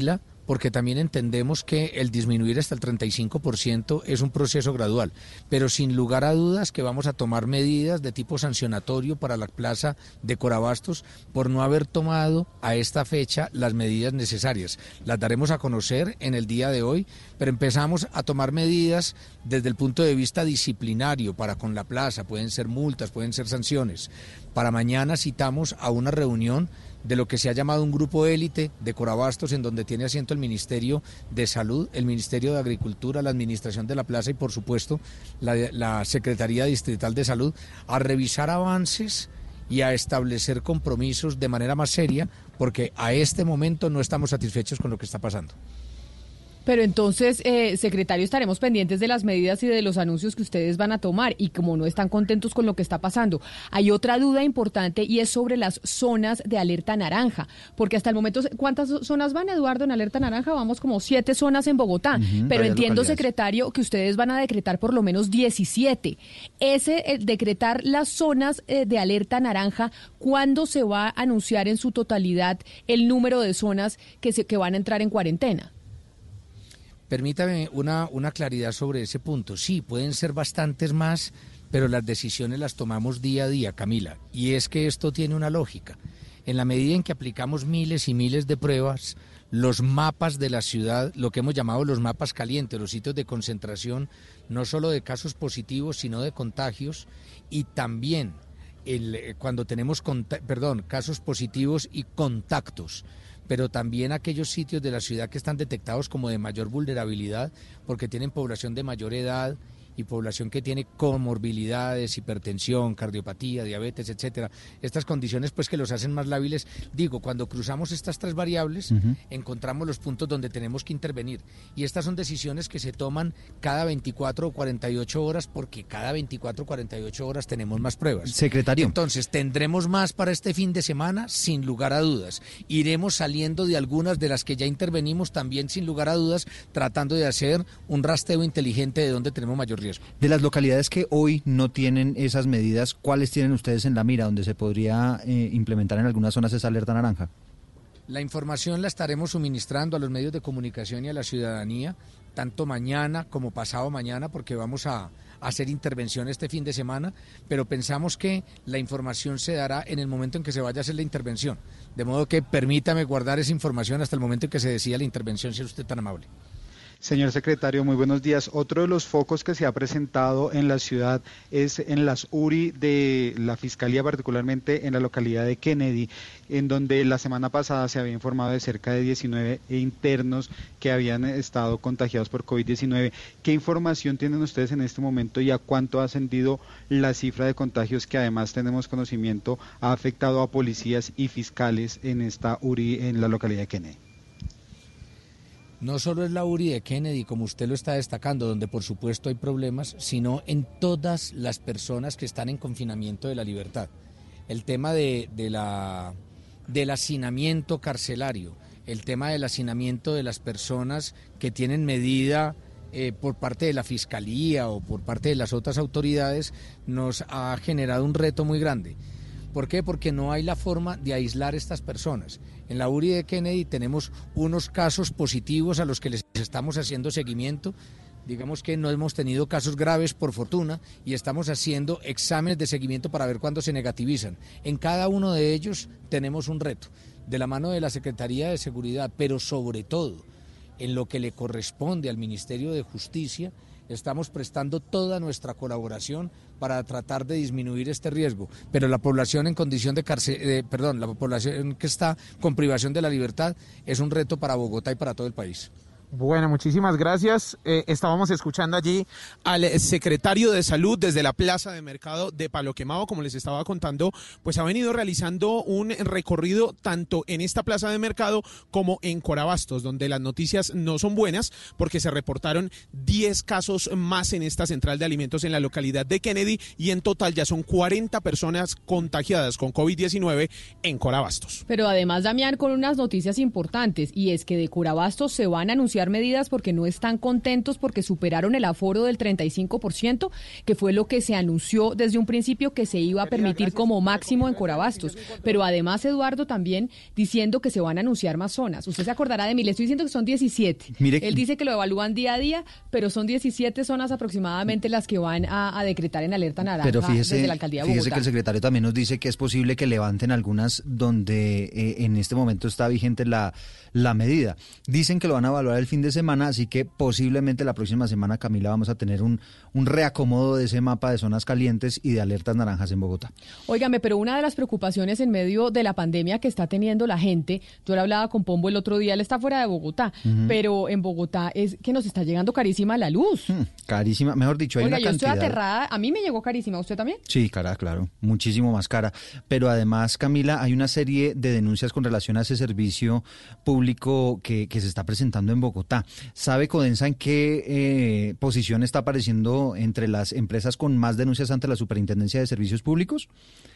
porque también entendemos que el disminuir hasta el treinta y cinco por ciento es un proceso gradual, pero sin lugar a dudas que vamos a tomar medidas de tipo sancionatorio para la plaza de Corabastos por no haber tomado a esta fecha las medidas necesarias. Las daremos a conocer en el día de hoy, pero empezamos a tomar medidas desde el punto de vista disciplinario para con la plaza, pueden ser multas, pueden ser sanciones. Para mañana citamos a una reunión de lo que se ha llamado un grupo élite de Corabastos, en donde tiene asiento el Ministerio de Salud, el Ministerio de Agricultura, la Administración de la Plaza y, por supuesto, la, la Secretaría Distrital de Salud, a revisar avances y a establecer compromisos de manera más seria, porque a este momento no estamos satisfechos con lo que está pasando. Pero entonces, eh, secretario, estaremos pendientes de las medidas y de los anuncios que ustedes van a tomar, y como no están contentos con lo que está pasando. Hay otra duda importante y es sobre las zonas de alerta naranja, porque hasta el momento, ¿cuántas zonas van, Eduardo, en alerta naranja? Vamos como siete zonas en Bogotá, uh-huh, pero entiendo, secretario, que ustedes van a decretar por lo menos diecisiete. Ese, el decretar las zonas eh, de alerta naranja, ¿cuándo se va a anunciar en su totalidad el número de zonas que, se, que van a entrar en cuarentena? Permítame una, una claridad sobre ese punto. Sí, pueden ser bastantes más, pero las decisiones las tomamos día a día, Camila. Y es que esto tiene una lógica. En la medida en que aplicamos miles y miles de pruebas, los mapas de la ciudad, lo que hemos llamado los mapas calientes, los sitios de concentración, no solo de casos positivos, sino de contagios, y también el, cuando tenemos, perdón, casos positivos y contactos, pero también aquellos sitios de la ciudad que están detectados como de mayor vulnerabilidad porque tienen población de mayor edad y población que tiene comorbilidades, hipertensión, cardiopatía, diabetes, etcétera. Estas condiciones pues que los hacen más lábiles. Digo, cuando cruzamos estas tres variables, uh-huh, encontramos los puntos donde tenemos que intervenir. Y estas son decisiones que se toman cada veinticuatro o cuarenta y ocho horas, porque cada veinticuatro o cuarenta y ocho horas tenemos más pruebas. Secretario. Entonces, ¿tendremos más para este fin de semana? Sin lugar a dudas. Iremos saliendo de algunas de las que ya intervenimos también, sin lugar a dudas, tratando de hacer un rastreo inteligente de dónde tenemos mayor riesgo. De las localidades que hoy no tienen esas medidas, ¿cuáles tienen ustedes en la mira donde se podría eh, implementar en algunas zonas esa alerta naranja? La información la estaremos suministrando a los medios de comunicación y a la ciudadanía, tanto mañana como pasado mañana, porque vamos a, a hacer intervención este fin de semana, pero pensamos que la información se dará en el momento en que se vaya a hacer la intervención. De modo que permítame guardar esa información hasta el momento en que se decida la intervención, si es usted tan amable. Señor secretario, muy buenos días. Otro de los focos que se ha presentado en la ciudad es en las U R I de la Fiscalía, particularmente en la localidad de Kennedy, en donde la semana pasada se había informado de cerca de diecinueve internos que habían estado contagiados por COVID diecinueve. ¿Qué información tienen ustedes en este momento y a cuánto ha ascendido la cifra de contagios que además tenemos conocimiento ha afectado a policías y fiscales en esta U R I en la localidad de Kennedy? No solo es la U R I de Kennedy, como usted lo está destacando, donde por supuesto hay problemas, sino en todas las personas que están en confinamiento de la libertad. El tema de, de la, del hacinamiento carcelario, el tema del hacinamiento de las personas que tienen medida eh, por parte de la Fiscalía o por parte de las otras autoridades, nos ha generado un reto muy grande. ¿Por qué? Porque no hay la forma de aislar a estas personas. En la U R I de Kennedy tenemos unos casos positivos a los que les estamos haciendo seguimiento. Digamos que no hemos tenido casos graves, por fortuna, y estamos haciendo exámenes de seguimiento para ver cuándo se negativizan. En cada uno de ellos tenemos un reto, de la mano de la Secretaría de Seguridad, pero sobre todo en lo que le corresponde al Ministerio de Justicia, estamos prestando toda nuestra colaboración para tratar de disminuir este riesgo, pero la población en condición de cárcel, eh, perdón, la población que está con privación de la libertad es un reto para Bogotá y para todo el país. Bueno, muchísimas gracias. Eh, estábamos escuchando allí al secretario de Salud desde la Plaza de Mercado de Palo Quemado, como les estaba contando, pues ha venido realizando un recorrido tanto en esta Plaza de Mercado como en Corabastos, donde las noticias no son buenas porque se reportaron diez casos más en esta central de alimentos en la localidad de Kennedy y en total ya son cuarenta personas contagiadas con COVID diecinueve en Corabastos. Pero además, Damián, con unas noticias importantes, y es que de Corabastos se van a anunciar anunciar medidas porque no están contentos porque superaron el aforo del treinta y cinco por ciento, que fue lo que se anunció desde un principio que se iba a permitir como máximo en Corabastos. Pero además, Eduardo, también diciendo que se van a anunciar más zonas. Usted se acordará de mí, le estoy diciendo que son diecisiete. Mire, Él dice que lo evalúan día a día, pero son diecisiete zonas aproximadamente las que van a, a decretar en alerta naranja pero fíjese, desde la alcaldía de fíjese Bogotá. que el secretario también nos dice que es posible que levanten algunas donde eh, en este momento está vigente la, la medida. Dicen que lo van a evaluar el fin de semana, así que posiblemente la próxima semana, Camila, vamos a tener un, un reacomodo de ese mapa de zonas calientes y de alertas naranjas en Bogotá. Óigame, pero una de las preocupaciones en medio de la pandemia que está teniendo la gente, yo le hablaba con Pombo el otro día, él está fuera de Bogotá, uh-huh. pero en Bogotá es que nos está llegando carísima la luz. Hmm, carísima, mejor dicho, hay Oiga, una yo cantidad. estoy aterrada, a mí me llegó carísima, ¿usted también? Sí, cara, claro, muchísimo más cara. Pero además, Camila, hay una serie de denuncias con relación a ese servicio público que, que se está presentando en Bogotá. ¿Sabe Codensa en qué eh, posición está apareciendo entre las empresas con más denuncias ante la Superintendencia de Servicios Públicos?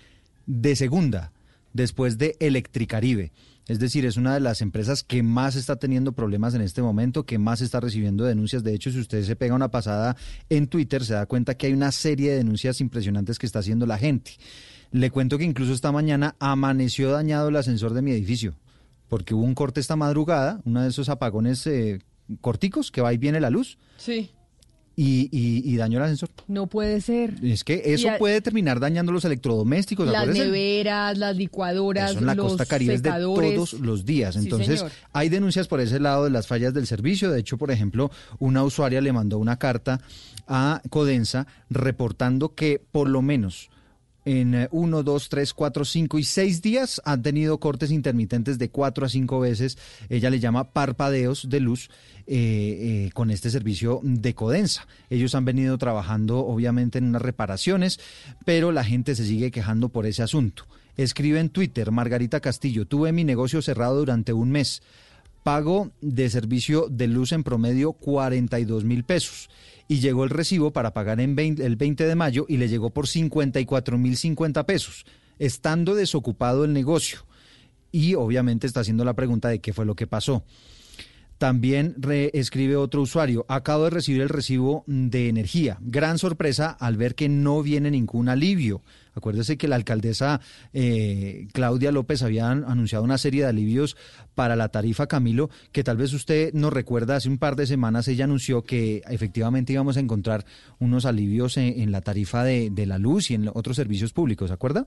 De segunda, después de Electricaribe. Es decir, es una de las empresas que más está teniendo problemas en este momento, que más está recibiendo denuncias. De hecho, si usted se pega una pasada en Twitter, se da cuenta que hay una serie de denuncias impresionantes que está haciendo la gente. Le cuento que incluso esta mañana amaneció dañado el ascensor de mi edificio, porque hubo un corte esta madrugada, uno de esos apagones eh, corticos, que va y viene la luz. Sí. Y, y, y dañó el ascensor. No puede ser. Es que eso a, puede terminar dañando los electrodomésticos. Las acuérdese. neveras, las licuadoras, eso en la los costa caribe es de todos los días. Entonces, sí, hay denuncias por ese lado de las fallas del servicio. De hecho, por ejemplo, una usuaria le mandó una carta a Codensa reportando que por lo menos en uno, dos, tres, cuatro, cinco y seis días han tenido cortes intermitentes de cuatro a cinco veces. Ella le llama parpadeos de luz eh, eh, con este servicio de Codensa. Ellos han venido trabajando obviamente en unas reparaciones, pero la gente se sigue quejando por ese asunto. Escribe en Twitter, Margarita Castillo, tuve mi negocio cerrado durante un mes. Pago de servicio de luz en promedio cuarenta y dos mil pesos. Y llegó el recibo para pagar en veinte, el veinte de mayo y le llegó por cincuenta y cuatro mil cincuenta pesos, estando desocupado el negocio. Y obviamente está haciendo la pregunta de qué fue lo que pasó. También escribe otro usuario, acabo de recibir el recibo de energía. Gran sorpresa al ver que no viene ningún alivio. Acuérdese que la alcaldesa eh, Claudia López había anunciado una serie de alivios para la tarifa, Camilo, que tal vez usted nos recuerda, hace un par de semanas ella anunció que efectivamente íbamos a encontrar unos alivios en, en la tarifa de, de la luz y en otros servicios públicos, ¿se acuerda?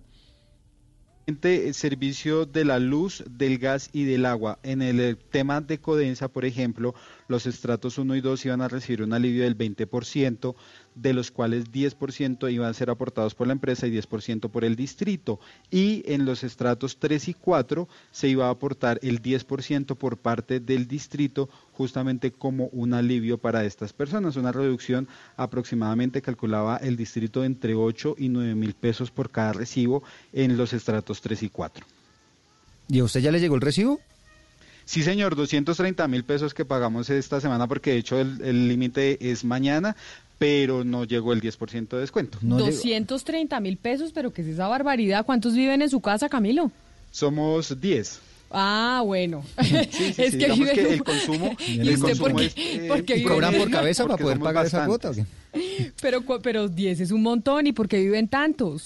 El servicio de la luz, del gas y del agua. En el tema de Codensa, por ejemplo, los estratos uno y dos iban a recibir un alivio del veinte por ciento, de los cuales diez por ciento iban a ser aportados por la empresa y diez por ciento por el distrito. Y en los estratos tres y cuatro se iba a aportar el diez por ciento por parte del distrito, justamente como un alivio para estas personas. Una reducción aproximadamente, calculaba el distrito, entre ocho y nueve mil pesos por cada recibo en los estratos tres y cuatro. ¿Y a usted ya le llegó el recibo? Sí, señor, doscientos treinta mil pesos que pagamos esta semana, porque de hecho el límite es mañana, pero no llegó el diez por ciento de descuento. No doscientos treinta mil pesos, pero ¿qué es esa barbaridad? ¿Cuántos viven en su casa, Camilo? Somos diez. Ah, bueno. Sí, sí, es sí, que, digamos vive que un... el consumo, ¿Y el usted consumo por qué, es, eh, por qué ¿Y vive cobran en por cabeza para poder pagar bastantes. esa cuota o qué? Pero, pero, pero diez es un montón, ¿y por qué viven tantos?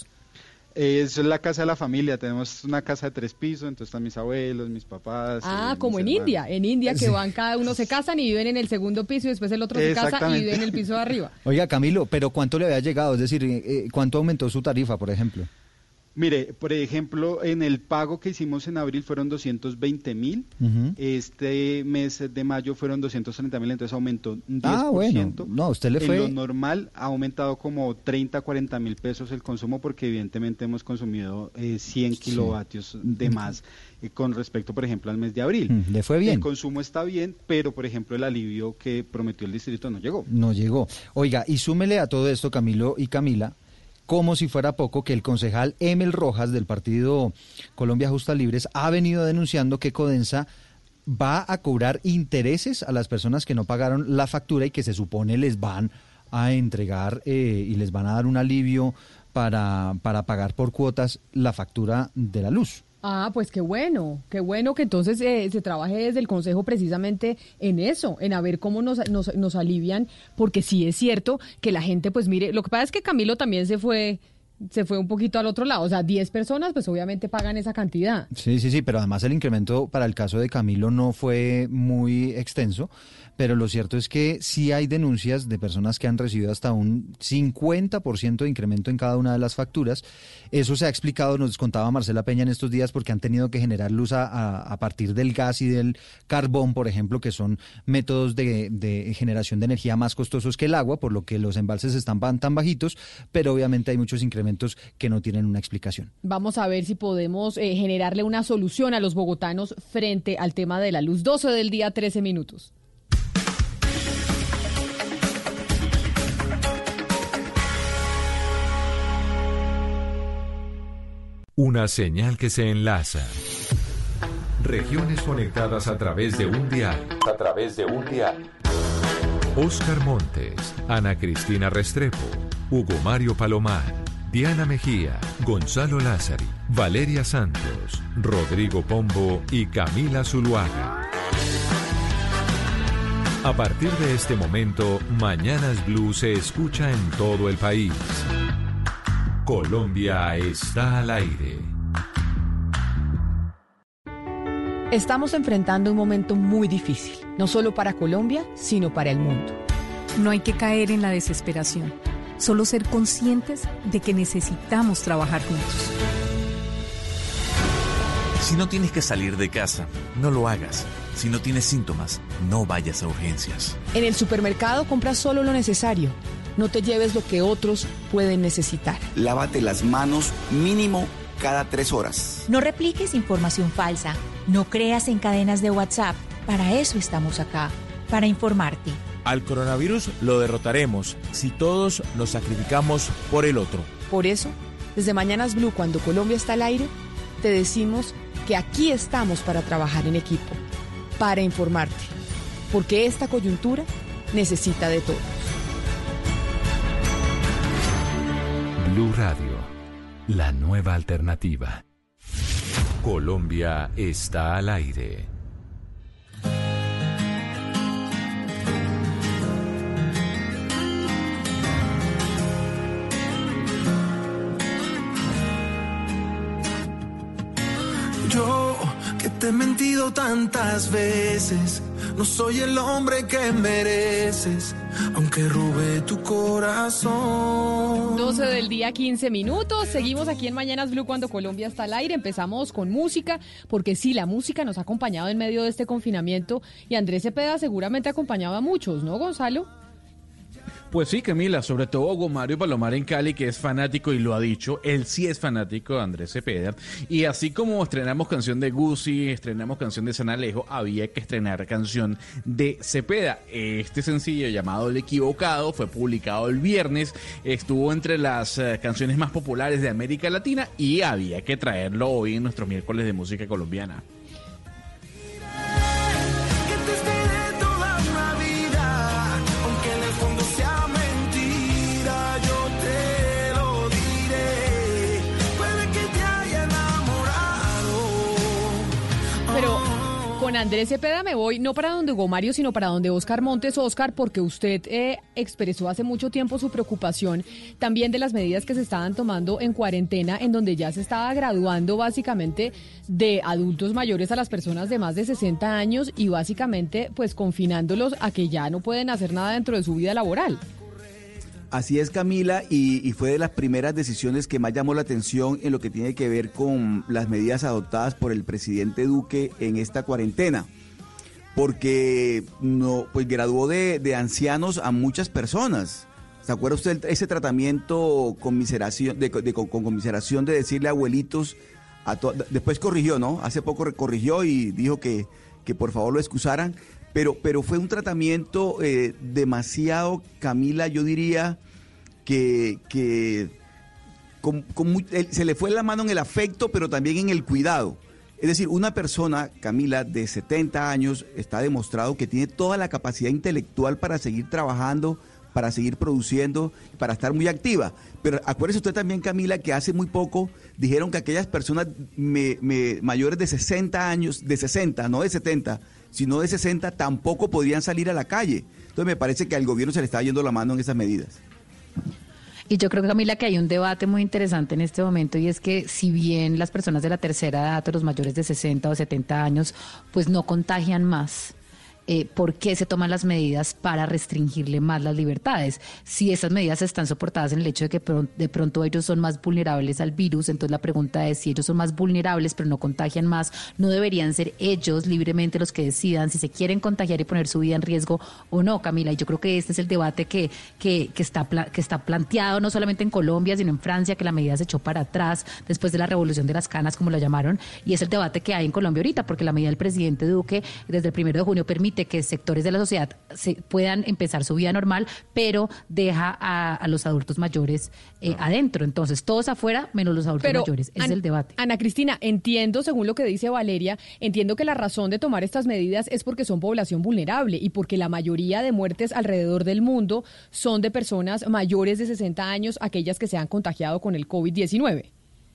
Es la casa de la familia, tenemos una casa de tres pisos, entonces están mis abuelos, mis papás. Ah, eh, como en hermanos. India, en India que Sí. van, cada uno se casan y viven en el segundo piso y después el otro se casa y vive en el piso de arriba. Oiga, Camilo, ¿pero cuánto le había llegado? Es decir, eh, ¿cuánto aumentó su tarifa, por ejemplo? Mire, por ejemplo, en el pago que hicimos en abril fueron doscientos veinte mil, uh-huh. Este mes de mayo fueron doscientos treinta mil, entonces aumentó un diez por ciento. Ah, bueno, no, usted le fue... En lo normal ha aumentado como treinta, cuarenta mil pesos el consumo, porque evidentemente hemos consumido eh, cien sí. kilovatios de más eh, con respecto, por ejemplo, al mes de abril. Le fue bien. El consumo está bien, pero, por ejemplo, el alivio que prometió el distrito no llegó. No llegó. Oiga, y súmele a todo esto, Camilo y Camila, como si fuera poco, que el concejal Emel Rojas del partido Colombia Justa Libres ha venido denunciando que Codensa va a cobrar intereses a las personas que no pagaron la factura y que se supone les van a entregar eh, y les van a dar un alivio para, para pagar por cuotas la factura de la luz. Ah, pues qué bueno, qué bueno que entonces eh, se trabaje desde el Consejo precisamente en eso, en a ver cómo nos, nos, nos alivian, porque sí es cierto que la gente, pues mire, lo que pasa es que Camilo también se fue... se fue un poquito al otro lado, o sea, diez personas pues obviamente pagan esa cantidad. Sí, sí, sí, pero además el incremento para el caso de Camilo no fue muy extenso, pero lo cierto es que sí hay denuncias de personas que han recibido hasta un cincuenta por ciento de incremento en cada una de las facturas. Eso se ha explicado, nos contaba Marcela Peña en estos días, porque han tenido que generar luz a, a, a partir del gas y del carbón, por ejemplo, que son métodos de, de generación de energía más costosos que el agua, por lo que los embalses están tan bajitos, pero obviamente hay muchos incrementos que no tienen una explicación. Vamos a ver si podemos eh, generarle una solución a los bogotanos frente al tema de la luz. doce del día, trece minutos. Una señal que se enlaza. Regiones conectadas a través de un dial. A través de un dial. Óscar Montes, Ana Cristina Restrepo, Hugo Mario Palomar, Diana Mejía, Gonzalo Lázari, Valeria Santos, Rodrigo Pombo y Camila Zuluaga. A partir de este momento, Mañanas Blue se escucha en todo el país. Colombia está al aire. Estamos enfrentando un momento muy difícil, no solo para Colombia, sino para el mundo. No hay que caer en la desesperación, solo ser conscientes de que necesitamos trabajar juntos. Si no tienes que salir de casa, no lo hagas. Si no tienes síntomas, no vayas a urgencias. En el supermercado compra solo lo necesario. No te lleves lo que otros pueden necesitar. Lávate las manos mínimo cada tres horas. No repliques información falsa. No creas en cadenas de WhatsApp. Para eso estamos acá, para informarte. Al coronavirus lo derrotaremos si todos nos sacrificamos por el otro. Por eso, desde Mañanas Blue, cuando Colombia está al aire, te decimos que aquí estamos para trabajar en equipo, para informarte, porque esta coyuntura necesita de todos. Blue Radio, la nueva alternativa. Colombia está al aire. Yo que te he mentido tantas veces, no soy el hombre que mereces, aunque robé tu corazón. doce del día, quince minutos. Seguimos aquí en Mañanas Blue cuando Colombia está al aire. Empezamos con música, porque sí, la música nos ha acompañado en medio de este confinamiento y Andrés Cepeda seguramente ha acompañado a muchos, ¿no, Gonzalo? Pues sí, Camila, sobre todo Hugo Mario Palomar en Cali, que es fanático y lo ha dicho, él sí es fanático de Andrés Cepeda. Y así como estrenamos canción de Guzzi, estrenamos canción de San Alejo, había que estrenar canción de Cepeda. Este sencillo llamado El Equivocado fue publicado el viernes, estuvo entre las uh, canciones más populares de América Latina y había que traerlo hoy en nuestro miércoles de música colombiana. Con Andrés Cepeda me voy, no para donde Hugo Mario, sino para donde Óscar Montes. Óscar, porque usted eh, expresó hace mucho tiempo su preocupación también de las medidas que se estaban tomando en cuarentena, en donde ya se estaba graduando básicamente de adultos mayores a las personas de más de sesenta años y básicamente pues confinándolos a que ya no pueden hacer nada dentro de su vida laboral. Así es, Camila, y, y fue de las primeras decisiones que más llamó la atención en lo que tiene que ver con las medidas adoptadas por el presidente Duque en esta cuarentena, porque no, pues graduó de, de ancianos a muchas personas. ¿Se acuerda usted ese tratamiento conmiseración, de, de, con, con conmiseración de decirle abuelitos? A to, después corrigió, ¿no? Hace poco corrigió y dijo que, que por favor lo excusaran. Pero, pero fue un tratamiento eh, demasiado, Camila, yo diría que, que con, con muy, él, se le fue la mano en el afecto, pero también en el cuidado. Es decir, una persona, Camila, de setenta años, está demostrado que tiene toda la capacidad intelectual para seguir trabajando, para seguir produciendo, para estar muy activa. Pero acuérdese usted también, Camila, que hace muy poco dijeron que aquellas personas me, me, mayores de sesenta años, de sesenta, no de setenta, sino de sesenta, tampoco podrían salir a la calle. Entonces me parece que al gobierno se le está yendo la mano en esas medidas. Y yo creo, Camila, que hay un debate muy interesante en este momento, y es que si bien las personas de la tercera edad o los mayores de sesenta o setenta años pues no contagian más, Eh, ¿por qué se toman las medidas para restringirle más las libertades? Si esas medidas están soportadas en el hecho de que pron- de pronto ellos son más vulnerables al virus, entonces la pregunta es, si ellos son más vulnerables pero no contagian más, ¿no deberían ser ellos libremente los que decidan si se quieren contagiar y poner su vida en riesgo o no, Camila? Y yo creo que este es el debate que, que, que, está, pla- que está planteado no solamente en Colombia, sino en Francia, que la medida se echó para atrás después de la revolución de las canas, como la llamaron, y es el debate que hay en Colombia ahorita, porque la medida del presidente Duque desde el primero de junio permite que sectores de la sociedad se puedan empezar su vida normal, pero deja a, a los adultos mayores eh, adentro. Entonces, todos afuera, menos los adultos Pero, mayores. Ese An- es el debate. Ana Cristina, entiendo, según lo que dice Valeria, entiendo que la razón de tomar estas medidas es porque son población vulnerable y porque la mayoría de muertes alrededor del mundo son de personas mayores de sesenta años, aquellas que se han contagiado con el COVID diecinueve.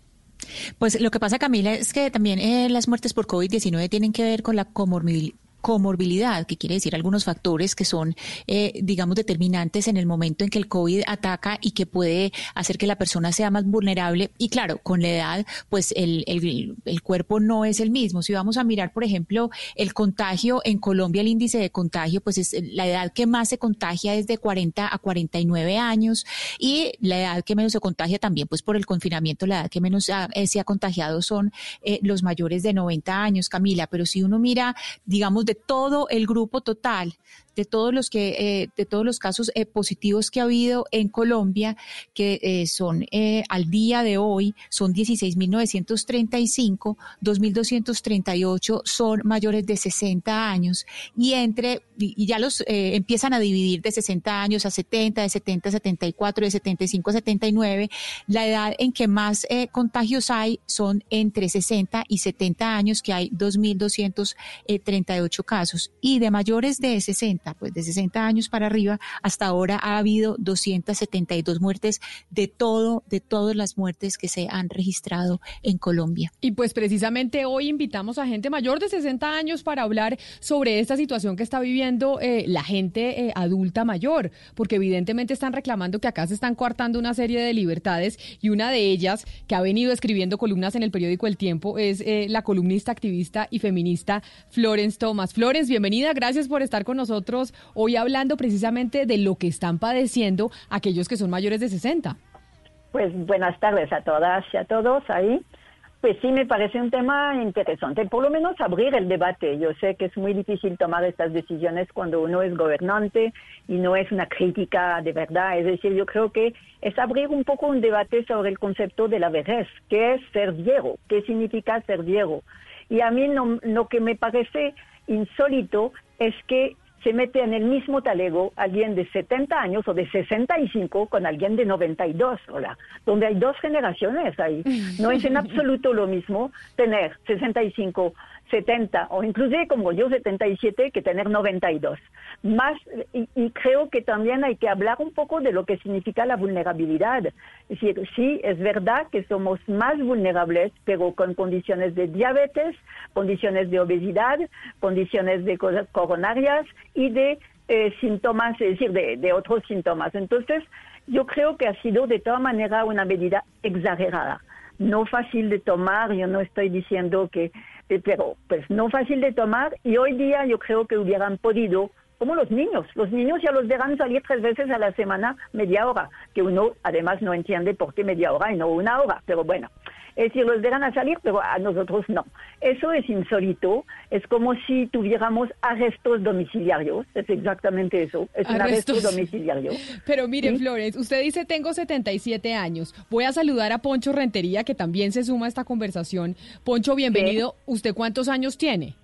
Pues lo que pasa, Camila, es que también eh, las muertes por COVID diecinueve tienen que ver con la comorbilidad. comorbilidad, que quiere decir algunos factores que son, eh, digamos, determinantes en el momento en que el COVID ataca y que puede hacer que la persona sea más vulnerable. Y claro, con la edad, pues el, el, el cuerpo no es el mismo. Si vamos a mirar, por ejemplo, el contagio en Colombia, el índice de contagio, pues es la edad que más se contagia es de cuarenta a cuarenta y nueve años, y la edad que menos se contagia también, pues por el confinamiento, la edad que menos ha, eh, se ha contagiado son eh, los mayores de noventa años, Camila. Pero si uno mira, digamos, de todo el grupo total, de todos los que eh, de todos los casos eh, positivos que ha habido en Colombia, que eh, son eh, al día de hoy son dieciséis mil novecientos treinta y cinco, dos mil doscientos treinta y ocho son mayores de sesenta años, y entre y, y ya los eh, empiezan a dividir de sesenta años a setenta, de setenta a setenta y cuatro, de setenta y cinco a setenta y nueve. La edad en que más eh, contagios hay son entre sesenta y setenta años, que hay dos mil doscientos treinta y ocho casos, y de mayores de sesenta, pues de sesenta años para arriba, hasta ahora ha habido doscientas setenta y dos muertes de todo, de todas las muertes que se han registrado en Colombia. Y pues precisamente hoy invitamos a gente mayor de sesenta años para hablar sobre esta situación que está viviendo eh, la gente eh, adulta mayor, porque evidentemente están reclamando que acá se están coartando una serie de libertades, y una de ellas, que ha venido escribiendo columnas en el periódico El Tiempo, es eh, la columnista, activista y feminista Florence Thomas. Florence, bienvenida, gracias por estar con nosotros hoy hablando precisamente de lo que están padeciendo aquellos que son mayores de sesenta. Pues buenas tardes a todas y a todos ahí. Pues sí, me parece un tema interesante, por lo menos abrir el debate. Yo sé que es muy difícil tomar estas decisiones cuando uno es gobernante y no es una crítica de verdad. Es decir, yo creo que es abrir un poco un debate sobre el concepto de la vejez. ¿Qué es ser viejo? ¿Qué significa ser viejo? Y a mí no, lo que me parece insólito es que se mete en el mismo talego alguien de setenta años o de sesenta y cinco con alguien de noventa y dos, hola, donde hay dos generaciones ahí. No es en absoluto lo mismo tener sesenta y cinco, setenta o inclusive como yo setenta y siete que tener noventa y dos. Más, y, y creo que también hay que hablar un poco de lo que significa la vulnerabilidad. Es decir, sí, es verdad que somos más vulnerables, pero con condiciones de diabetes, condiciones de obesidad, condiciones de cosas coronarias y de eh, síntomas, es decir, de, de otros síntomas. Entonces, yo creo que ha sido de todas maneras una medida exagerada, no fácil de tomar. Yo no estoy diciendo que, pero pues no fácil de tomar, y hoy día yo creo que hubieran podido, como los niños, los niños ya los dejan salir tres veces a la semana, media hora, que uno además no entiende por qué media hora y no una hora, pero bueno. Es decir, los dejan a salir, pero a nosotros no. Eso es insólito. Es como si tuviéramos arrestos domiciliarios. Es exactamente eso. Es un arresto domiciliario. Pero mire, ¿sí? Florence, usted dice tengo setenta y siete años. Voy a saludar a Poncho Rentería, que también se suma a esta conversación. Poncho, bienvenido. ¿Sí? ¿Usted cuántos años tiene?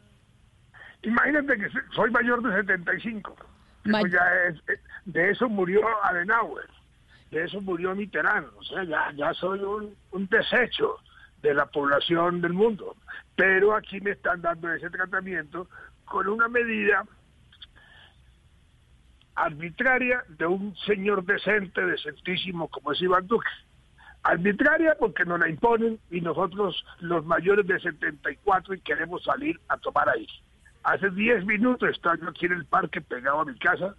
Imagínate que soy mayor de setenta y cinco. Ma- ya es, de eso murió Adenauer. De eso murió Mitterrand, o sea, ya, ya soy un, un desecho de la población del mundo. Pero aquí me están dando ese tratamiento con una medida arbitraria de un señor decente, decentísimo como es Iván Duque. Arbitraria porque nos la imponen y nosotros los mayores de setenta y cuatro y queremos salir a tomar aire. Hace diez minutos estaba yo aquí en el parque pegado a mi casa,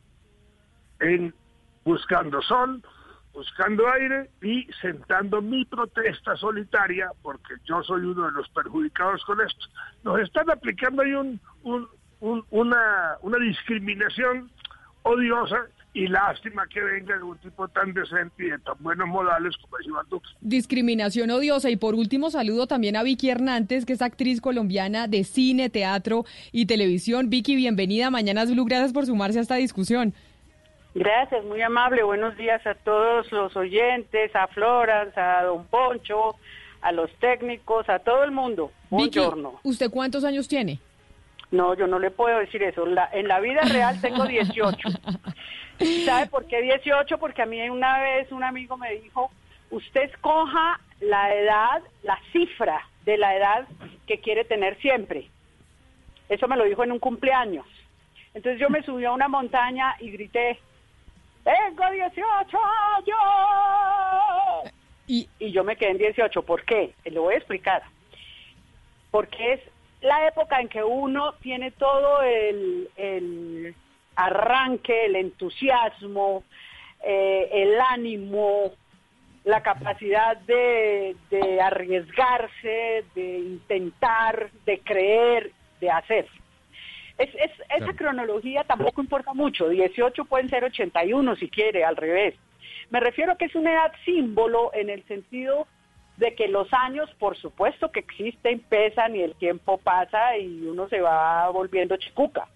en buscando sol, buscando aire y sentando mi protesta solitaria, porque yo soy uno de los perjudicados con esto. Nos están aplicando ahí un, un, un, una, una discriminación odiosa y lástima que venga de un tipo tan decente y de tan buenos modales como es Iván Duque. Discriminación odiosa. Y por último saludo también a Vicky Hernández, que es actriz colombiana de cine, teatro y televisión. Vicky, bienvenida a Mañanas Blue, gracias por sumarse a esta discusión. Gracias, muy amable. Buenos días a todos los oyentes, a Florence, a don Poncho, a los técnicos, a todo el mundo. Vicky, Buongiorno. ¿usted cuántos años tiene? No, yo no le puedo decir eso. La, en la vida real tengo dieciocho. ¿Sabe por qué dieciocho? Porque a mí una vez un amigo me dijo, usted escoja la edad, la cifra de la edad que quiere tener siempre. Eso me lo dijo en un cumpleaños. Entonces yo me subí a una montaña y grité, ¡tengo dieciocho años! Y, y yo me quedé en dieciocho. ¿Por qué? Lo voy a explicar. Porque es la época en que uno tiene todo el, el arranque, el entusiasmo, eh, el ánimo, la capacidad de, de arriesgarse, de intentar, de creer, de hacer. Es, es, esa claro. cronología tampoco importa mucho, dieciocho pueden ser ochenta y uno si quiere, al revés. Me refiero a que es una edad símbolo en el sentido de que los años, por supuesto que existen, pesan y el tiempo pasa y uno se va volviendo chicuca.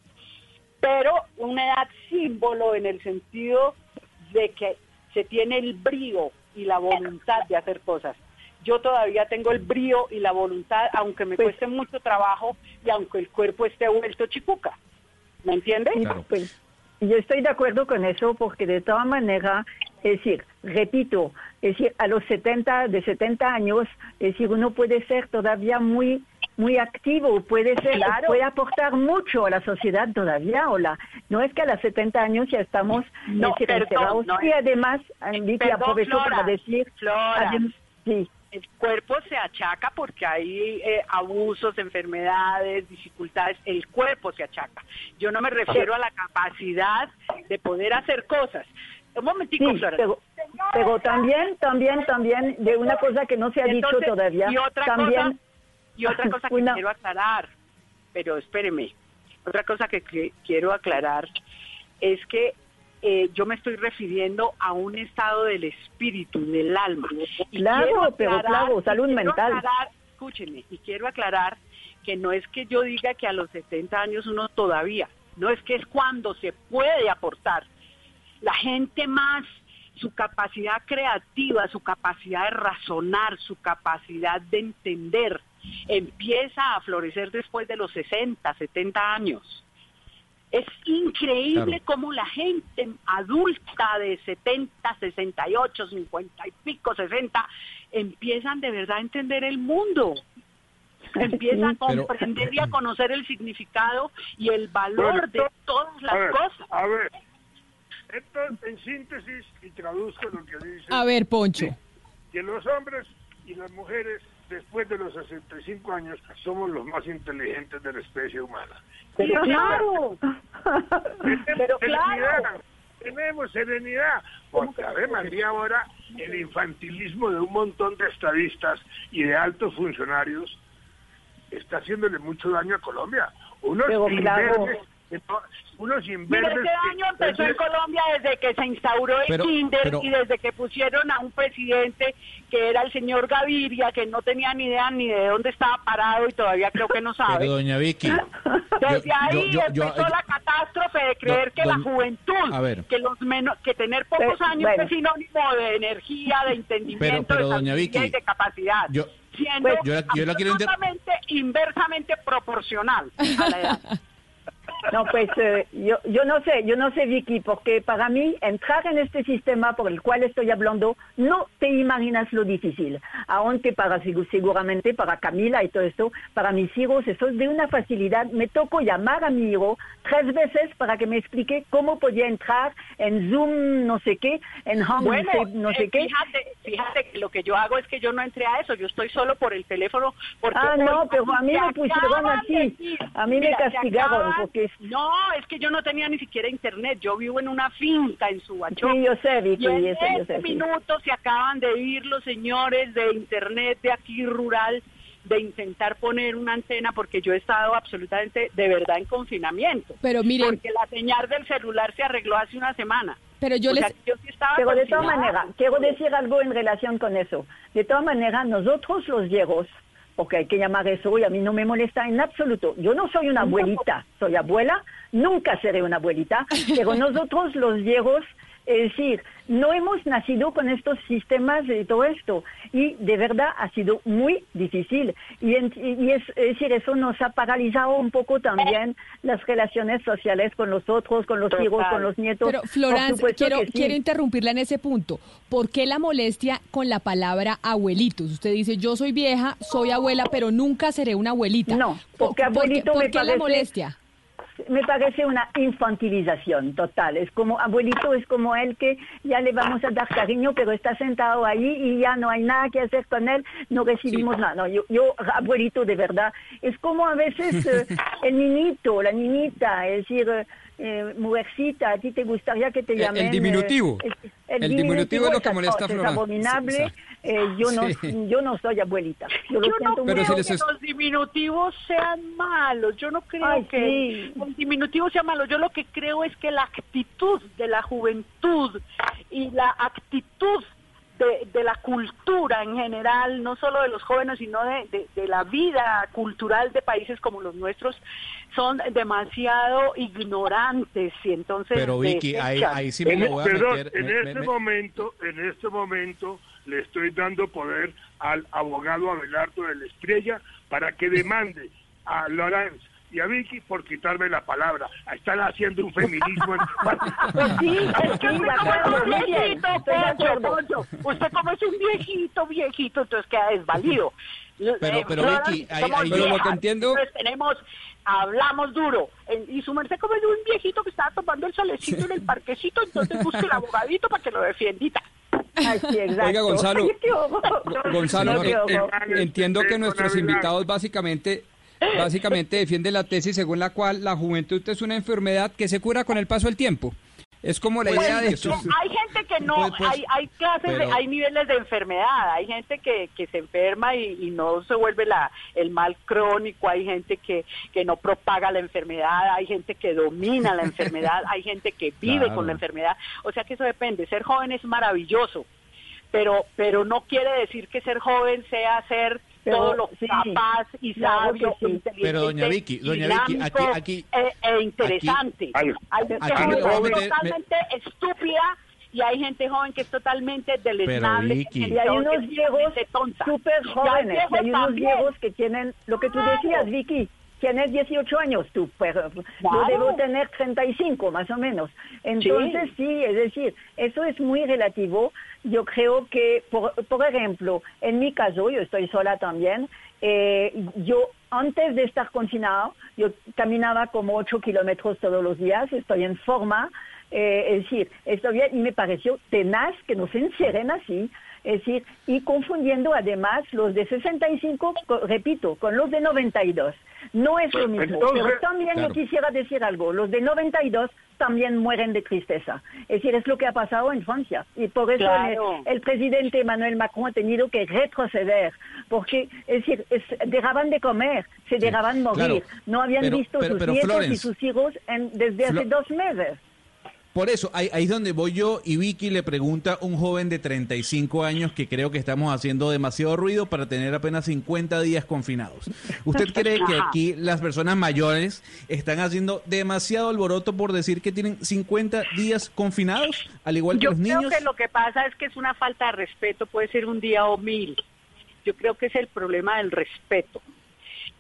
Pero una edad símbolo en el sentido de que se tiene el brío y la voluntad de hacer cosas. Yo todavía tengo el brío y la voluntad, aunque me pues, cueste mucho trabajo y aunque el cuerpo esté vuelto chicuca. ¿Me entiendes? Claro. Pues, yo estoy de acuerdo con eso porque de todas maneras, es decir, repito, es decir, a los setenta, de setenta años, es decir, uno puede ser todavía muy muy activo, puede ser, claro. puede aportar mucho a la sociedad todavía, o la, no es que a los setenta años ya estamos no, es decir, perdón, encerrados, no, y además, Vicky aprovechó para decir, Flora, adem, sí. el cuerpo se achaca porque hay eh, abusos, enfermedades, dificultades, el cuerpo se achaca. Yo no me refiero a la capacidad de poder hacer cosas. Un momentico, sí, Flora. Pero, pero también, también, también, de una cosa que no se ha Entonces, dicho todavía, y otra también... Cosa, y otra cosa que una... quiero aclarar, pero espéreme, otra cosa que, que quiero aclarar es que eh, yo me estoy refiriendo a un estado del espíritu, del alma. Y claro, aclarar, pero claro, salud mental. Aclarar, escúchenme, y quiero aclarar que no es que yo diga que a los setenta años uno todavía, no es que es cuando se puede aportar. La gente más, su capacidad creativa, su capacidad de razonar, su capacidad de entender, empieza a florecer después de los sesenta, setenta años. Es increíble claro. cómo la gente adulta de setenta, sesenta y ocho, cincuenta y pico, sesenta, empiezan de verdad a entender el mundo. Empiezan a comprender pero... y a conocer el significado y el valor bueno, de todas las a ver, cosas. A ver, esto en síntesis y traduzco lo que dice. A ver, Poncho. Que los hombres y las mujeres después de los sesenta y cinco años somos los más inteligentes de la especie humana. Pero claro, tenemos pero serenidad, claro. tenemos serenidad, porque además de ahora el infantilismo de un montón de estadistas y de altos funcionarios está haciéndole mucho daño a Colombia. Unos inverdes, unos inverdes. Mira, este daño empezó en Colombia desde que se instauró el pero, kinder pero, y desde que pusieron a un presidente que era el señor Gaviria, que no tenía ni idea ni de dónde estaba parado y todavía creo que no sabe. Pero doña Vicky, desde yo, ahí yo, yo, empezó yo, la catástrofe de creer do, que do, la juventud, a ver. que los menos, que tener pocos pero, años bueno. es sinónimo de energía, de entendimiento, pero, pero, de doña sabiduría Vicky, y de capacidad. Yo, siendo yo la, yo la quiero inter... absolutamente inversamente proporcional a la edad. No, pues eh, yo, yo no sé, yo no sé, Vicky, porque para mí entrar en este sistema por el cual estoy hablando, no te imaginas lo difícil. Aunque para seguramente para Camila y todo esto, para mis hijos, eso es de una facilidad. Me tocó llamar a mi hijo tres veces para que me explique cómo podía entrar en Zoom, no sé qué, en Home, bueno, no sé eh, qué. Fíjate, fíjate que lo que yo hago es que yo no entré a eso, yo estoy solo por el teléfono. Porque ah, no, hoy, pero a mí me pusieron así, a mí mira, me castigaron. Porque no, es que yo no tenía ni siquiera internet, yo vivo en una finca en Subachoque. Sí, yo sé, Vicky, y en eso, yo este sé, minuto sí. se acaban de ir los señores de internet de aquí rural de intentar poner una antena porque yo he estado absolutamente de verdad en confinamiento. Pero miren, porque la señal del celular se arregló hace una semana. Pero yo o les... sea, yo sí estaba pero de confinada. todas maneras, quiero decir algo en relación con eso. De todas maneras, nosotros los viejos, porque hay que llamar eso y a mí no me molesta en absoluto. Yo no soy una abuelita, soy abuela, nunca seré una abuelita, pero nosotros los viejos, es decir, no hemos nacido con estos sistemas y todo esto, y de verdad ha sido muy difícil, y, en, y es, es decir, eso nos ha paralizado un poco también las relaciones sociales con los otros, con los Total. hijos, con los nietos. Pero Florence, quiero, sí. quiero interrumpirla en ese punto. ¿Por qué la molestia con la palabra abuelitos? Usted dice, yo soy vieja, soy abuela, pero nunca seré una abuelita. No, porque abuelito ¿Por me qué, ¿por qué parece... la molestia? Me parece una infantilización total. Es como abuelito, es como el que ya le vamos a dar cariño, pero está sentado ahí y ya no hay nada que hacer con él, no recibimos sí. nada. No, yo, yo, abuelito, de verdad, es como a veces eh, el niñito, la niñita, es decir, eh, mujercita, a ti te gustaría que te llamen... El diminutivo. Eh, el, el diminutivo es lo que molesta a Flora. Es abominable. Sí, eh, yo, no, sí. yo no soy abuelita. Yo, lo yo siento no muy creo que es... los diminutivos sean malos. Yo no creo Ay, que sí. el diminutivo sea malo. Yo lo que creo es que la actitud de la juventud y la actitud de, de la cultura en general, no solo de los jóvenes, sino de, de, de la vida cultural de países como los nuestros, son demasiado ignorantes y entonces... Pero Vicky, ahí, ahí sí me lo voy a Perdón, meter... en me, este me, me... momento, en este momento le estoy dando poder al abogado Abelardo de la Estrella para que demande a Laurence y a Vicky por quitarme la palabra. Están haciendo un feminismo. Pues sí, es que usted como es un viejito, Poncho, Poncho. Usted como es un viejito, viejito, entonces queda desvalido. Pero, pero eh, Vicky, ahí, somos ahí, pero viejas, lo que entiendo... entonces tenemos, hablamos duro. Y su merced como es un viejito que estaba tomando el solecito en el parquecito, entonces busque el abogadito para que lo defiendita. Ay, sí, Oiga, Gonzalo, no, Gonzalo, no, eh, no, eh, entiendo que nuestros invitados básicamente... Básicamente defiende la tesis según la cual la juventud es una enfermedad que se cura con el paso del tiempo. Es como la Pues, idea de... hay gente que no, Pues, pues, hay, hay clases, pero- de- hay niveles de enfermedad, hay gente que, que se enferma y, y no se vuelve la el mal crónico, hay gente que, que no propaga la enfermedad, hay gente que domina la enfermedad, hay gente que vive Claro. con la enfermedad, o sea que eso depende. Ser joven es maravilloso, pero pero no quiere decir que ser joven sea ser Pero, todo lo sí, capaz y claro sabio, que sí. inteligente, Pero, doña Vicky, doña Vicky, dinámico, aquí- aquí- e, e interesante. Aquí- hay gente aquí joven me voy a que es meter- totalmente estúpida y hay gente joven que es totalmente deleznable. Vicky. Y hay unos que es viejos tonta. súper Y hay jóvenes, viejos y hay unos también. viejos que tienen, lo que tú decías, Vicky, tienes dieciocho años tú, pero yo Claro. debo tener treinta y cinco más o menos. Entonces sí. sí, es decir, eso es muy relativo. Yo creo que, por, por ejemplo, en mi caso, yo estoy sola también, eh, yo antes de estar confinado, yo caminaba como ocho kilómetros todos los días, estoy en forma, eh, es decir, estoy bien, y me pareció tenaz que nos encierren así. Es decir, y confundiendo además los de sesenta y cinco, co- repito, con los de noventa y dos. No es lo mismo, Entonces, pero también claro. yo quisiera decir algo. Los de noventa y dos también mueren de tristeza. Es decir, es lo que ha pasado en Francia. Y por eso Claro. el, el presidente Emmanuel Macron ha tenido que retroceder. Porque, es decir, es, dejaban de comer, se dejaban morir. claro. No habían Pero- visto pero- sus pero, nietos y Florence, sus hijos en- desde hace Flo- dos meses. Por eso, ahí, ahí es donde voy yo y Vicky le pregunta a un joven de treinta y cinco años que creo que estamos haciendo demasiado ruido para tener apenas cincuenta días confinados. ¿Usted cree que aquí las personas mayores están haciendo demasiado alboroto por decir que tienen cincuenta días confinados, al igual que Yo los creo niños? que lo que pasa es que es una falta de respeto, puede ser un día o mil. Yo creo que es el problema del respeto.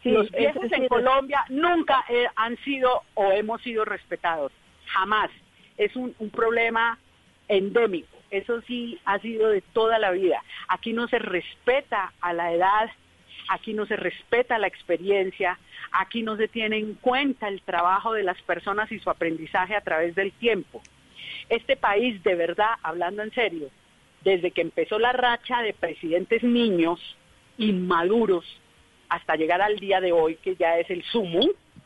Sí, los viejos es, en es, Colombia nunca eh, han sido o hemos sido respetados, jamás. Es un, un problema endémico, eso sí ha sido de toda la vida. Aquí no se respeta a la edad, aquí no se respeta la experiencia, aquí no se tiene en cuenta el trabajo de las personas y su aprendizaje a través del tiempo. Este país, de verdad, hablando en serio, desde que empezó la racha de presidentes niños, inmaduros, hasta llegar al día de hoy, que ya es el sumo,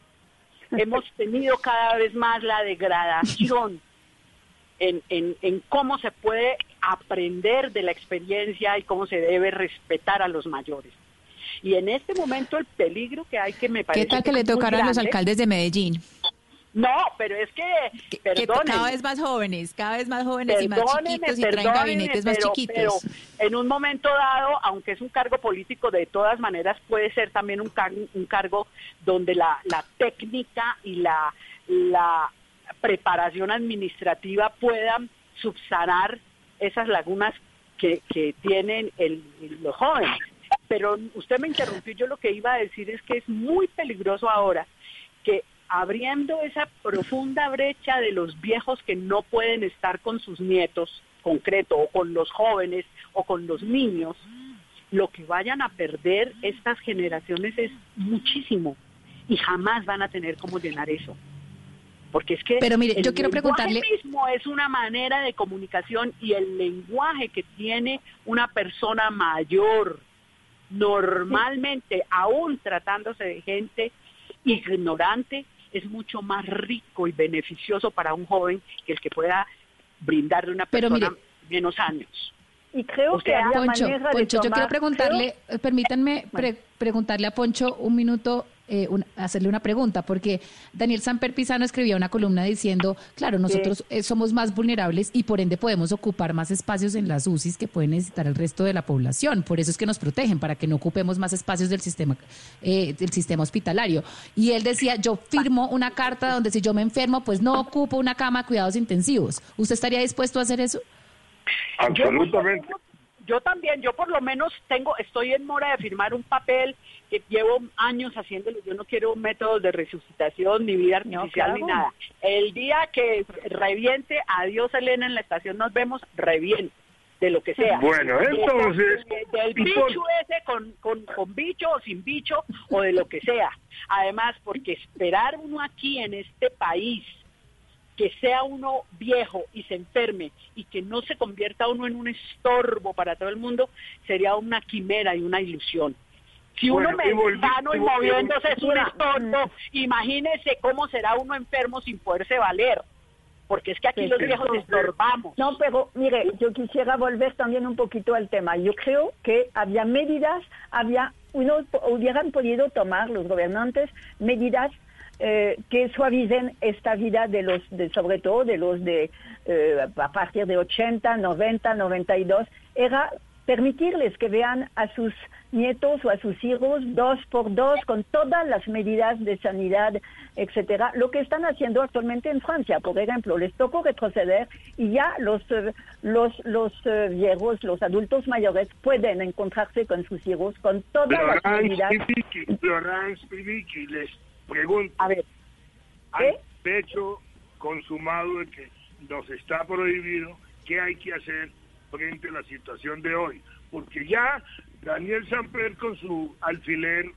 hemos tenido cada vez más la degradación en, en, en cómo se puede aprender de la experiencia y cómo se debe respetar a los mayores. Y en este momento el peligro que hay, que me parece... ¿Qué tal que, que le tocara a los alcaldes de Medellín? No, pero es que, que, que cada vez más jóvenes, cada vez más jóvenes y más chiquitos y traen gabinetes más pero, chiquitos. Pero en un momento dado, aunque es un cargo político, de todas maneras puede ser también un, car un cargo donde la, la técnica y la, la preparación administrativa puedan subsanar esas lagunas que, que tienen el, los jóvenes. Pero usted me interrumpió, yo lo que iba a decir es que es muy peligroso ahora que abriendo esa profunda brecha de los viejos que no pueden estar con sus nietos, concreto, o con los jóvenes, o con los niños, lo que vayan a perder estas generaciones es muchísimo, y jamás van a tener cómo llenar eso. Porque es que Pero mire, el yo quiero preguntarle... lenguaje mismo es una manera de comunicación, y el lenguaje que tiene una persona mayor, normalmente, aún tratándose de gente ignorante, es mucho más rico y beneficioso para un joven que el que pueda brindarle a una persona mire, menos años. Y creo o sea, que había Poncho, manera Poncho, de tomar, yo quiero preguntarle, creo... permítanme pre preguntarle a Poncho un minuto, eh, un, hacerle una pregunta, porque Daniel Samper Pizano escribía una columna diciendo, claro, nosotros sí. eh, somos más vulnerables y por ende podemos ocupar más espacios en las U C Is que pueden necesitar el resto de la población, por eso es que nos protegen, para que no ocupemos más espacios del sistema, eh, del sistema hospitalario. Y él decía, yo firmo una carta donde si yo me enfermo, pues no ocupo una cama de cuidados intensivos. ¿Usted estaría dispuesto a hacer eso? Absolutamente. Yo, yo también, yo por lo menos tengo, estoy en mora de firmar un papel que llevo años haciéndolo. Yo no quiero métodos de resucitación, ni vida artificial, no, claro. ni nada. El día que reviente, adiós Elena, en la estación nos vemos, reviente, de lo que sea. Bueno, entonces... De, de, del bicho por... ese con, con, con bicho o sin bicho, o de lo que sea. Además, porque esperar uno aquí en este país, que sea uno viejo y se enferme y que no se convierta uno en un estorbo para todo el mundo, sería una quimera y una ilusión. Si bueno, uno me sano y, y moviéndose es un estorbo, imagínese cómo será uno enfermo sin poderse valer, porque es que aquí sí, los viejos no, estorbamos. No, pero mire, yo quisiera volver también un poquito al tema. Yo creo que había medidas, había uno hubieran podido tomar los gobernantes medidas Eh, que suavicen esta vida de los, de, sobre todo de los de eh, a partir de ochenta, noventa, noventa y dos, era permitirles que vean a sus nietos o a sus hijos dos por dos con todas las medidas de sanidad, etcétera. Lo que están haciendo actualmente en Francia, por ejemplo, les tocó retroceder y ya los los los uh, viejos, los adultos mayores pueden encontrarse con sus hijos con todas Florence las medidas. Y Vicky, Florence y Vicky, les pregunto, a ver, al hecho consumado de que nos está prohibido, ¿qué hay que hacer frente a la situación de hoy? Porque ya Daniel Samper con su alfiler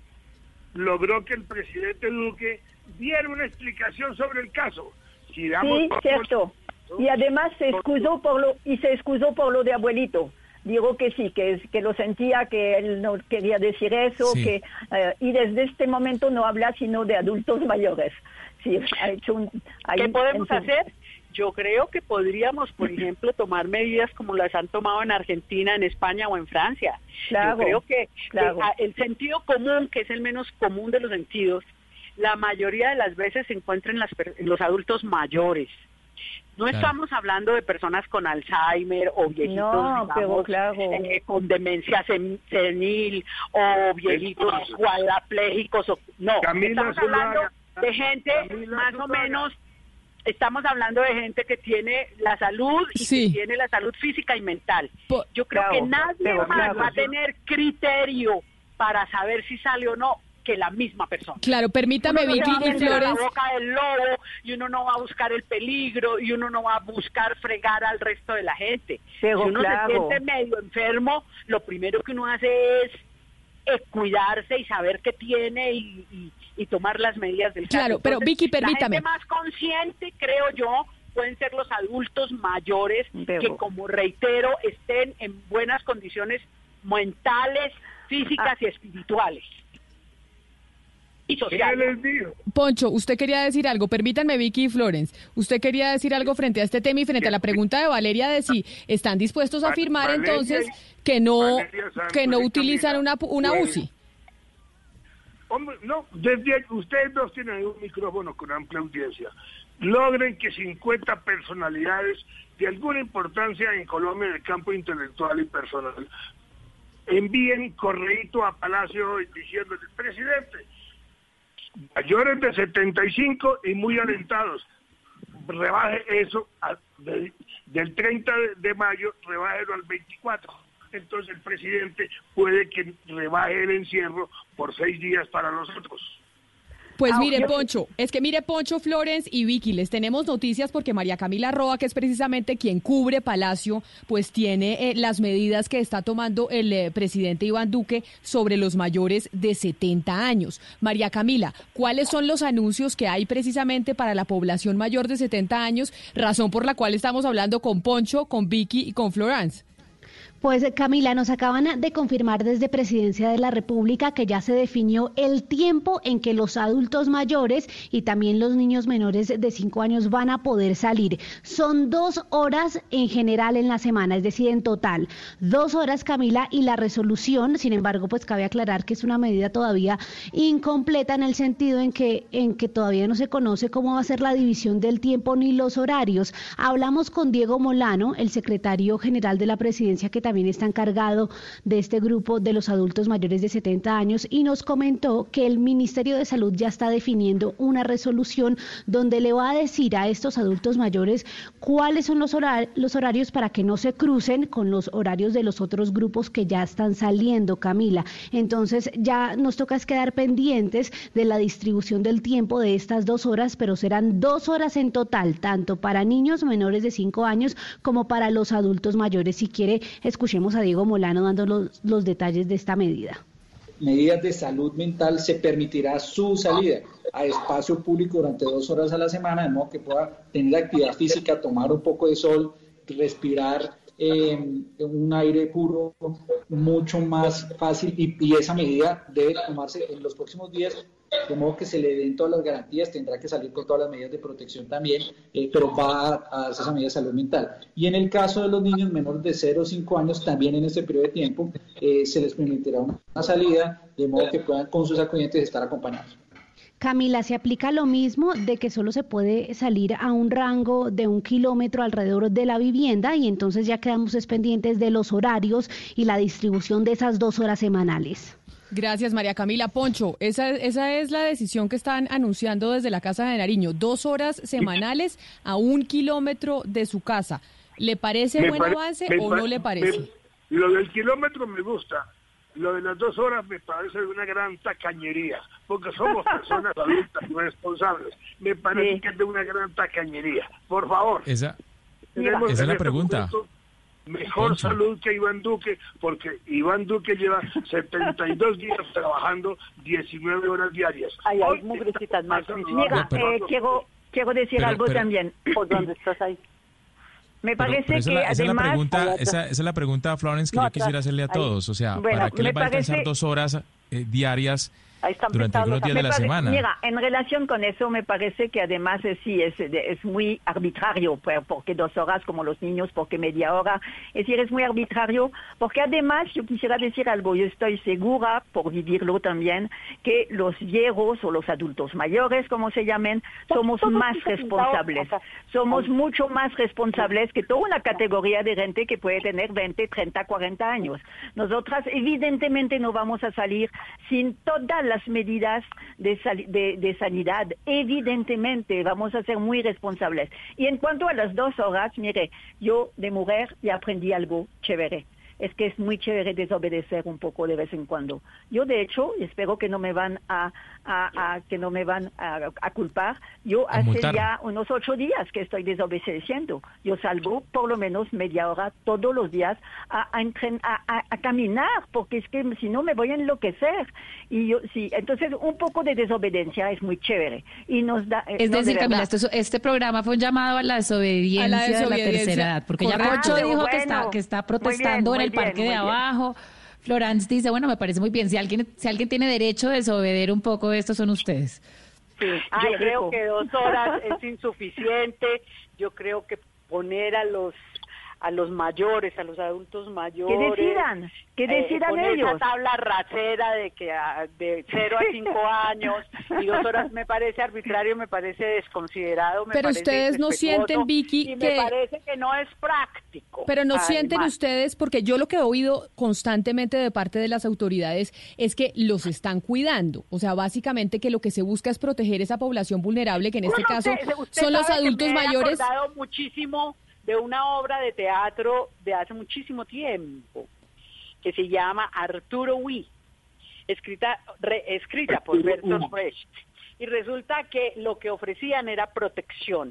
logró que el presidente Duque diera una explicación sobre el caso. Si damos sí, cierto. Por... Y además se excusó por lo y se excusó por lo de abuelito. Digo que sí, que, que lo sentía, que él no quería decir eso, sí. que uh, y desde este momento no habla sino de adultos mayores. Sí, ha hecho un, ¿Qué podemos hacer? Yo creo que podríamos, por ejemplo, tomar medidas como las han tomado en Argentina, en España o en Francia. Claro, Yo creo que, claro. que el sentido común, que es el menos común de los sentidos, la mayoría de las veces se encuentra en, las, en los adultos mayores. No claro. estamos hablando de personas con Alzheimer o viejitos no, digamos, pero claro. eh, con demencia sen senil o viejitos cuadraplégicos. O, no, Camila estamos hablando Zulaga, de gente Camila más Zulaga. o menos, estamos hablando de gente que tiene la salud y sí. que tiene la salud física y mental. Po Yo creo claro, que nadie más claro. va a tener criterio para saber si sale o no que la misma persona. Claro, permítame, uno Vicky no y Flores. la boca del lobo y uno no va a buscar el peligro y uno no va a buscar fregar al resto de la gente. Pero si uno claro. se siente medio enfermo, lo primero que uno hace es, es cuidarse y saber qué tiene y, y, y tomar las medidas del caso. Claro, pero Entonces, Vicky, permítame. La gente más consciente, creo yo, pueden ser los adultos mayores Pero... que, como reitero, estén en buenas condiciones mentales, físicas ah. y espirituales. Y sociales. Poncho, usted quería decir algo, permítanme, Vicky y Florence, usted quería decir algo frente a este tema y frente a la pregunta de Valeria de si están dispuestos a afirmar Valeria, entonces que no Santos, que no utilizan una, una U C I. Hombre, no, desde ustedes dos tienen un micrófono con amplia audiencia. Logren que cincuenta personalidades de alguna importancia en Colombia en el campo intelectual y personal envíen correíto a Palacio diciéndole, presidente, mayores de setenta y cinco y muy alentados, rebaje eso a, de, del treinta de mayo, rebájelo al veinticuatro. Entonces el presidente puede que rebaje el encierro por seis días para nosotros. Pues mire, Poncho, es que mire, Poncho, Florence y Vicky, les tenemos noticias porque María Camila Roa, que es precisamente quien cubre Palacio, pues tiene eh, las medidas que está tomando el eh, presidente Iván Duque sobre los mayores de setenta años. María Camila, ¿cuáles son los anuncios que hay precisamente para la población mayor de setenta años, razón por la cual estamos hablando con Poncho, con Vicky y con Florence? Pues Camila, nos acaban de confirmar desde Presidencia de la República que ya se definió el tiempo en que los adultos mayores y también los niños menores de cinco años van a poder salir. Son dos horas en general en la semana, es decir, en total. Dos horas, Camila, y la resolución, sin embargo, pues cabe aclarar que es una medida todavía incompleta en el sentido en que, en que todavía no se conoce cómo va a ser la división del tiempo ni los horarios. Hablamos con Diego Molano, el secretario general de la Presidencia, que también está encargado de este grupo de los adultos mayores de setenta años, y nos comentó que el Ministerio de Salud ya está definiendo una resolución donde le va a decir a estos adultos mayores cuáles son los, horar- los horarios para que no se crucen con los horarios de los otros grupos que ya están saliendo, Camila. Entonces ya nos toca es quedar pendientes de la distribución del tiempo de estas dos horas, pero serán dos horas en total, tanto para niños menores de cinco años como para los adultos mayores. Si quiere, escuchemos a Diego Molano dando los, los detalles de esta medida. Medidas de salud mental, se permitirá su salida a espacio público durante dos horas a la semana, de modo que pueda tener actividad física, tomar un poco de sol, respirar eh, un aire puro mucho más fácil, y, y esa medida debe tomarse en los próximos días, de modo que se le den todas las garantías. Tendrá que salir con todas las medidas de protección también, eh, pero va a, a darse esa medida de salud mental. Y en el caso de los niños menores de cero a cinco años, también en este periodo de tiempo eh, se les permitirá una, una salida, de modo que puedan con sus acudientes estar acompañados. Camila, ¿se aplica lo mismo de que solo se puede salir a un rango de un kilómetro alrededor de la vivienda, y entonces ya quedamos pendientes de los horarios y la distribución de esas dos horas semanales? Gracias, María Camila. Poncho, esa, esa es la decisión que están anunciando desde la Casa de Nariño, dos horas semanales a un kilómetro de su casa. ¿Le parece me buen pare, avance o pare, no le parece? Me, lo del kilómetro me gusta. Lo de las dos horas me parece una gran tacañería, porque somos personas adultas y responsables. Me parece sí. que es de una gran tacañería. Por favor. Esa, tenemos esa es la pregunta. Mejor Poncho. Salud que Iván Duque, porque Iván Duque lleva setenta y dos días trabajando diecinueve horas diarias. Ay, hay mugrecitas más. Mira, pero, eh, quiero, quiero decir pero, algo pero, también. ¿Por dónde estás ahí? Me parece pero, pero esa que la, esa además... Es la pregunta, esa, esa es la pregunta, Florence, que no, yo quisiera hacerle a todos. O sea, bueno, ¿para qué les va a alcanzar parece... dos horas eh, diarias durante algunos días de la parece, semana? Mira, en relación con eso me parece que además es, sí, es, es muy arbitrario, porque dos horas como los niños, porque media hora, es decir, es muy arbitrario, porque además yo quisiera decir algo, yo estoy segura, por vivirlo también, que los viejos o los adultos mayores, como se llamen, somos más responsables, somos mucho más responsables que toda una categoría de gente que puede tener veinte, treinta, cuarenta años. Nosotras evidentemente no vamos a salir sin todas las medidas de, sal, de, de sanidad, evidentemente vamos a ser muy responsables. Y en cuanto a las dos horas, mire, yo de mujer ya aprendí algo chévere. es que es muy chévere desobedecer un poco de vez en cuando. Yo, de hecho, espero que no me van a, a, a que no me van a, a culpar. Yo A hace multar. ya unos ocho días que estoy desobedeciendo. Yo salgo por lo menos media hora todos los días a, a, entren, a, a, a caminar, porque es que si no me voy a enloquecer. Y yo, sí, entonces un poco de desobediencia es muy chévere. Y nos da... Es no, de decir, Camila, verdad. este, este programa fue un llamado a la desobediencia, A la de la desobediencia, tercera edad, porque ya correcto. Pocho dijo Bueno, que está, que está muy protestando bien, en el muy bien, parque de muy bien. abajo. Florence dice, bueno, me parece muy bien, si alguien, si alguien tiene derecho a desobedecer un poco, estos son ustedes. Sí, Yo creo que dos horas es insuficiente. Yo creo que poner a los a los mayores, a los adultos mayores, Que decidan, que decidan con ellos. esa tabla rachera de que a- de cero a cinco años y dos horas me parece arbitrario, me parece desconsiderado, me Pero parece ustedes no irrespetuoso, sienten, Vicky, y que- me parece que no es práctico. Pero no sienten Además. ustedes, porque yo lo que he oído constantemente de parte de las autoridades es que los están cuidando. O sea, básicamente que lo que se busca es proteger esa población vulnerable, que en este Bueno, caso usted- usted son los sabe que adultos me he mayores. acordado muchísimo de una obra de teatro de hace muchísimo tiempo que se llama Arturo Ui, escrita re- escrita por Bertolt Brecht. Y resulta que lo que ofrecían era protección.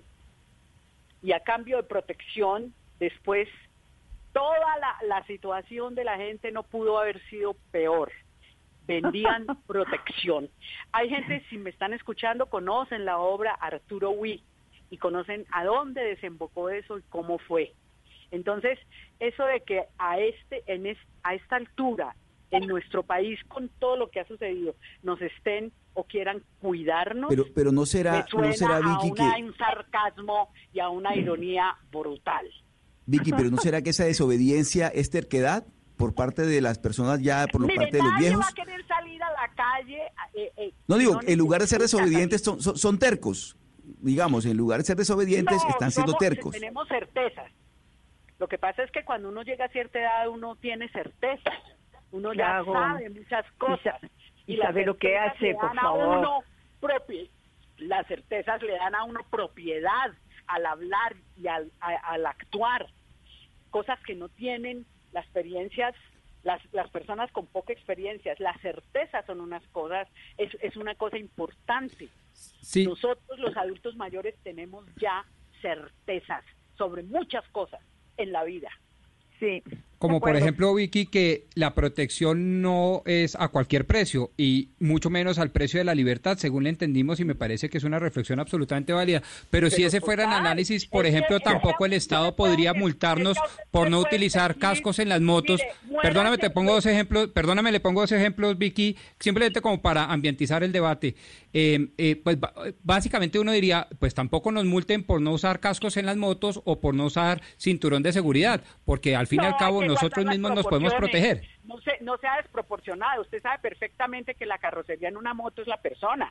Y a cambio de protección, después toda la, la situación de la gente no pudo haber sido peor. Vendían protección. Hay gente, si me están escuchando, conocen la obra Arturo Ui y conocen a dónde desembocó eso y cómo fue. Entonces, eso de que a este, en es, a esta altura, en nuestro país, con todo lo que ha sucedido, nos estén o quieran cuidarnos, Pero, pero no será, me suena no será a Vicky, una- que, un sarcasmo y a una ironía brutal. Vicky, pero no será que esa desobediencia es terquedad por parte de las personas ya, por lo Mire, parte de los nadie viejos. va a querer salir a la calle. eh, eh, No digo, en lugar de ser necesita desobedientes salir. son, son, son tercos. Digamos, en lugar de ser desobedientes No, están siendo somos- tercos. Tenemos certezas. Lo que pasa es que cuando uno llega a cierta edad uno tiene certezas. Uno ya Claro. sabe muchas cosas. y las sabe lo que certezas hace, le por dan a favor. uno propi- las certezas le dan a uno propiedad al hablar y al, a- al actuar. Cosas que no tienen las experiencias, las, las personas con poca experiencia. Las certezas son unas cosas, es, es una cosa importante. Sí. Nosotros los adultos mayores tenemos ya certezas sobre muchas cosas en la vida. Sí. Como por acuerdo. ejemplo, Vicky, que la protección no es a cualquier precio y mucho menos al precio de la libertad, según le entendimos, y me parece que es una reflexión absolutamente válida. Pero, si Pero ese fuera el total, análisis, por es que- ejemplo, es que tampoco el usted Estado no puede podría decir- multarnos es que usted por no puede utilizar decir, cascos en las motos. mire, Perdóname, te muérase, pongo dos ejemplos, perdóname, le pongo dos ejemplos, Vicky, simplemente como para ambientizar el debate. Eh, eh, pues ba- básicamente uno diría, pues tampoco nos multen por no usar cascos en las motos o por no usar cinturón de seguridad, porque al fin y No, al cabo hay que nosotros guardar las mismos nos podemos proporciones. proteger. No, se, no sea desproporcionado. Usted sabe perfectamente que la carrocería en una moto es la persona.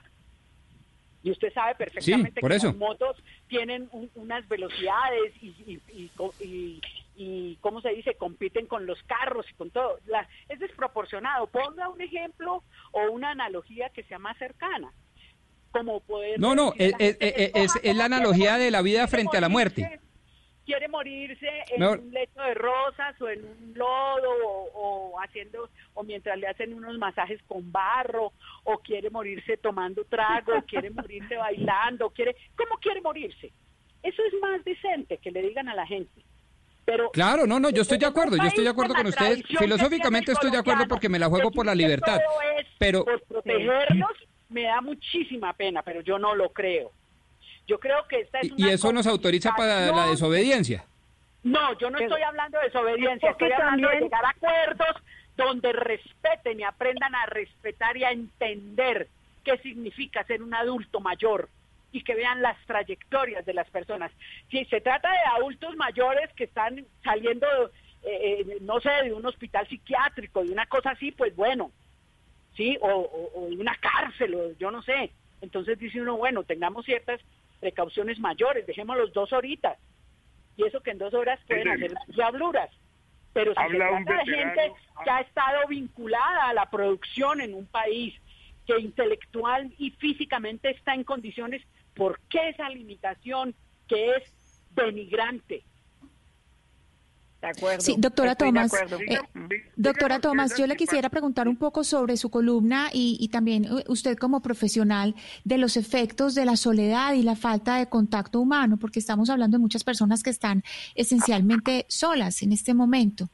Y usted sabe perfectamente Sí, por que eso. las motos tienen un- unas velocidades y, y, y, co- y, y, ¿cómo se dice? Compiten con los carros y con todo. La- es desproporcionado. Ponga un ejemplo o una analogía que sea más cercana. Como poder No, no, decirle a es, la gente, es- es- escoja es cómo la quiere analogía morir, de la vida quiere frente a la morirse, muerte. quiere morirse en Mejor- un lecho de rosas o en un lodo o, o haciendo o mientras le hacen unos masajes con barro o quiere morirse tomando trago, o quiere morirse bailando, quiere ¿cómo quiere morirse? Eso es más decente que le digan a la gente. Pero Claro, no, no, yo estoy de acuerdo, yo estoy de acuerdo con ustedes. Filosóficamente estoy de acuerdo porque me la juego por la libertad. Pero por protegernos me da muchísima pena, pero yo no lo creo. Yo creo que esta es y una eso nos autoriza para la comunicación. desobediencia. No, yo no estoy hablando de desobediencia, Porque estoy hablando de también- llegar a acuerdos donde respeten y aprendan a respetar y a entender qué significa ser un adulto mayor y que vean las trayectorias de las personas. Si se trata de adultos mayores que están saliendo, eh, eh, no sé, de un hospital psiquiátrico, de una cosa así, pues bueno, sí, o, o, o de una cárcel, o yo no sé. Entonces dice uno, bueno, tengamos ciertas precauciones mayores, dejémoslos dos horitas. Y eso que en dos horas pueden hacer diabluras. Pero si se Habla un trata de veterano. gente que ha estado vinculada a la producción en un país, que intelectual y físicamente está en condiciones, ¿por qué esa limitación que es denigrante? De acuerdo. Sí, doctora Estoy Tomás, de acuerdo. eh, doctora Tomás, yo le quisiera preguntar un poco sobre su columna y, y también usted como profesional de los efectos de la soledad y la falta de contacto humano, porque estamos hablando de muchas personas que están esencialmente solas en este momento.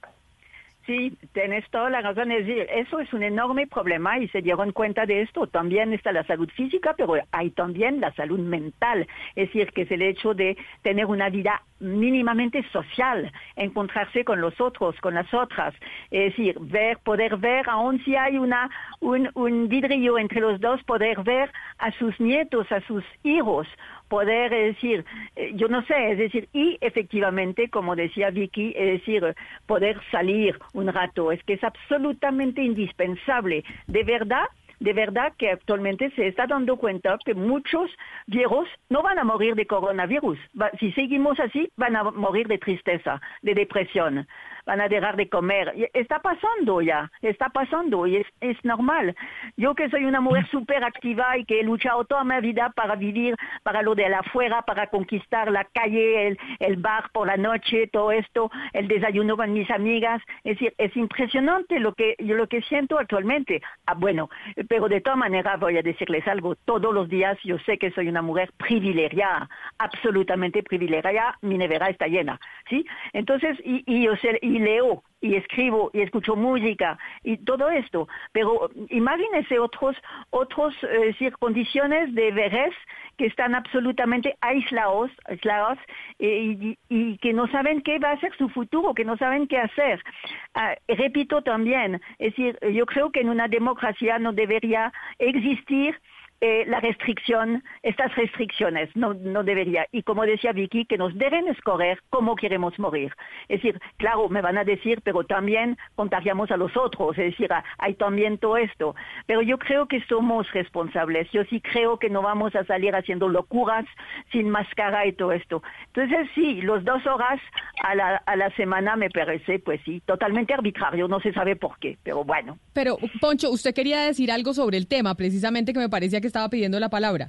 Sí, tienes toda la razón. Es decir, eso es un enorme problema y se dieron cuenta de esto. También está la salud física, pero hay también la salud mental. Es decir, que es el hecho de tener una vida mínimamente social, encontrarse con los otros, con las otras. Es decir, ver, poder ver, aun si hay una un, un vidrio entre los dos, poder ver a sus nietos, a sus hijos. Poder, es decir, yo no sé, es decir, y efectivamente, como decía Vicky, es decir, poder salir un rato, es que es absolutamente indispensable. De verdad, de verdad que actualmente se está dando cuenta que muchos viejos no van a morir de coronavirus. Va, si seguimos así, van a morir de tristeza, de depresión. Van a dejar de comer. Está pasando ya, está pasando y es, es normal. Yo que soy una mujer súper activa y que he luchado toda mi vida para vivir, para lo de la afuera, para conquistar la calle, el, el bar por la noche, todo esto, el desayuno con mis amigas. Es decir, es impresionante lo que yo lo que siento actualmente. Ah, bueno, pero de todas maneras voy a decirles algo. Todos los días yo sé que soy una mujer privilegiada, absolutamente privilegiada. Mi nevera está llena, ¿sí? Entonces, y, y yo sé... y leo y escribo y escucho música y todo esto, pero imagínense otros otros eh, decir, condiciones de vejez que están absolutamente aislados, aislados eh, y, y que no saben qué va a ser su futuro, que no saben qué hacer. Ah, repito también, es decir, yo creo que en una democracia no debería existir Eh, la restricción, estas restricciones, no, no debería. Y como decía Vicky, que nos deben escoger cómo queremos morir. Es decir, claro, me van a decir, pero también contagiamos a los otros, es decir, hay también todo esto. Pero yo creo que somos responsables. Yo sí creo que no vamos a salir haciendo locuras sin máscara y todo esto. Entonces, sí, los dos horas a la, a la semana me parece, pues sí, totalmente arbitrario, no se sabe por qué, pero bueno. Pero, Poncho, usted quería decir algo sobre el tema, precisamente que me parecía que estaba pidiendo la palabra.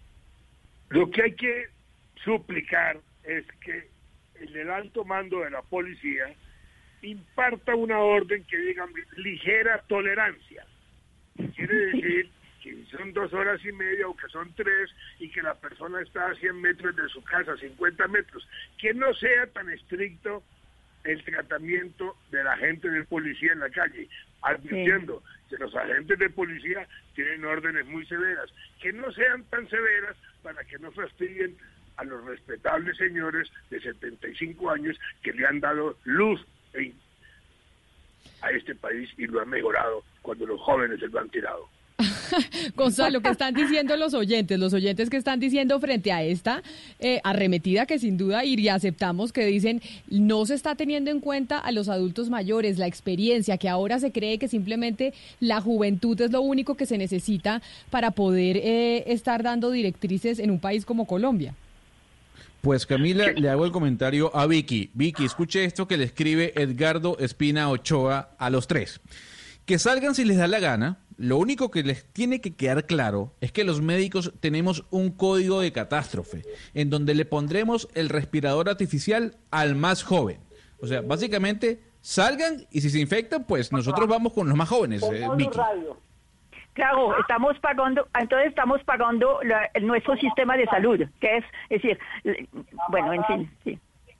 Lo que hay que suplicar es que el alto mando de la policía imparta una orden que diga ligera tolerancia. Quiere decir que son dos horas y media o que son tres y que la persona está a cien metros de su casa, cincuenta metros. Que no sea tan estricto el tratamiento de la gente de policía en la calle, advirtiendo sí. que los agentes de policía tienen órdenes muy severas, que no sean tan severas para que no fastidien a los respetables señores de setenta y cinco años que le han dado luz a este país y lo han mejorado cuando los jóvenes se lo han tirado. Gonzalo, ¿qué están diciendo los oyentes? Los oyentes que están diciendo frente a esta eh, arremetida que sin duda y aceptamos que dicen no se está teniendo en cuenta a los adultos mayores, la experiencia, que ahora se cree que simplemente la juventud es lo único que se necesita para poder eh, estar dando directrices en un país como Colombia. Pues Camila, le hago el comentario a Vicky. Vicky, escuche esto que le escribe Edgardo Espina Ochoa a los tres. Que salgan si les da la gana. Lo único que les tiene que quedar claro es que los médicos tenemos un código de catástrofe en donde le pondremos el respirador artificial al más joven. O sea, básicamente salgan y si se infectan, pues nosotros vamos con los más jóvenes. Eh, Vicky. Claro, estamos pagando, entonces estamos pagando la, el, nuestro sistema de salud, que es, es decir, bueno, en fin, sí.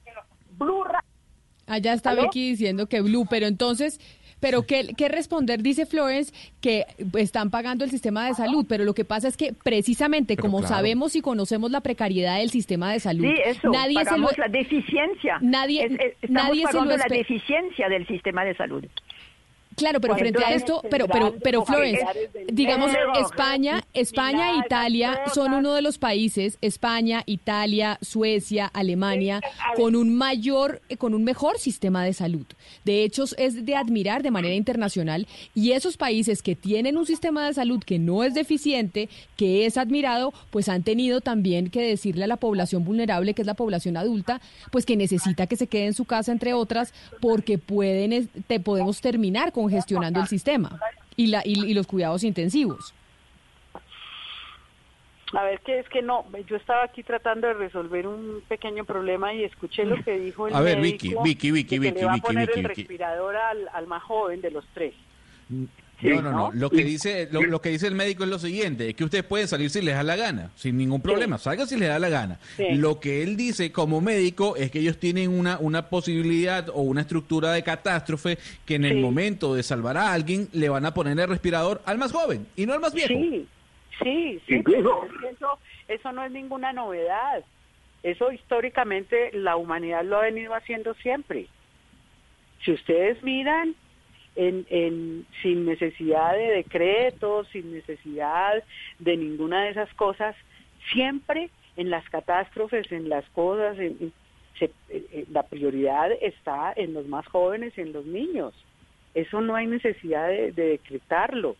Allá está ¿Aló? Vicky diciendo que Blue, pero entonces... Pero ¿qué, qué responder? Dice Florence que están pagando el sistema de salud, pero lo que pasa es que precisamente pero como claro. sabemos y conocemos la precariedad del sistema de salud, sí, eso, nadie pagamos se lo... la deficiencia, nadie, es, es, estamos nadie pagando se lo la deficiencia del sistema de salud. Claro, pero frente a esto, pero pero pero Florence, digamos España, España e Italia son uno de los países, España, Italia, Suecia, Alemania, con un mayor, con un mejor sistema de salud. De hecho, es de admirar de manera internacional y esos países que tienen un sistema de salud que no es deficiente, que es admirado, pues han tenido también que decirle a la población vulnerable, que es la población adulta, pues que necesita que se quede en su casa, entre otras, porque pueden, te podemos terminar con gestionando el sistema y, la, y, y los cuidados intensivos. A ver, que es que no, yo estaba aquí tratando de resolver un pequeño problema y escuché lo que dijo el a ver, médico. Vicky, Vicky, Vicky, que Vicky, le va a Vicky, poner Vicky, el Vicky. respirador al, al más joven de los tres. Sí, no, no, no, Lo que dice, lo, lo que dice el médico es lo siguiente, es que ustedes pueden salir si les da la gana, sin ningún problema, sí. Salgan si les da la gana. Sí. Lo que él dice como médico es que ellos tienen una, una posibilidad o una estructura de catástrofe que en el sí. momento de salvar a alguien le van a poner el respirador al más joven y no al más viejo. Sí, sí, sí, pero eso, eso no es ninguna novedad. Eso históricamente la humanidad lo ha venido haciendo siempre. Si ustedes miran, En, en, sin necesidad de decretos, sin necesidad de ninguna de esas cosas, siempre en las catástrofes, en las cosas, en, en, se, eh, la prioridad está en los más jóvenes y en los niños. Eso no hay necesidad de, de decretarlo.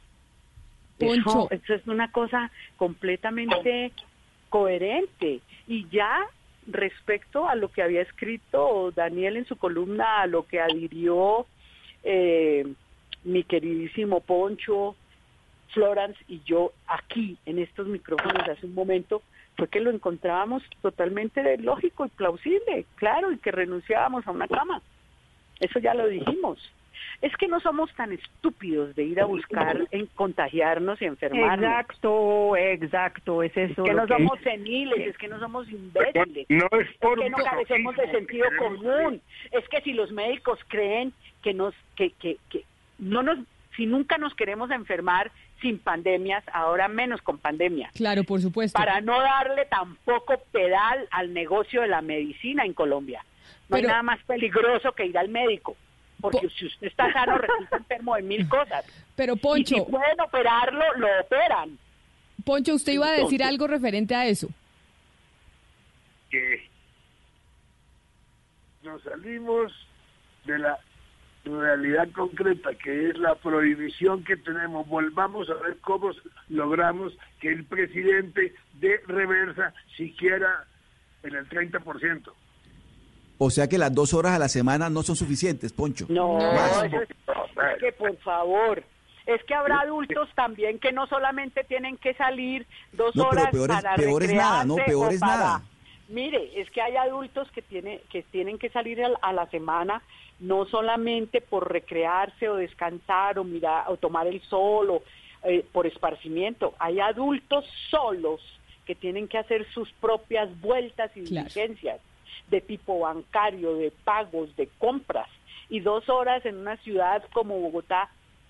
Eso, eso es una cosa completamente coherente. Y ya respecto a lo que había escrito Daniel en su columna, a lo que adhirió Eh, mi queridísimo Poncho, Florence y yo aquí en estos micrófonos hace un momento, fue que lo encontrábamos totalmente lógico y plausible, claro, y que renunciábamos a una cama. Eso ya lo dijimos. Es que no somos tan estúpidos de ir a buscar en contagiarnos y enfermarnos. Exacto, exacto, es eso. Es que no que... somos seniles, es que no somos imbéciles, no es, por es que no carecemos de sentido común. Es que si los médicos creen que nos, que, que, que no nos, si nunca nos queremos enfermar sin pandemias, ahora menos con pandemia. Claro, por supuesto. Para no darle tampoco pedal al negocio de la medicina en Colombia. No Pero... hay nada más peligroso que ir al médico. Porque si usted está sano, resulta enfermo de mil cosas. Pero, Poncho... Y si pueden operarlo, lo operan. Poncho, usted iba a decir algo referente a eso. Que nos salimos de la realidad concreta, que es la prohibición que tenemos. Volvamos a ver cómo logramos que el presidente dé reversa siquiera en el treinta por ciento. O sea que las dos horas a la semana no son suficientes, Poncho. No, es, es que por favor, es que habrá adultos también que no solamente tienen que salir dos no, horas peor es, para peor es nada, no, peor es para... nada. Mire, es que hay adultos que tiene, que tienen que salir a, a la semana no solamente por recrearse o descansar o mirar o tomar el sol o eh, por esparcimiento. Hay adultos solos que tienen que hacer sus propias vueltas y claro. diligencias de tipo bancario, de pagos, de compras, y dos horas en una ciudad como Bogotá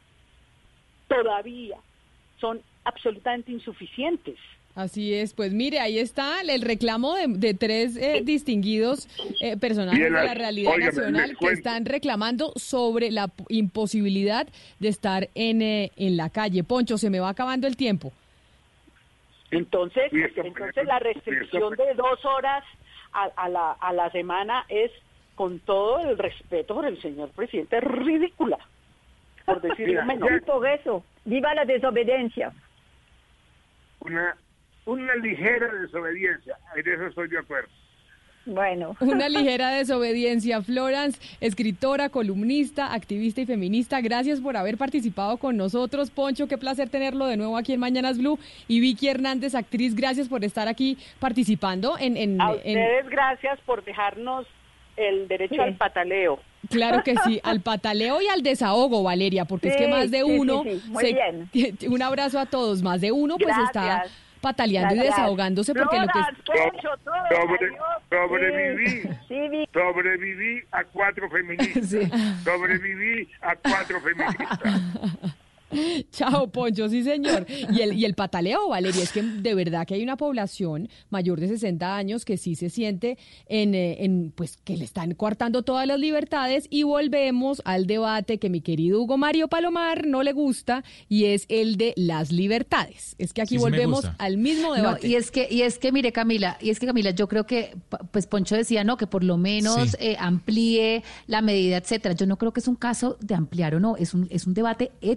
todavía son absolutamente insuficientes. Así es, pues mire, ahí está el reclamo de, de tres eh, distinguidos eh, personajes la, de la realidad óigame, nacional que están reclamando sobre la imposibilidad de estar en, eh, en la calle. Poncho, se me va acabando el tiempo. Entonces, entonces la restricción de dos horas A, a, la, a la semana es, con todo el respeto por el señor presidente, ridícula, por decirlo menos. Y por eso, viva la desobediencia. Una, una ligera desobediencia, en eso estoy de acuerdo. Bueno. Una ligera desobediencia. Florence, escritora, columnista, activista y feminista, gracias por haber participado con nosotros. Poncho, qué placer tenerlo de nuevo aquí en Mañanas Blue. Y Vicky Hernández, actriz, gracias por estar aquí participando. en, en A en... ustedes gracias por dejarnos el derecho sí. al pataleo. Claro que sí, al pataleo y al desahogo, Valeria, porque sí, es que más de sí, uno... Sí, sí. Muy se... bien. Un abrazo a todos, más de uno pues gracias. está... pataleando y desahogándose porque Flora, lo que Poncho, todo Sobre, sobreviví sí, sí. sobreviví a cuatro feministas sí. sobreviví a cuatro feministas. Chao, Poncho, sí señor. Y el, y el pataleo, Valeria, es que de verdad que hay una población mayor de sesenta años que sí se siente en, en pues que le están coartando todas las libertades, y volvemos al debate que mi querido Hugo Mario Palomar no le gusta, y es el de las libertades. Es que aquí sí, volvemos sí al mismo debate. No, y es que, y es que mire, Camila, y es que Camila, yo creo que pues Poncho decía, no, que por lo menos sí. eh, amplíe la medida, etcétera. Yo no creo que es un caso de ampliar o no, es un, es un debate ético, es un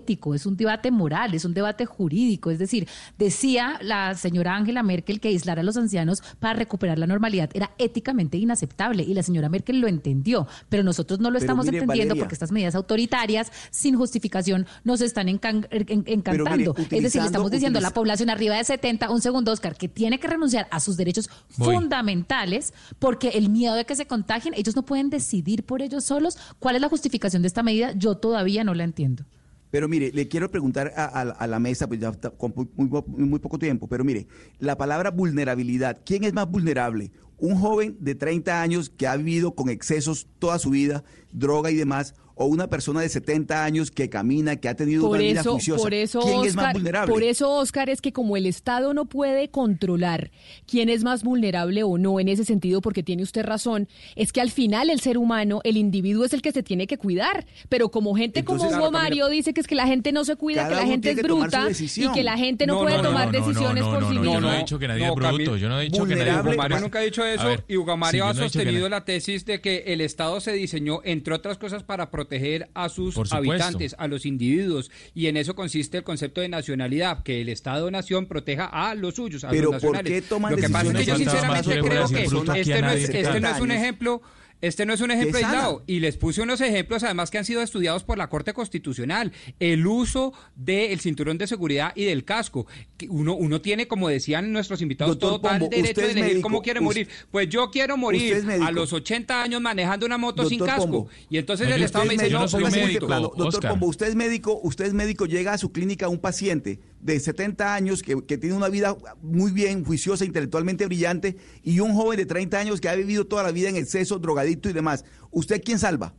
un debate moral, es un debate jurídico. Es decir, decía la señora Angela Merkel que aislar a los ancianos para recuperar la normalidad era éticamente inaceptable y la señora Merkel lo entendió, pero nosotros no lo pero estamos mire, entendiendo Valeria, porque estas medidas autoritarias sin justificación nos están encan en encantando. Mire, es decir, le estamos diciendo a la utiliza... población arriba de setenta, un segundo, Oscar, que tiene que renunciar a sus derechos Voy. fundamentales porque el miedo de que se contagien, ellos no pueden decidir por ellos solos. ¿Cuál es la justificación de esta medida? Yo todavía no la entiendo. Pero mire, le quiero preguntar a, a, a la mesa, pues ya está con muy, muy, muy poco tiempo, pero mire, la palabra vulnerabilidad, ¿quién es más vulnerable? ¿Un joven de treinta años que ha vivido con excesos toda su vida, droga y demás, o una persona de setenta años que camina, que ha tenido por una vida eso, juiciosa? por eso, ¿Quién Oscar, es más vulnerable? Por eso, Oscar, es que como el Estado no puede controlar quién es más vulnerable o no en ese sentido, porque tiene usted razón, es que al final el ser humano, el individuo es el que se tiene que cuidar. Pero como gente Entonces, como claro, Hugo Mario Camila, dice que es que la gente no se cuida, cada que la uno gente es tiene que tomar su bruta y decisión. que la gente no, No, puede no, tomar no, no, decisiones no, por no, sí no, misma. yo no he dicho que nadie es bruto, yo no he dicho que nadie es vulnerable. Hugo Mario Pues, nunca ha dicho eso, a ver, y Hugo sí, Mario yo ha no he dicho que sostenido na- la tesis de que el Estado se diseñó, entre otras cosas, para proteger a sus Por supuesto. habitantes, a los individuos, y en eso consiste el concepto de nacionalidad, que el Estado-nación proteja a los suyos, a Pero los ¿por nacionales. qué toman Lo que pasa es que yo decisiones sinceramente faltadas? creo Más que bruto aquí este a no, es, nadie. este no es un años. ejemplo... Este no es un ejemplo ¿Qué sana? aislado, y les puse unos ejemplos además que han sido estudiados por la Corte Constitucional. El uso del cinturón de seguridad y del casco. Que Uno, uno tiene, como decían nuestros invitados, Doctor total Pombo, derecho usted de es elegir médico, cómo quiere us- morir. Pues yo quiero usted morir es médico. a los ochenta años manejando una moto sin Doctor casco. Pombo. Y entonces No, el yo Estado me estoy dice, médico, no, yo soy póngase en médico, este plano. Doctor Oscar. Pombo, usted es médico, usted es médico, llega a su clínica a un paciente de setenta años que, que tiene una vida muy bien, juiciosa, intelectualmente brillante, y un joven de treinta años que ha vivido toda la vida en exceso, drogadicto y demás. ¿Usted quién salva?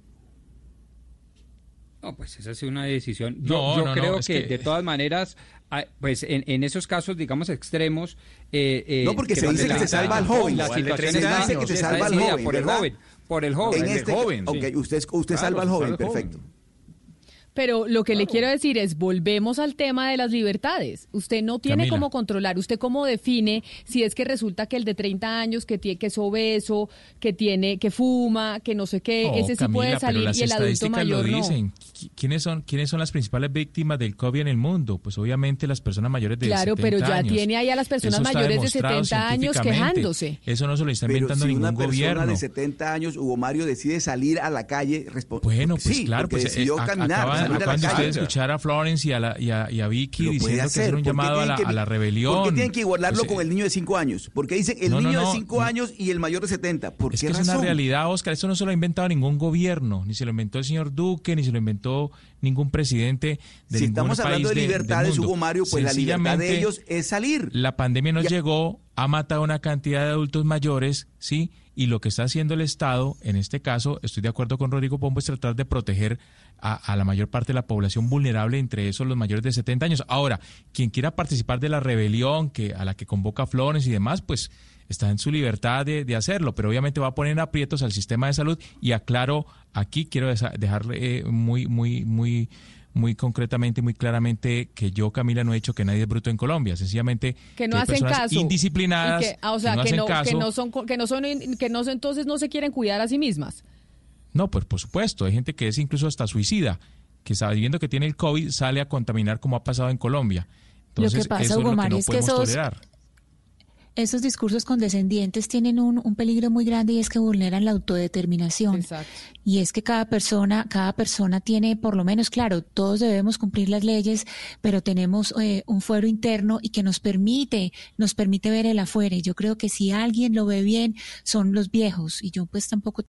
No, pues esa es una decisión. Yo, No, yo no, no, creo es que, que- de todas maneras, ah, pues en, en esos casos, digamos, extremos... eh, eh, No, porque se donde dice que la- se salva la- al joven. La O al de situación treinta está, años. Se está salva al decidida joven, por el ¿verdad? joven. Por el joven. En el este, joven, sí. ok, usted, usted Claro, salva al joven, salva al joven. perfecto. Pero lo que le quiero decir es, volvemos al tema de las libertades. Usted no tiene Camila. cómo controlar, usted cómo define si es que resulta que el de treinta años que tiene que es obeso, que tiene que fuma, que no sé qué, No, ese sí Camila, puede pero salir las y el adulto estadísticas mayor lo no. dicen. Qui- ¿Quiénes son, ¿Quiénes son las principales víctimas del COVID en el mundo? Pues obviamente las personas mayores de Claro, setenta pero ya años. tiene ahí a las personas Eso está mayores de demostrado setenta años científicamente. quejándose. Eso no se lo está Pero inventando si ningún una persona gobierno. de setenta años, Hugo Mario, decide salir a la calle... respo- Bueno, pues sí, claro, porque pues decidió eh, a- caminar, acaban, salir a la acaban de calle. ustedes escuchar a Florence y a, la, y a, y a Vicky Lo puede diciendo que hacer. hacer un ¿Por qué llamado a la, tienen que- a la rebelión. ¿Por qué tienen que igualarlo Pues, con el niño de cinco años? Porque dicen el No, no, niño no, de cinco no. años y el mayor de setenta. ¿Por Es qué que es razón? una realidad, Oscar. Esto no se lo ha inventado ningún gobierno, ni se lo inventó el señor Duque, ni se lo inventó ningún presidente de Si ningún estamos hablando país de del libertades, mundo. Hugo Mario, pues la libertad de Sencillamente, ellos es salir. La pandemia nos Ya- llegó, ha matado a una cantidad de adultos mayores, ¿sí? Y lo que está haciendo el Estado, en este caso, estoy de acuerdo con Rodrigo Pombo, es tratar de proteger a, a la mayor parte de la población vulnerable, entre esos los mayores de setenta años. Ahora, quien quiera participar de la rebelión que a la que convoca Flores y demás, pues está en su libertad de, de hacerlo, pero obviamente va a poner en aprietos al sistema de salud. Y aclaro, aquí quiero desa- dejarle eh, muy, muy, muy... muy concretamente y muy claramente que yo, Camila, no he dicho que nadie es bruto en Colombia, sencillamente Que no hay hacen personas caso. indisciplinadas, Y que, ah, o sea, que no que hacen no, caso. que no son, que no son, que no son, entonces no se quieren cuidar a sí mismas. No, pues por supuesto, hay gente que es incluso hasta suicida, que sabiendo que tiene el COVID sale a contaminar como ha pasado en Colombia. Entonces, Lo que pasa, eso Hugo es lo que Mario, no es que podemos esos- tolerar. Esos discursos condescendientes tienen un, un peligro muy grande y es que vulneran la autodeterminación. Exacto. Y es que cada persona, cada persona tiene, por lo menos, claro, todos debemos cumplir las leyes, pero tenemos eh, un fuero interno y que nos permite, nos permite ver el afuera. Y yo creo que si alguien lo ve bien, son los viejos. Y yo pues tampoco